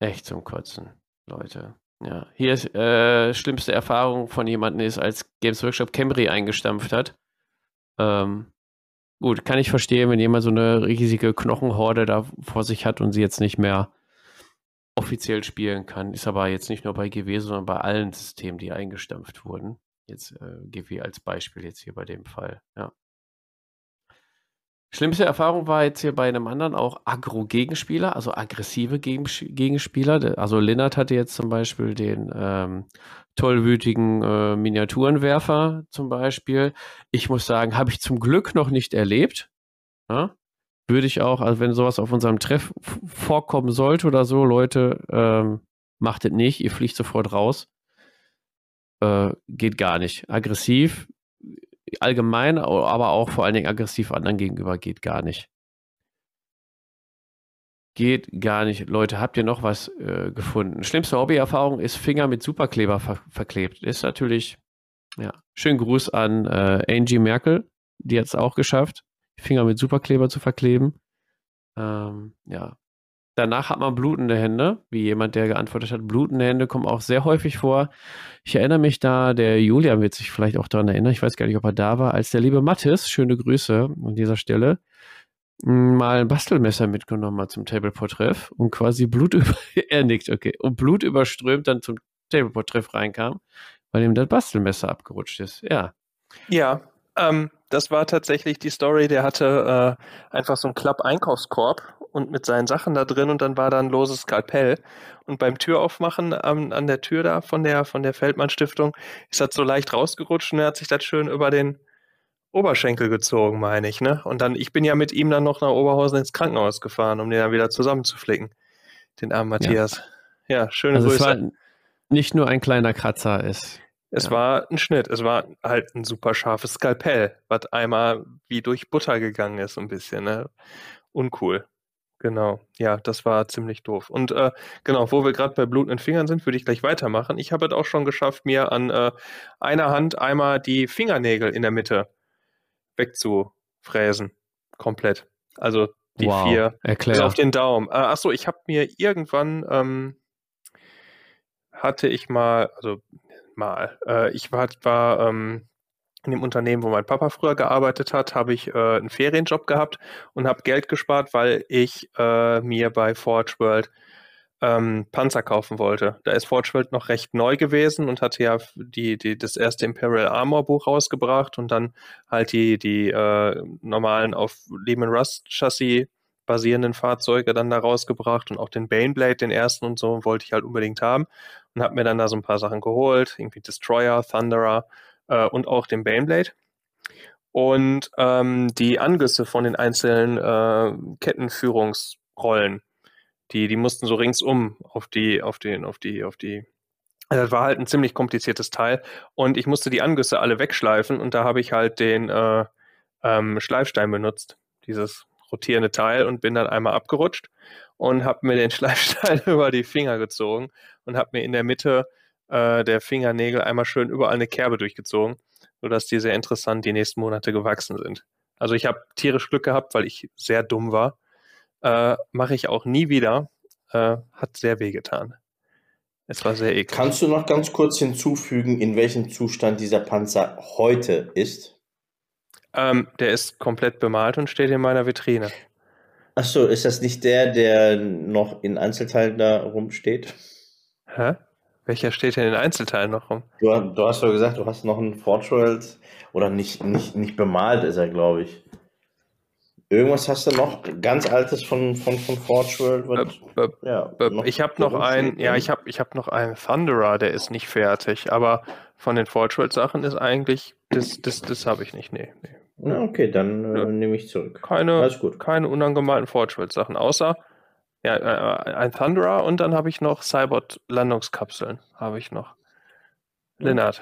echt zum Kotzen, Leute. Ja, hier ist äh, schlimmste Erfahrung von jemandem ist, als Games Workshop Camry eingestampft hat. Ähm, gut, kann ich verstehen, wenn jemand so eine riesige Knochenhorde da vor sich hat und sie jetzt nicht mehr offiziell spielen kann. Ist aber jetzt nicht nur bei G W, sondern bei allen Systemen, die eingestampft wurden. Jetzt äh, G W als Beispiel jetzt hier bei dem Fall, ja. Schlimmste Erfahrung war jetzt hier bei einem anderen auch Agro-Gegenspieler, also aggressive Gegensch- Gegenspieler. Der- Also Lennart hatte jetzt zum Beispiel den ähm, tollwütigen äh, Miniaturenwerfer zum Beispiel. Ich muss sagen, habe ich zum Glück noch nicht erlebt. Ja? Würde ich auch, also wenn sowas auf unserem Treff f- vorkommen sollte oder so, Leute, ähm, macht es nicht, ihr fliegt sofort raus. Äh, geht gar nicht. Aggressiv, allgemein, aber auch vor allen Dingen aggressiv anderen gegenüber geht gar nicht. Geht gar nicht. Leute, habt ihr noch was äh, gefunden? Schlimmste Hobbyerfahrung ist Finger mit Superkleber ver verklebt. Ist natürlich, ja, schönen Gruß an äh, Angie Merkel, die hat es auch geschafft, Finger mit Superkleber zu verkleben. Ähm, ja. Danach hat man blutende Hände, wie jemand, der geantwortet hat. Blutende Hände kommen auch sehr häufig vor. Ich erinnere mich da, der Julian wird sich vielleicht auch daran erinnern, ich weiß gar nicht, ob er da war, als der liebe Mathis, schöne Grüße an dieser Stelle, m, mal ein Bastelmesser mitgenommen hat zum Tableport-Treff und quasi Blut über, er nickt, okay, und Blut überströmt dann zum Tableport-Treff reinkam, weil ihm das Bastelmesser abgerutscht ist. Ja. Ja, ähm, das war tatsächlich die Story. Der hatte äh, einfach so einen Klapp-Einkaufskorb und mit seinen Sachen da drin und dann war da ein loses Skalpell. Und beim Türaufmachen ähm, an der Tür da von der, von der Feldmann-Stiftung ist das so leicht rausgerutscht und er hat sich das schön über den Oberschenkel gezogen, meine ich, ne? Und dann, ich bin ja mit ihm dann noch nach Oberhausen ins Krankenhaus gefahren, um den dann wieder zusammenzuflicken, den armen Matthias. Ja, ja schöne Also es Grüße. war nicht nur ein kleiner Kratzer ist. Es Ja. war ein Schnitt, es war halt ein super scharfes Skalpell, was einmal wie durch Butter gegangen ist, so ein bisschen, ne? Uncool. Genau, ja, das war ziemlich doof. Und äh, genau, wo wir gerade bei blutenden Fingern sind, würde ich gleich weitermachen. Ich habe es auch schon geschafft, mir an äh, einer Hand einmal die Fingernägel in der Mitte wegzufräsen. Komplett. Also die Wow, vier, erklär. bis auf den Daumen. Äh, achso, ich habe mir irgendwann, ähm, hatte ich mal, also mal, äh, ich war, war ähm, in dem Unternehmen, wo mein Papa früher gearbeitet hat, habe ich äh, einen Ferienjob gehabt und habe Geld gespart, weil ich äh, mir bei Forge World ähm, Panzer kaufen wollte. Da ist Forge World noch recht neu gewesen und hatte ja die, die, das erste Imperial Armor Buch rausgebracht und dann halt die, die äh, normalen auf Lehman Rust Chassis basierenden Fahrzeuge dann da rausgebracht und auch den Baneblade, den ersten und so, wollte ich halt unbedingt haben und habe mir dann da so ein paar Sachen geholt, irgendwie Destroyer, Thunderer äh, und auch den Baneblade. Und ähm, die Angüsse von den einzelnen äh, Kettenführungsrollen, die, die mussten so ringsum auf die, auf den, auf die, auf die. Also das war halt ein ziemlich kompliziertes Teil und ich musste die Angüsse alle wegschleifen und da habe ich halt den äh, ähm, Schleifstein benutzt, dieses rotierende Teil und bin dann einmal abgerutscht und habe mir den Schleifstein über die Finger gezogen und habe mir in der Mitte äh, der Fingernägel einmal schön überall eine Kerbe durchgezogen, sodass die sehr interessant die nächsten Monate gewachsen sind. Also ich habe tierisch Glück gehabt, weil ich sehr dumm war. Äh, mache ich auch nie wieder. Äh, hat sehr wehgetan. Es war sehr eklig. Kannst du noch ganz kurz hinzufügen, in welchem Zustand dieser Panzer heute ist? Ähm, der ist komplett bemalt und steht in meiner Vitrine. Achso, ist das nicht der, der noch in Einzelteilen da rumsteht? Hä? Welcher steht denn in Einzelteilen noch rum? Du, du hast doch gesagt, du hast noch einen Forge World, oder nicht, nicht, nicht bemalt ist er, glaube ich. Irgendwas hast du noch, ganz altes von, von, von Forge World? Was, Böp, böp, ja, böp. noch Ich habe noch einen, rumsteht, ja, ne? ich habe ich hab noch einen Thunderer, der ist nicht fertig, aber von den Forge World Sachen ist eigentlich, das, das, das habe ich nicht, nee, nee. Na, okay, dann äh, Nö. nehme ich zurück. Keine, Alles gut. keine unangemalten Forge World Sachen, außer ja, äh, ein Thunderer und dann habe ich noch Cybot Landungskapseln, habe ich noch. Lennart.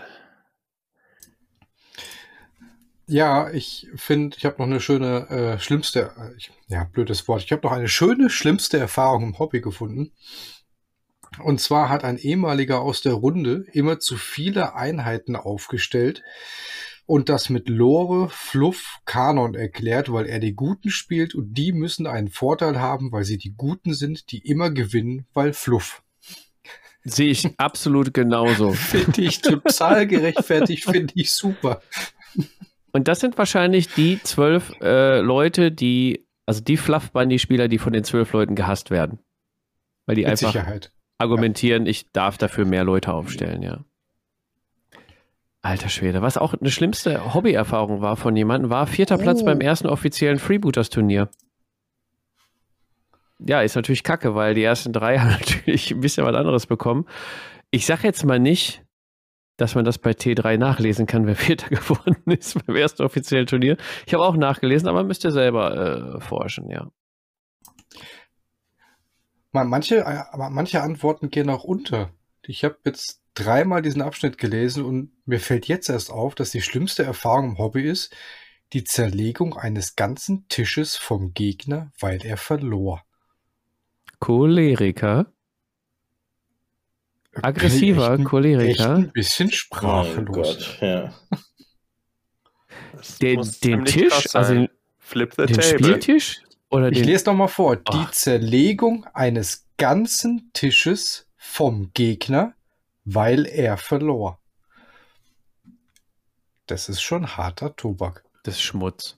Ja, ich finde, ich habe noch eine schöne, äh, schlimmste, äh, ich, ja, blödes Wort, ich habe noch eine schöne, schlimmste Erfahrung im Hobby gefunden. Und zwar hat ein ehemaliger aus der Runde immer zu viele Einheiten aufgestellt und das mit Lore, Fluff, Kanon erklärt, weil er die Guten spielt und die müssen einen Vorteil haben, weil sie die Guten sind, die immer gewinnen, weil Fluff. Sehe ich absolut genauso. Finde ich total gerechtfertigt, finde ich super. Und das sind wahrscheinlich die zwölf äh, Leute, die, also die Fluff-Bunny-Spieler, die von den zwölf Leuten gehasst werden. Weil die Mit einfach Sicherheit. argumentieren, ja. Ich darf dafür mehr Leute aufstellen, ja. Alter Schwede, was auch eine schlimmste Hobbyerfahrung war von jemandem, war vierter Platz Oh. beim ersten offiziellen Freebooters-Turnier. Ja, ist natürlich kacke, weil die ersten drei haben natürlich ein bisschen was anderes bekommen. Ich sag jetzt mal nicht, dass man das bei T drei nachlesen kann, wer Vierter geworden ist beim ersten offiziellen Turnier. Ich habe auch nachgelesen, aber müsst ihr selber äh, forschen, ja. Manche, aber manche Antworten gehen auch unter. Ich habe jetzt dreimal diesen Abschnitt gelesen und mir fällt jetzt erst auf, dass die schlimmste Erfahrung im Hobby ist, die Zerlegung eines ganzen Tisches vom Gegner, weil er verlor. Choleriker. Aggressiver Bin ich echt ein, Choleriker. Echt ein bisschen Mein sprachlos. Gott, ja. Das Den, muss den ziemlich Tisch, krass sein. also den, Flip the den table. Spieltisch? Oder Ich den, lese noch mal vor. Die Ach. Zerlegung eines ganzen Tisches vom Gegner, weil er verlor. Das ist schon harter Tobak. das ist Schmutz.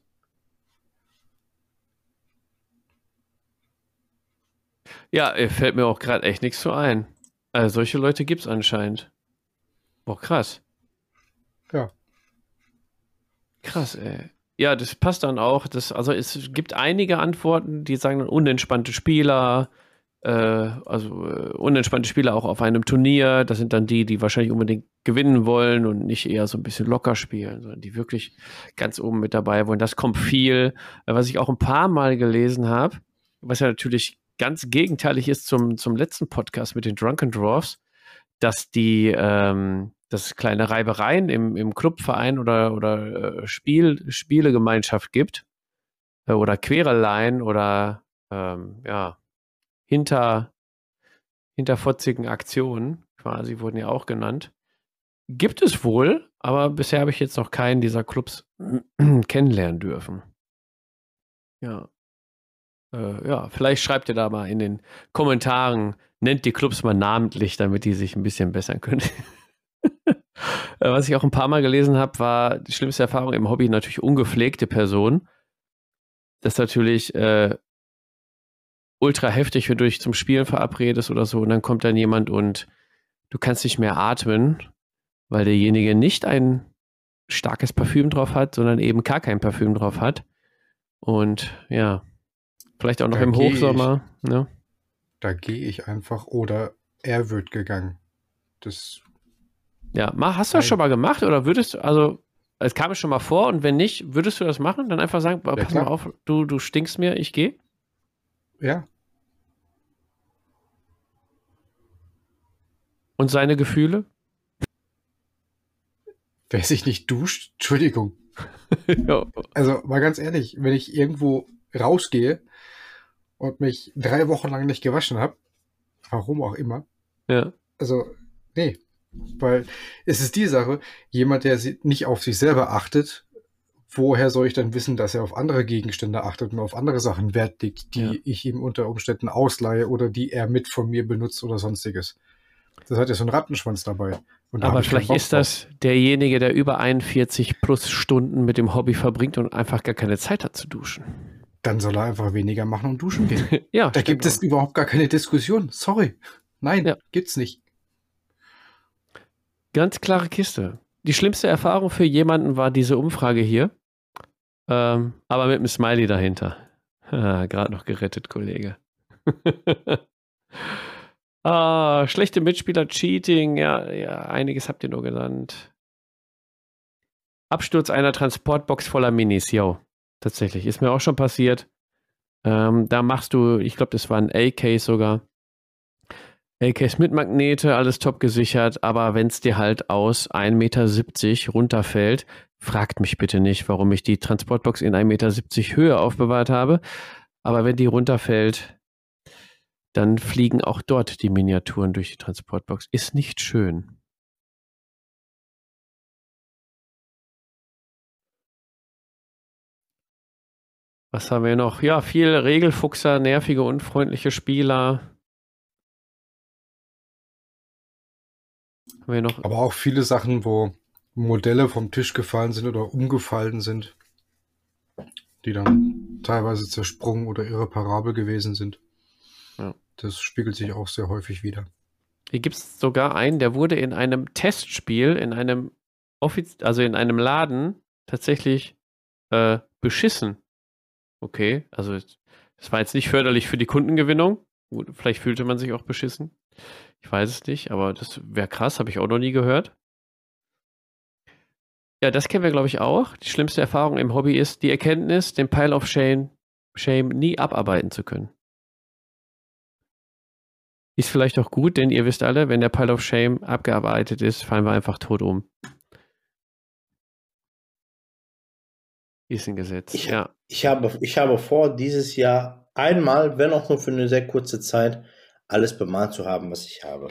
Ja, äh, fällt mir auch gerade echt nichts zu ein. Also solche Leute gibt es anscheinend. Boah, krass. Ja. Krass, ey. Ja, das passt dann auch. Das, also es gibt einige Antworten, die sagen dann unentspannte Spieler, äh, also äh, unentspannte Spieler auch auf einem Turnier. Das sind dann die, die wahrscheinlich unbedingt gewinnen wollen und nicht eher so ein bisschen locker spielen, sondern die wirklich ganz oben mit dabei wollen. Das kommt viel. Äh, Was ich auch ein paar Mal gelesen habe, was ja natürlich ganz gegenteilig ist zum, zum letzten Podcast mit den Drunken Dwarfs, dass die, ähm, dass es kleine Reibereien im, im Clubverein oder, oder äh, Spiel, Spielegemeinschaft gibt äh, oder Quereleien oder ähm, ja, hinter, hinterfotzigen Aktionen, quasi wurden ja auch genannt. Gibt es wohl, aber bisher habe ich jetzt noch keinen dieser Clubs kennenlernen dürfen. Ja. Äh, ja, vielleicht schreibt ihr da mal in den Kommentaren, nennt die Clubs mal namentlich, damit die sich ein bisschen bessern können. Was ich auch ein paar Mal gelesen habe, war die schlimmste Erfahrung im Hobby natürlich ungepflegte Personen. Das ist natürlich äh, ultra heftig, wenn du dich zum Spielen verabredest oder so und dann kommt dann jemand und du kannst nicht mehr atmen, weil derjenige nicht ein starkes Parfüm drauf hat, sondern eben gar kein Parfüm drauf hat. Und ja, vielleicht auch noch Da im geh Hochsommer. Ne? Da gehe ich einfach oder er wird gegangen. Das Ja, mal, hast du das Nein. schon mal gemacht oder würdest du, also es kam mir schon mal vor und wenn nicht, würdest du das machen? Dann einfach sagen, pass klar. mal auf, du, du stinkst mir, ich gehe? ja, Und seine Gefühle? wer sich nicht duscht, Entschuldigung. Ja. Also mal ganz ehrlich, wenn ich irgendwo rausgehe und mich drei Wochen lang nicht gewaschen habe, warum auch immer, Ja. also nee, weil es ist die Sache, jemand, der si- nicht auf sich selber achtet, woher soll ich dann wissen, dass er auf andere Gegenstände achtet und auf andere Sachen Wert legt, die Ja. ich ihm unter Umständen ausleihe oder die er mit von mir benutzt oder sonstiges. Das hat ja so einen Rattenschwanz dabei. Und da hab Aber ich keinen vielleicht Bock ist drauf. das derjenige, der über einundvierzig plus Stunden mit dem Hobby verbringt und einfach gar keine Zeit hat zu duschen. Dann soll er einfach weniger machen und duschen gehen. Ja, Da stimmt gibt es auch. überhaupt gar keine Diskussion. Sorry. Nein, Ja. gibt's nicht. Ganz klare Kiste. Die schlimmste Erfahrung für jemanden war diese Umfrage hier. Ähm, aber mit einem Smiley dahinter. Gerade noch gerettet, Kollege. ah, schlechte Mitspieler, Cheating, ja, ja, einiges habt ihr nur genannt. Absturz einer Transportbox voller Minis, yo. Tatsächlich, ist mir auch schon passiert. Ähm, da machst du, ich glaube, das war ein A-Case sogar. A-Case mit Magnete, alles top gesichert, aber wenn es dir halt aus ein Meter siebzig runterfällt, fragt mich bitte nicht, warum ich die Transportbox in ein Meter siebzig Höhe aufbewahrt habe. Aber wenn die runterfällt, dann fliegen auch dort die Miniaturen durch die Transportbox. Ist nicht schön. Was haben wir noch? Ja, viel Regelfuchser, nervige, unfreundliche Spieler. Haben wir noch? Aber auch viele Sachen, wo Modelle vom Tisch gefallen sind oder umgefallen sind, die dann teilweise zersprungen oder irreparabel gewesen sind. Ja. Das spiegelt sich auch sehr häufig wieder. Hier gibt es sogar einen, der wurde in einem Testspiel, in einem Offiz also in einem Laden tatsächlich äh, beschissen. Okay, also das war jetzt nicht förderlich für die Kundengewinnung. Gut, vielleicht fühlte man sich auch beschissen. Ich weiß es nicht, aber das wäre krass, habe ich auch noch nie gehört. Ja, das kennen wir, glaube ich, auch. Die schlimmste Erfahrung im Hobby ist die Erkenntnis, den Pile of Shame, Shame nie abarbeiten zu können. Ist vielleicht auch gut, denn ihr wisst alle, wenn der Pile of Shame abgearbeitet ist, fallen wir einfach tot um. Ist ein Gesetz, Ich, ja. ich, habe, ich habe vor, dieses Jahr einmal, wenn auch nur für eine sehr kurze Zeit, alles bemalt zu haben, was ich habe.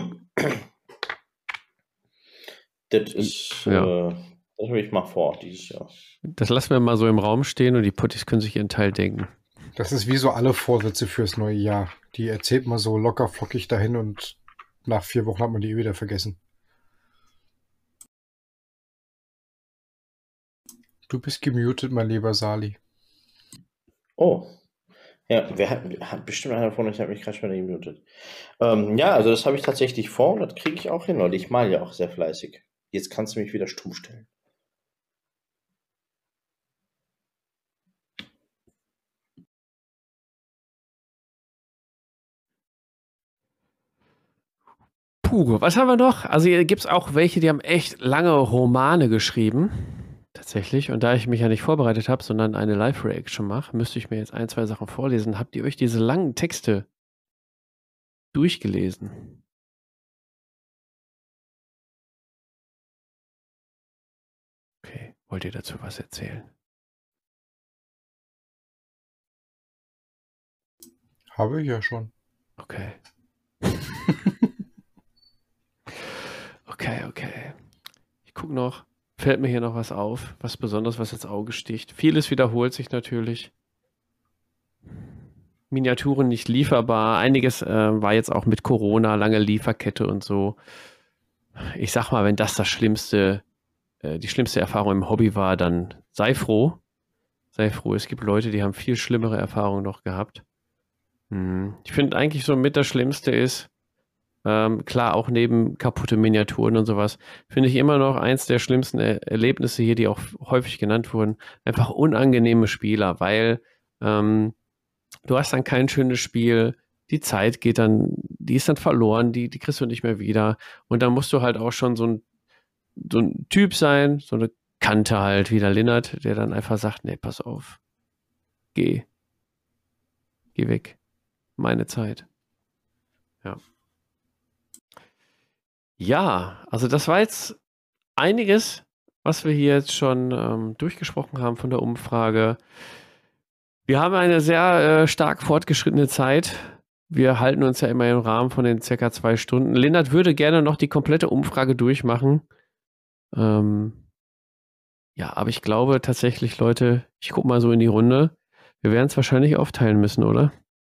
Das ist, Ja. äh, das habe ich mal vor, dieses Jahr. Das lassen wir mal so im Raum stehen und die Puttis können sich ihren Teil denken. Das ist wie so alle Vorsätze fürs neue Jahr. Die erzählt man so locker flockig dahin und nach vier Wochen hat man die eh wieder vergessen. Du bist gemutet, mein lieber Sali. Oh. Ja, wer hat, hat bestimmt einer von euch hat mich gerade schon gemutet. Ähm, ja, also das habe ich tatsächlich vor und das kriege ich auch hin, Leute. Ich male ja auch sehr fleißig. Jetzt kannst du mich wieder stumm stellen. Puh, was haben wir noch? Also hier gibt es auch welche, die haben echt lange Romane geschrieben. Tatsächlich. Und da ich mich ja nicht vorbereitet habe, sondern eine Live-Reaction mache, müsste ich mir jetzt ein, zwei Sachen vorlesen. Habt ihr euch diese langen Texte durchgelesen? Okay, wollt ihr dazu was erzählen? Habe ich ja schon. Okay. okay, okay. Ich gucke noch. Fällt mir hier noch was auf? Was Besonderes, was ins Auge sticht? Vieles wiederholt sich natürlich. Miniaturen nicht lieferbar. Einiges äh, war jetzt auch mit Corona, lange Lieferkette und so. Ich sag mal, wenn das das schlimmste, äh, die schlimmste Erfahrung im Hobby war, dann sei froh. Sei froh. Es gibt Leute, die haben viel schlimmere Erfahrungen noch gehabt. Hm. Ich finde eigentlich so mit das Schlimmste ist, ähm, klar, auch neben kaputte Miniaturen und sowas, finde ich immer noch eins der schlimmsten er Erlebnisse hier, die auch häufig genannt wurden, einfach unangenehme Spieler, weil ähm, du hast dann kein schönes Spiel, die Zeit geht dann, die ist dann verloren, die, die kriegst du nicht mehr wieder und dann musst du halt auch schon so ein, so ein Typ sein, so eine Kante halt, wie der Linnert, der dann einfach sagt, nee, pass auf, geh, geh weg, meine Zeit. Ja. Ja, also das war jetzt einiges, was wir hier jetzt schon ähm, durchgesprochen haben von der Umfrage. Wir haben eine sehr äh, stark fortgeschrittene Zeit. Wir halten uns ja immer im Rahmen von den circa zwei Stunden. Linnert würde gerne noch die komplette Umfrage durchmachen. Ähm, ja, aber ich glaube tatsächlich, Leute, ich gucke mal so in die Runde. Wir werden es wahrscheinlich aufteilen müssen, oder?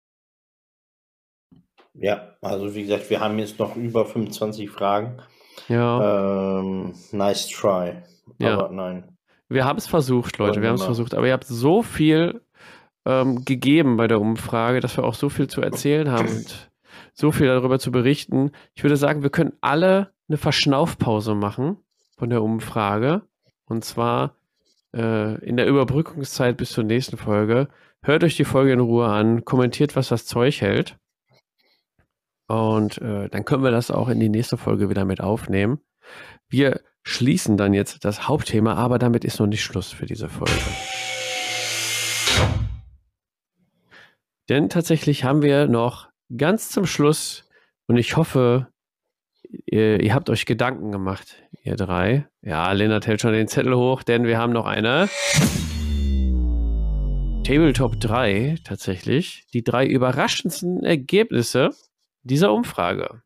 Ja, also wie gesagt, wir haben jetzt noch über fünfundzwanzig Fragen. Ja. Ähm, nice try. Ja. Aber nein. Wir haben es versucht, Leute, Wollen wir haben es wir versucht. Aber ihr habt so viel ähm, gegeben bei der Umfrage, dass wir auch so viel zu erzählen haben und so viel darüber zu berichten. Ich würde sagen, wir können alle eine Verschnaufpause machen von der Umfrage. Und zwar äh, in der Überbrückungszeit bis zur nächsten Folge. Hört euch die Folge in Ruhe an, kommentiert, was das Zeug hält. Und äh, dann können wir das auch in die nächste Folge wieder mit aufnehmen. Wir schließen dann jetzt das Hauptthema, aber damit ist noch nicht Schluss für diese Folge. Denn tatsächlich haben wir noch ganz zum Schluss, und ich hoffe, ihr, ihr habt euch Gedanken gemacht, ihr drei. Ja, Linnert hält schon den Zettel hoch, denn wir haben noch eine Tabletop drei tatsächlich. Die drei überraschendsten Ergebnisse dieser Umfrage.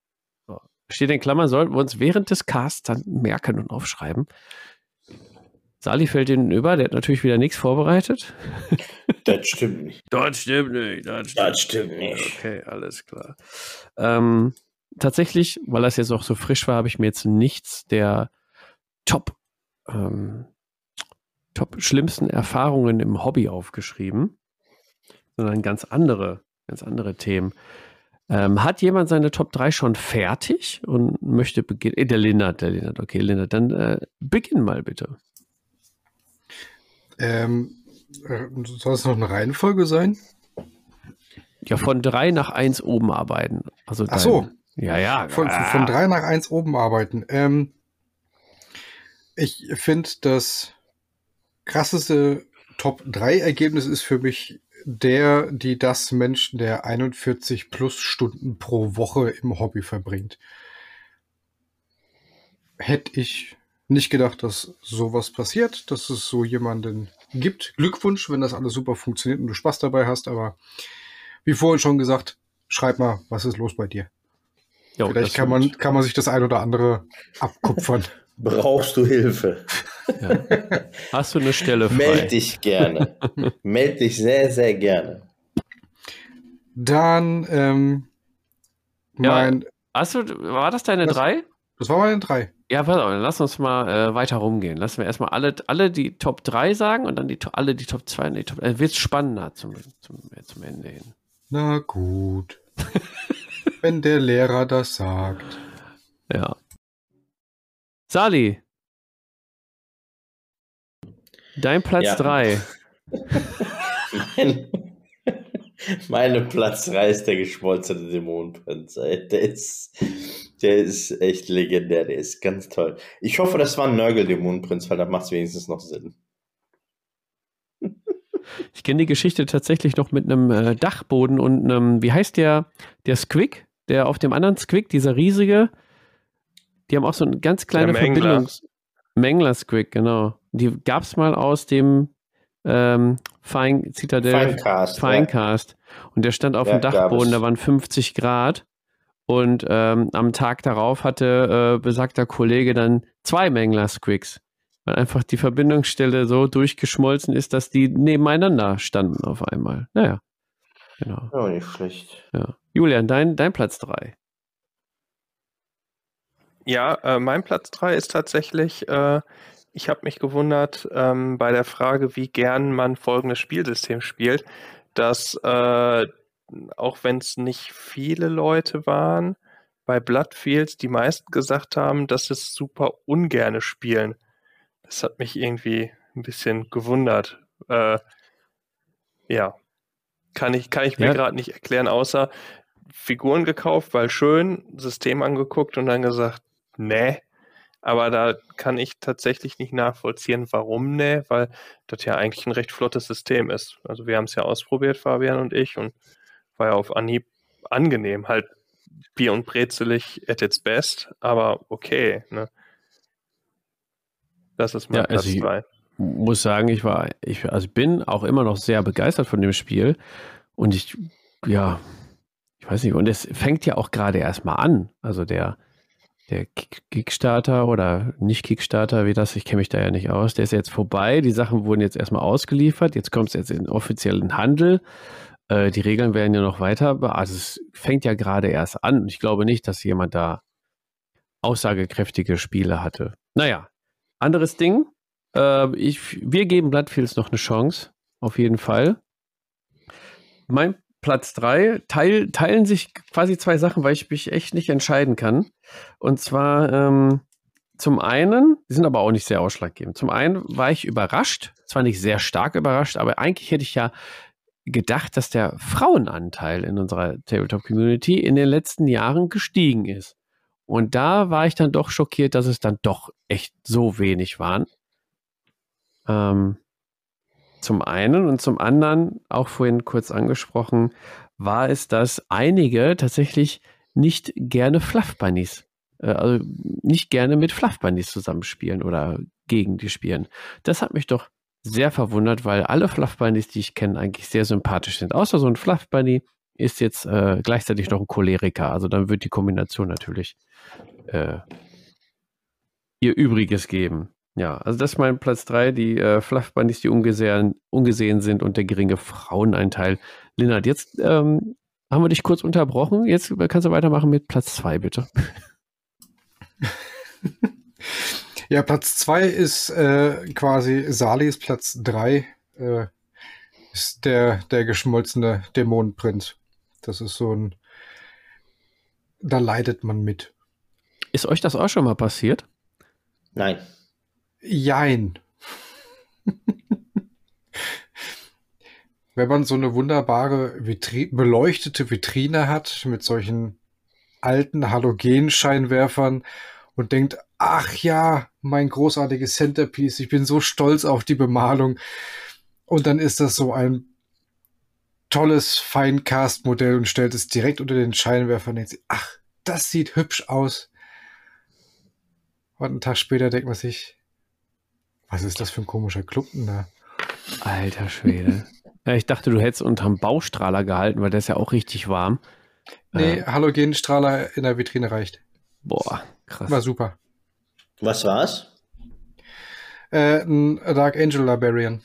Steht in Klammern, sollten wir uns während des Casts dann merken und aufschreiben. Sali fällt ihnen über, der hat natürlich wieder nichts vorbereitet. Das stimmt nicht. Das stimmt nicht. Das stimmt, Das stimmt nicht. Okay, alles klar. Ähm, tatsächlich, weil das jetzt auch so frisch war, habe ich mir jetzt nichts der Top, ähm, Top schlimmsten Erfahrungen im Hobby aufgeschrieben, sondern ganz andere, ganz andere Themen. Ähm, hat jemand seine Top drei schon fertig und möchte beginnen? Äh, der Lindert, der Lindert, okay, Lindert, dann äh, beginn mal bitte. Ähm, äh, soll es noch eine Reihenfolge sein? Ja, von drei nach eins oben arbeiten. Also Ach so. Dein, ja, ja. Von, von, von drei nach eins oben arbeiten. Ähm, ich finde, das krasseste Top drei Ergebnis ist für mich der, die das Menschen, der einundvierzig plus Stunden pro Woche im Hobby verbringt. Hätte ich nicht gedacht, dass sowas passiert, dass es so jemanden gibt. Glückwunsch, wenn das alles super funktioniert und du Spaß dabei hast, aber wie vorhin schon gesagt, schreib mal, was ist los bei dir? Jo, Vielleicht kann man, kann man sich das ein oder andere abkupfern. Brauchst du Hilfe? Ja. Hast du eine Stelle frei? Meld dich gerne. Meld dich sehr, sehr gerne. Dann, ähm, mein... Ja, hast du, war das deine das, drei? Das war meine drei. Ja, pass auf, lass uns mal äh, weiter rumgehen. Lassen wir erstmal alle, alle die Top drei sagen und dann die, alle die Top zwei und die Top... Äh, wird spannender zum, zum, zum Ende hin. Na gut. Wenn der Lehrer das sagt. Ja. Sali. Dein Platz drei. Ja. mein, meine Platz drei ist der geschmolzene Dämonenprinz. Der ist, der ist echt legendär. Der ist ganz toll. Ich hoffe, das war ein Nörgel-Dämonenprinz, weil dann macht es wenigstens noch Sinn. Ich kenne die Geschichte tatsächlich noch mit einem äh, Dachboden und einem, wie heißt der, der Squig, der auf dem anderen Squig, dieser riesige, die haben auch so eine ganz kleine Verbindung. Mengler Squig, genau. Die gab es mal aus dem ähm, Fine Citadel Finecast. Finecast. Ja. Und der stand auf ja, dem Dachboden, da waren fünfzig Grad. Und ähm, am Tag darauf hatte äh, besagter Kollege dann zwei Mengler Squigs. Weil einfach die Verbindungsstelle so durchgeschmolzen ist, dass die nebeneinander standen auf einmal. Naja. Genau. Ja, nicht schlecht. Ja. Julian, dein, dein Platz drei. Ja, äh, mein Platz drei ist tatsächlich, äh, ich habe mich gewundert ähm, bei der Frage, wie gern man folgendes Spielsystem spielt, dass äh, auch wenn es nicht viele Leute waren, bei Bloodfields die meisten gesagt haben, dass sie es super ungerne spielen. Das hat mich irgendwie ein bisschen gewundert. Äh, ja, kann ich, kann ich mir ja. gerade nicht erklären, außer Figuren gekauft, weil schön, System angeguckt und dann gesagt, nee. Aber da kann ich tatsächlich nicht nachvollziehen, warum nee, weil das ja eigentlich ein recht flottes System ist. Also wir haben es ja ausprobiert, Fabian und ich, und war ja auf Anhieb angenehm. Halt Bier und brezelig at its best, aber okay, ne? Das ist mein ja, Platz also drei. Ich muss sagen, ich war, ich also bin auch immer noch sehr begeistert von dem Spiel und ich, ja, ich weiß nicht, und es fängt ja auch gerade erstmal an. Also der, der Kickstarter oder nicht Kickstarter, wie das, ich kenne mich da ja nicht aus, der ist jetzt vorbei. Die Sachen wurden jetzt erstmal ausgeliefert. Jetzt kommt es jetzt in den offiziellen Handel. Äh, die Regeln werden ja noch weiter. Also es fängt ja gerade erst an. Und ich glaube nicht, dass jemand da aussagekräftige Spiele hatte. Naja, anderes Ding. Äh, ich, wir geben Bloodfields noch eine Chance. Auf jeden Fall. Mein Platz drei, teil, teilen sich quasi zwei Sachen, weil ich mich echt nicht entscheiden kann. Und zwar ähm, zum einen, die sind aber auch nicht sehr ausschlaggebend. Zum einen war ich überrascht, zwar nicht sehr stark überrascht, aber eigentlich hätte ich ja gedacht, dass der Frauenanteil in unserer Tabletop-Community in den letzten Jahren gestiegen ist. Und da war ich dann doch schockiert, dass es dann doch echt so wenig waren. Ähm, Zum einen und zum anderen, auch vorhin kurz angesprochen, war es, dass einige tatsächlich nicht gerne Fluff Bunnies, äh, also nicht gerne mit Fluff Bunnies zusammenspielen oder gegen die spielen. Das hat mich doch sehr verwundert, weil alle Fluff Bunnies, die ich kenne, eigentlich sehr sympathisch sind. Außer so ein Fluff Bunny ist jetzt äh, gleichzeitig noch ein Choleriker. Also dann wird die Kombination natürlich äh, ihr Übriges geben. Ja, also das ist mein Platz drei, die äh, Fluff Bunnies, die ungesehen, ungesehen sind und der geringe Frauenanteil. Lennart, jetzt ähm, haben wir dich kurz unterbrochen. Jetzt kannst du weitermachen mit Platz zwei, bitte. Ja, Platz zwei ist äh, quasi Salis, Platz drei äh, ist der, der geschmolzene Dämonenprinz. Das ist so ein, da leidet man mit. Ist euch das auch schon mal passiert? Nein. Jein. Wenn man so eine wunderbare Vitri- beleuchtete Vitrine hat mit solchen alten Halogenscheinwerfern und denkt, ach ja, mein großartiges Centerpiece, ich bin so stolz auf die Bemalung. Und dann ist das so ein tolles Feincast-Modell und stellt es direkt unter den Scheinwerfer und denkt sich, ach, das sieht hübsch aus. Und einen Tag später denkt man sich, was ist das für ein komischer Klumpen da? Alter Schwede. Ja, ich dachte, du hättest unterm Baustrahler gehalten, weil der ist ja auch richtig warm. Nee, Äh, Halogenstrahler in der Vitrine reicht. boah, krass. War super. Was war's? Äh, ein Dark Angel Librarian.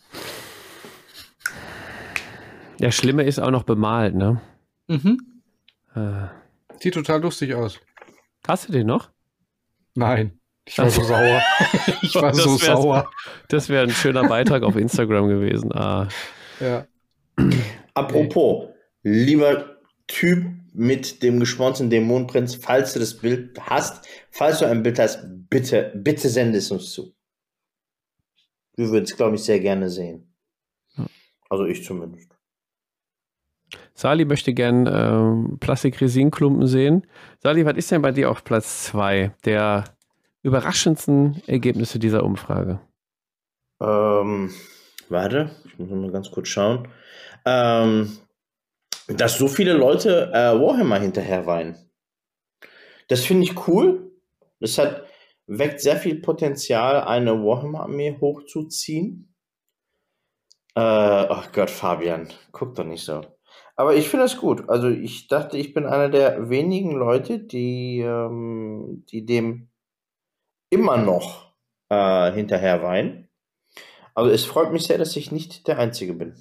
Der Schlimme ist auch noch bemalt, ne? Mhm. Äh, Sieht total lustig aus. hast du den noch? Nein, ich war so sauer. Ich war Das so wär's. sauer. Das wäre ein schöner Beitrag auf Instagram gewesen. Ah. Ja. Apropos, lieber Typ mit dem geschmolzenen Dämonenprinz, falls du das Bild hast, falls du ein Bild hast, bitte, bitte sende es uns zu. Wir würden es, glaube ich, sehr gerne sehen. Also ich zumindest. Sali möchte gern ähm, Plastikresinklumpen sehen. Sali, was ist denn bei dir auf Platz zwei der überraschendsten Ergebnisse dieser Umfrage? Ähm, warte, ich muss noch mal ganz kurz schauen. Ähm, dass so viele Leute äh, Warhammer hinterher weinen. Das finde ich cool. Das hat, weckt sehr viel Potenzial, eine Warhammer-Armee hochzuziehen. Äh, ach Gott, Fabian, guck doch nicht so. Aber ich finde das gut. Also ich dachte, ich bin einer der wenigen Leute, die, ähm, die dem immer noch äh, hinterher weinen. Also es freut mich sehr, dass ich nicht der Einzige bin.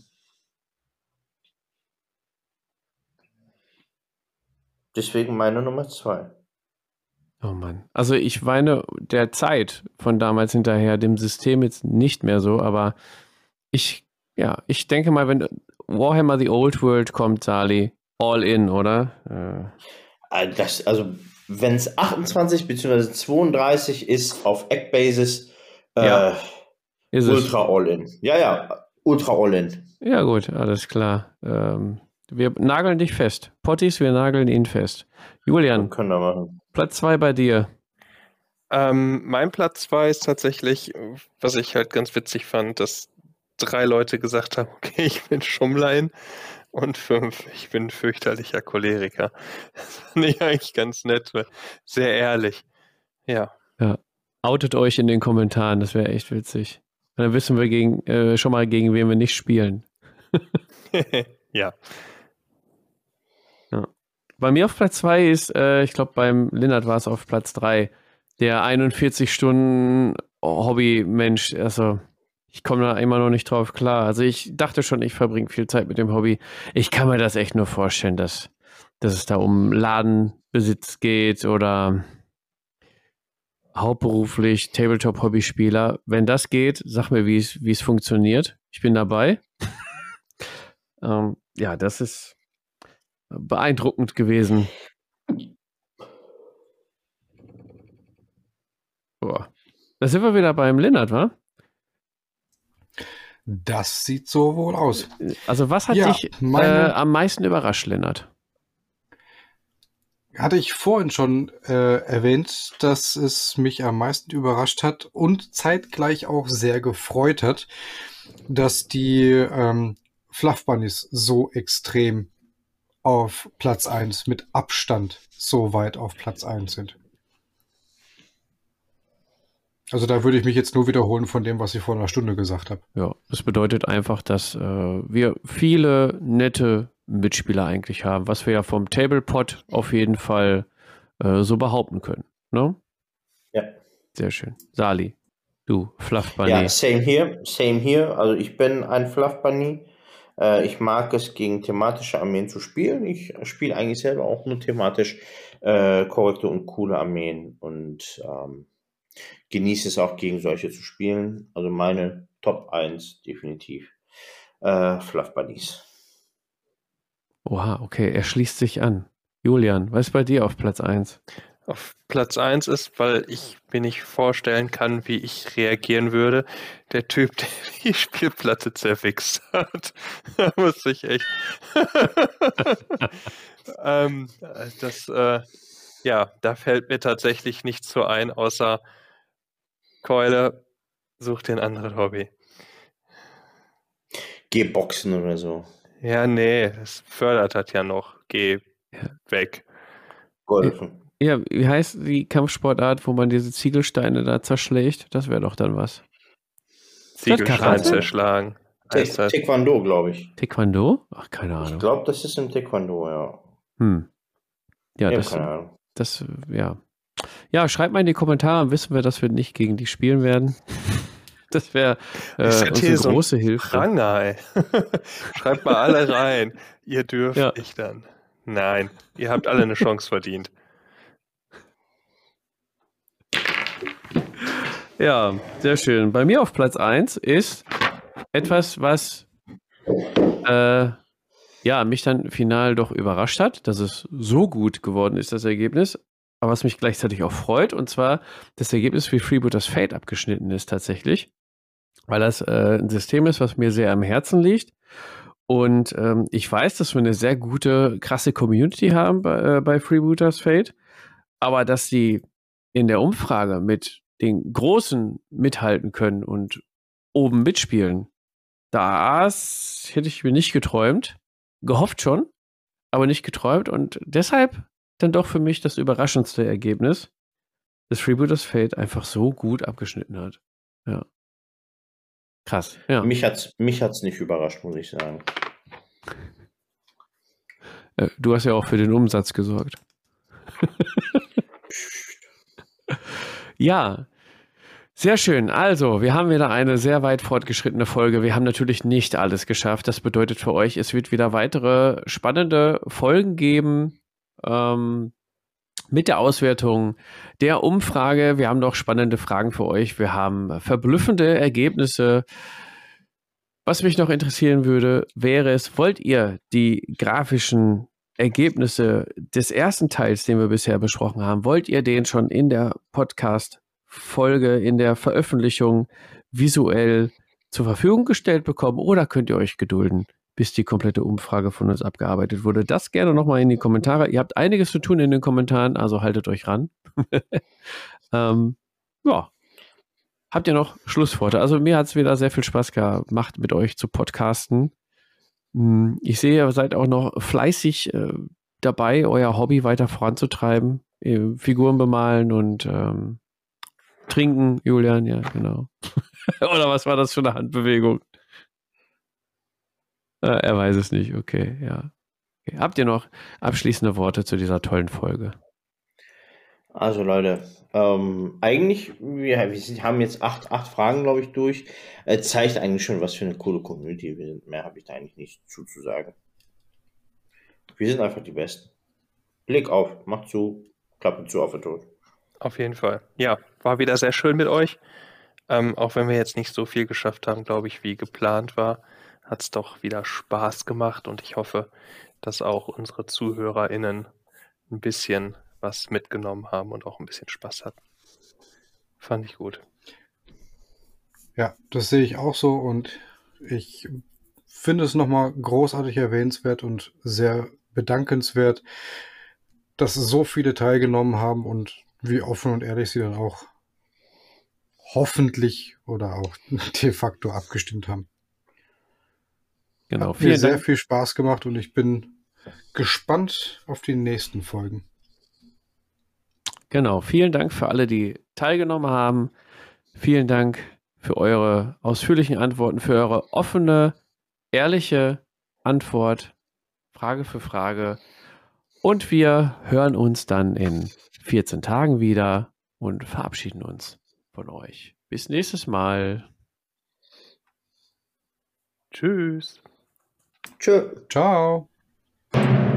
Deswegen meine Nummer zwei. Oh Mann. Also ich weine der Zeit von damals hinterher, dem System jetzt nicht mehr so, aber ich, ja, ich denke mal, wenn Warhammer The Old World kommt, Sali, all in, oder? Äh, Das, also wenn es achtundzwanzig bzw. zweiunddreißig ist auf Eckbasis, äh, Ja, ist es. ultra all-in. Ja, ja, ultra all-in. Ja gut, alles klar. Ähm, wir nageln dich fest. Potties, wir nageln ihn fest. Julian, Können wir machen. Platz zwei bei dir. Ähm, mein Platz zwei ist tatsächlich, was ich halt ganz witzig fand, dass drei Leute gesagt haben, okay, ich bin Schummlein, und fünf, ich bin fürchterlicher Choleriker. Das fand ich eigentlich ganz nett, sehr ehrlich. Ja. Ja. Outet euch in den Kommentaren, das wäre echt witzig. Und dann wissen wir gegen, äh, schon mal, gegen wen wir nicht spielen. Ja. Ja. Bei mir auf Platz zwei ist, äh, ich glaube, beim Lennart war es auf Platz drei, der einundvierzig Stunden Hobby-Mensch. Also, ich komme da immer noch nicht drauf klar. Also, ich dachte schon, ich verbringe viel Zeit mit dem Hobby. Ich kann mir das echt nur vorstellen, dass, dass es da um Ladenbesitz geht oder hauptberuflich Tabletop-Hobbyspieler. Wenn das geht, sag mir, wie es wie es funktioniert. Ich bin dabei. ähm, ja, das ist beeindruckend gewesen. Boah. Da sind wir wieder beim Lennart, wa? Das sieht so wohl aus. Also was hat Ja, dich meine- äh, am meisten überrascht, Lennart? Hatte ich vorhin schon äh, erwähnt, dass es mich am meisten überrascht hat und zeitgleich auch sehr gefreut hat, dass die ähm, Fluff Bunnies so extrem auf Platz eins mit Abstand so weit auf Platz eins sind. Also da würde ich mich jetzt nur wiederholen von dem, was ich vor einer Stunde gesagt habe. Ja, das bedeutet einfach, dass äh, wir viele nette Mitspieler eigentlich haben, was wir ja vom Tablepod auf jeden Fall äh, so behaupten können. Ne? Ja. Sehr schön. Sali. du Fluff Bunny? Ja, same here, same here. Also ich bin ein Fluff Bunny. Äh, ich mag es, gegen thematische Armeen zu spielen. Ich spiele eigentlich selber auch nur thematisch äh, korrekte und coole Armeen und ähm, genieße es auch, gegen solche zu spielen. Also meine Top eins definitiv äh, Fluff Bunnies. Oha, okay, er schließt sich an. Julian, was ist bei dir auf Platz eins? Auf Platz eins ist, weil ich mir nicht vorstellen kann, wie ich reagieren würde, der Typ, der die Spielplatte zerfixt hat. Da muss ich echt. ähm, das, äh, ja, da fällt mir tatsächlich nichts so ein, außer Keule, such dir ein anderes Hobby. Geh boxen oder so. Ja, nee, das fördert das ja noch. Geh Ja. weg. Golfen. Ja, wie heißt die Kampfsportart, wo man diese Ziegelsteine da zerschlägt? Das wäre doch dann was. Ziegelstein Karate? zerschlagen. Heißt Ta das. Taekwondo, glaube ich. Taekwondo? Ach, keine Ich Ahnung. glaube, das ist im Taekwondo, ja. Hm. Ja, Ja, das, keine Ahnung. das, ja. Ja, schreibt mal in die Kommentare, wissen wir, dass wir nicht gegen die spielen werden. Das wäre äh, Ist das unsere hier so ein große Hilfe. Pranger, ey. Schreibt mal alle rein. Ihr dürft, Ja. ich dann. Nein, ihr habt alle eine Chance verdient. Ja, sehr schön. Bei mir auf Platz eins ist etwas, was äh, ja, mich dann final doch überrascht hat, dass es so gut geworden ist, das Ergebnis, aber was mich gleichzeitig auch freut, und zwar das Ergebnis, wie Freebooters Fate abgeschnitten ist tatsächlich, weil das äh, ein System ist, was mir sehr am Herzen liegt. Und ähm, ich weiß, dass wir eine sehr gute, krasse Community haben bei, äh, bei Freebooters Fate, aber dass die in der Umfrage mit den Großen mithalten können und oben mitspielen, das hätte ich mir nicht geträumt. Gehofft schon, aber nicht geträumt. Und deshalb dann doch für mich das überraschendste Ergebnis, dass Freebooters Fate einfach so gut abgeschnitten hat. Ja. Krass, ja. Mich hat's, mich hat's nicht überrascht, muss ich sagen. Äh, Du hast ja auch für den Umsatz gesorgt. Ja, sehr schön. Also, wir haben wieder eine sehr weit fortgeschrittene Folge. Wir haben natürlich nicht alles geschafft. Das bedeutet für euch, es wird wieder weitere spannende Folgen geben ähm, mit der Auswertung der Umfrage. Wir haben noch spannende Fragen für euch. Wir haben verblüffende Ergebnisse. Was mich noch interessieren würde, wäre es, wollt ihr die grafischen Ergebnisse des ersten Teils, den wir bisher besprochen haben, wollt ihr den schon in der Podcast-Folge, in der Veröffentlichung visuell zur Verfügung gestellt bekommen oder könnt ihr euch gedulden, bis die komplette Umfrage von uns abgearbeitet wurde? Das gerne nochmal in die Kommentare. Ihr habt einiges zu tun in den Kommentaren, also haltet euch ran. ähm, ja. Habt ihr noch Schlussworte? Also mir hat es wieder sehr viel Spaß gemacht, mit euch zu podcasten. Ich sehe, ihr seid auch noch fleißig äh, dabei, euer Hobby weiter voranzutreiben. Äh, Figuren bemalen und ähm, trinken, Julian, ja, genau. Oder was war das für eine Handbewegung? Äh, er weiß es nicht, okay, ja. Okay. Habt ihr noch abschließende Worte zu dieser tollen Folge? Also Leute, ähm, eigentlich, wir, wir sind, haben jetzt acht, acht Fragen, glaube ich, durch. Äh, zeigt eigentlich schon, was für eine coole Community wir sind. Mehr habe ich da eigentlich nicht zuzusagen. Wir sind einfach die Besten. Blick auf, macht zu, Klappe zu, auf den Tod. Auf jeden Fall. Ja, war wieder sehr schön mit euch. Ähm, auch wenn wir jetzt nicht so viel geschafft haben, glaube ich, wie geplant war, hat es doch wieder Spaß gemacht und ich hoffe, dass auch unsere ZuhörerInnen ein bisschen was mitgenommen haben und auch ein bisschen Spaß hatten. Fand ich gut. Ja, das sehe ich auch so und ich finde es nochmal großartig erwähnenswert und sehr bedankenswert, dass so viele teilgenommen haben und wie offen und ehrlich sie dann auch hoffentlich oder auch de facto abgestimmt haben. Genau, Hat mir vielen sehr Dank. viel Spaß gemacht und ich bin gespannt auf die nächsten Folgen. Genau, vielen Dank für alle, die teilgenommen haben. Vielen Dank für eure ausführlichen Antworten, für eure offene, ehrliche Antwort, Frage für Frage. Und wir hören uns dann in vierzehn Tagen wieder und verabschieden uns von euch. Bis nächstes Mal. Tschüss. Tschö. Ciao.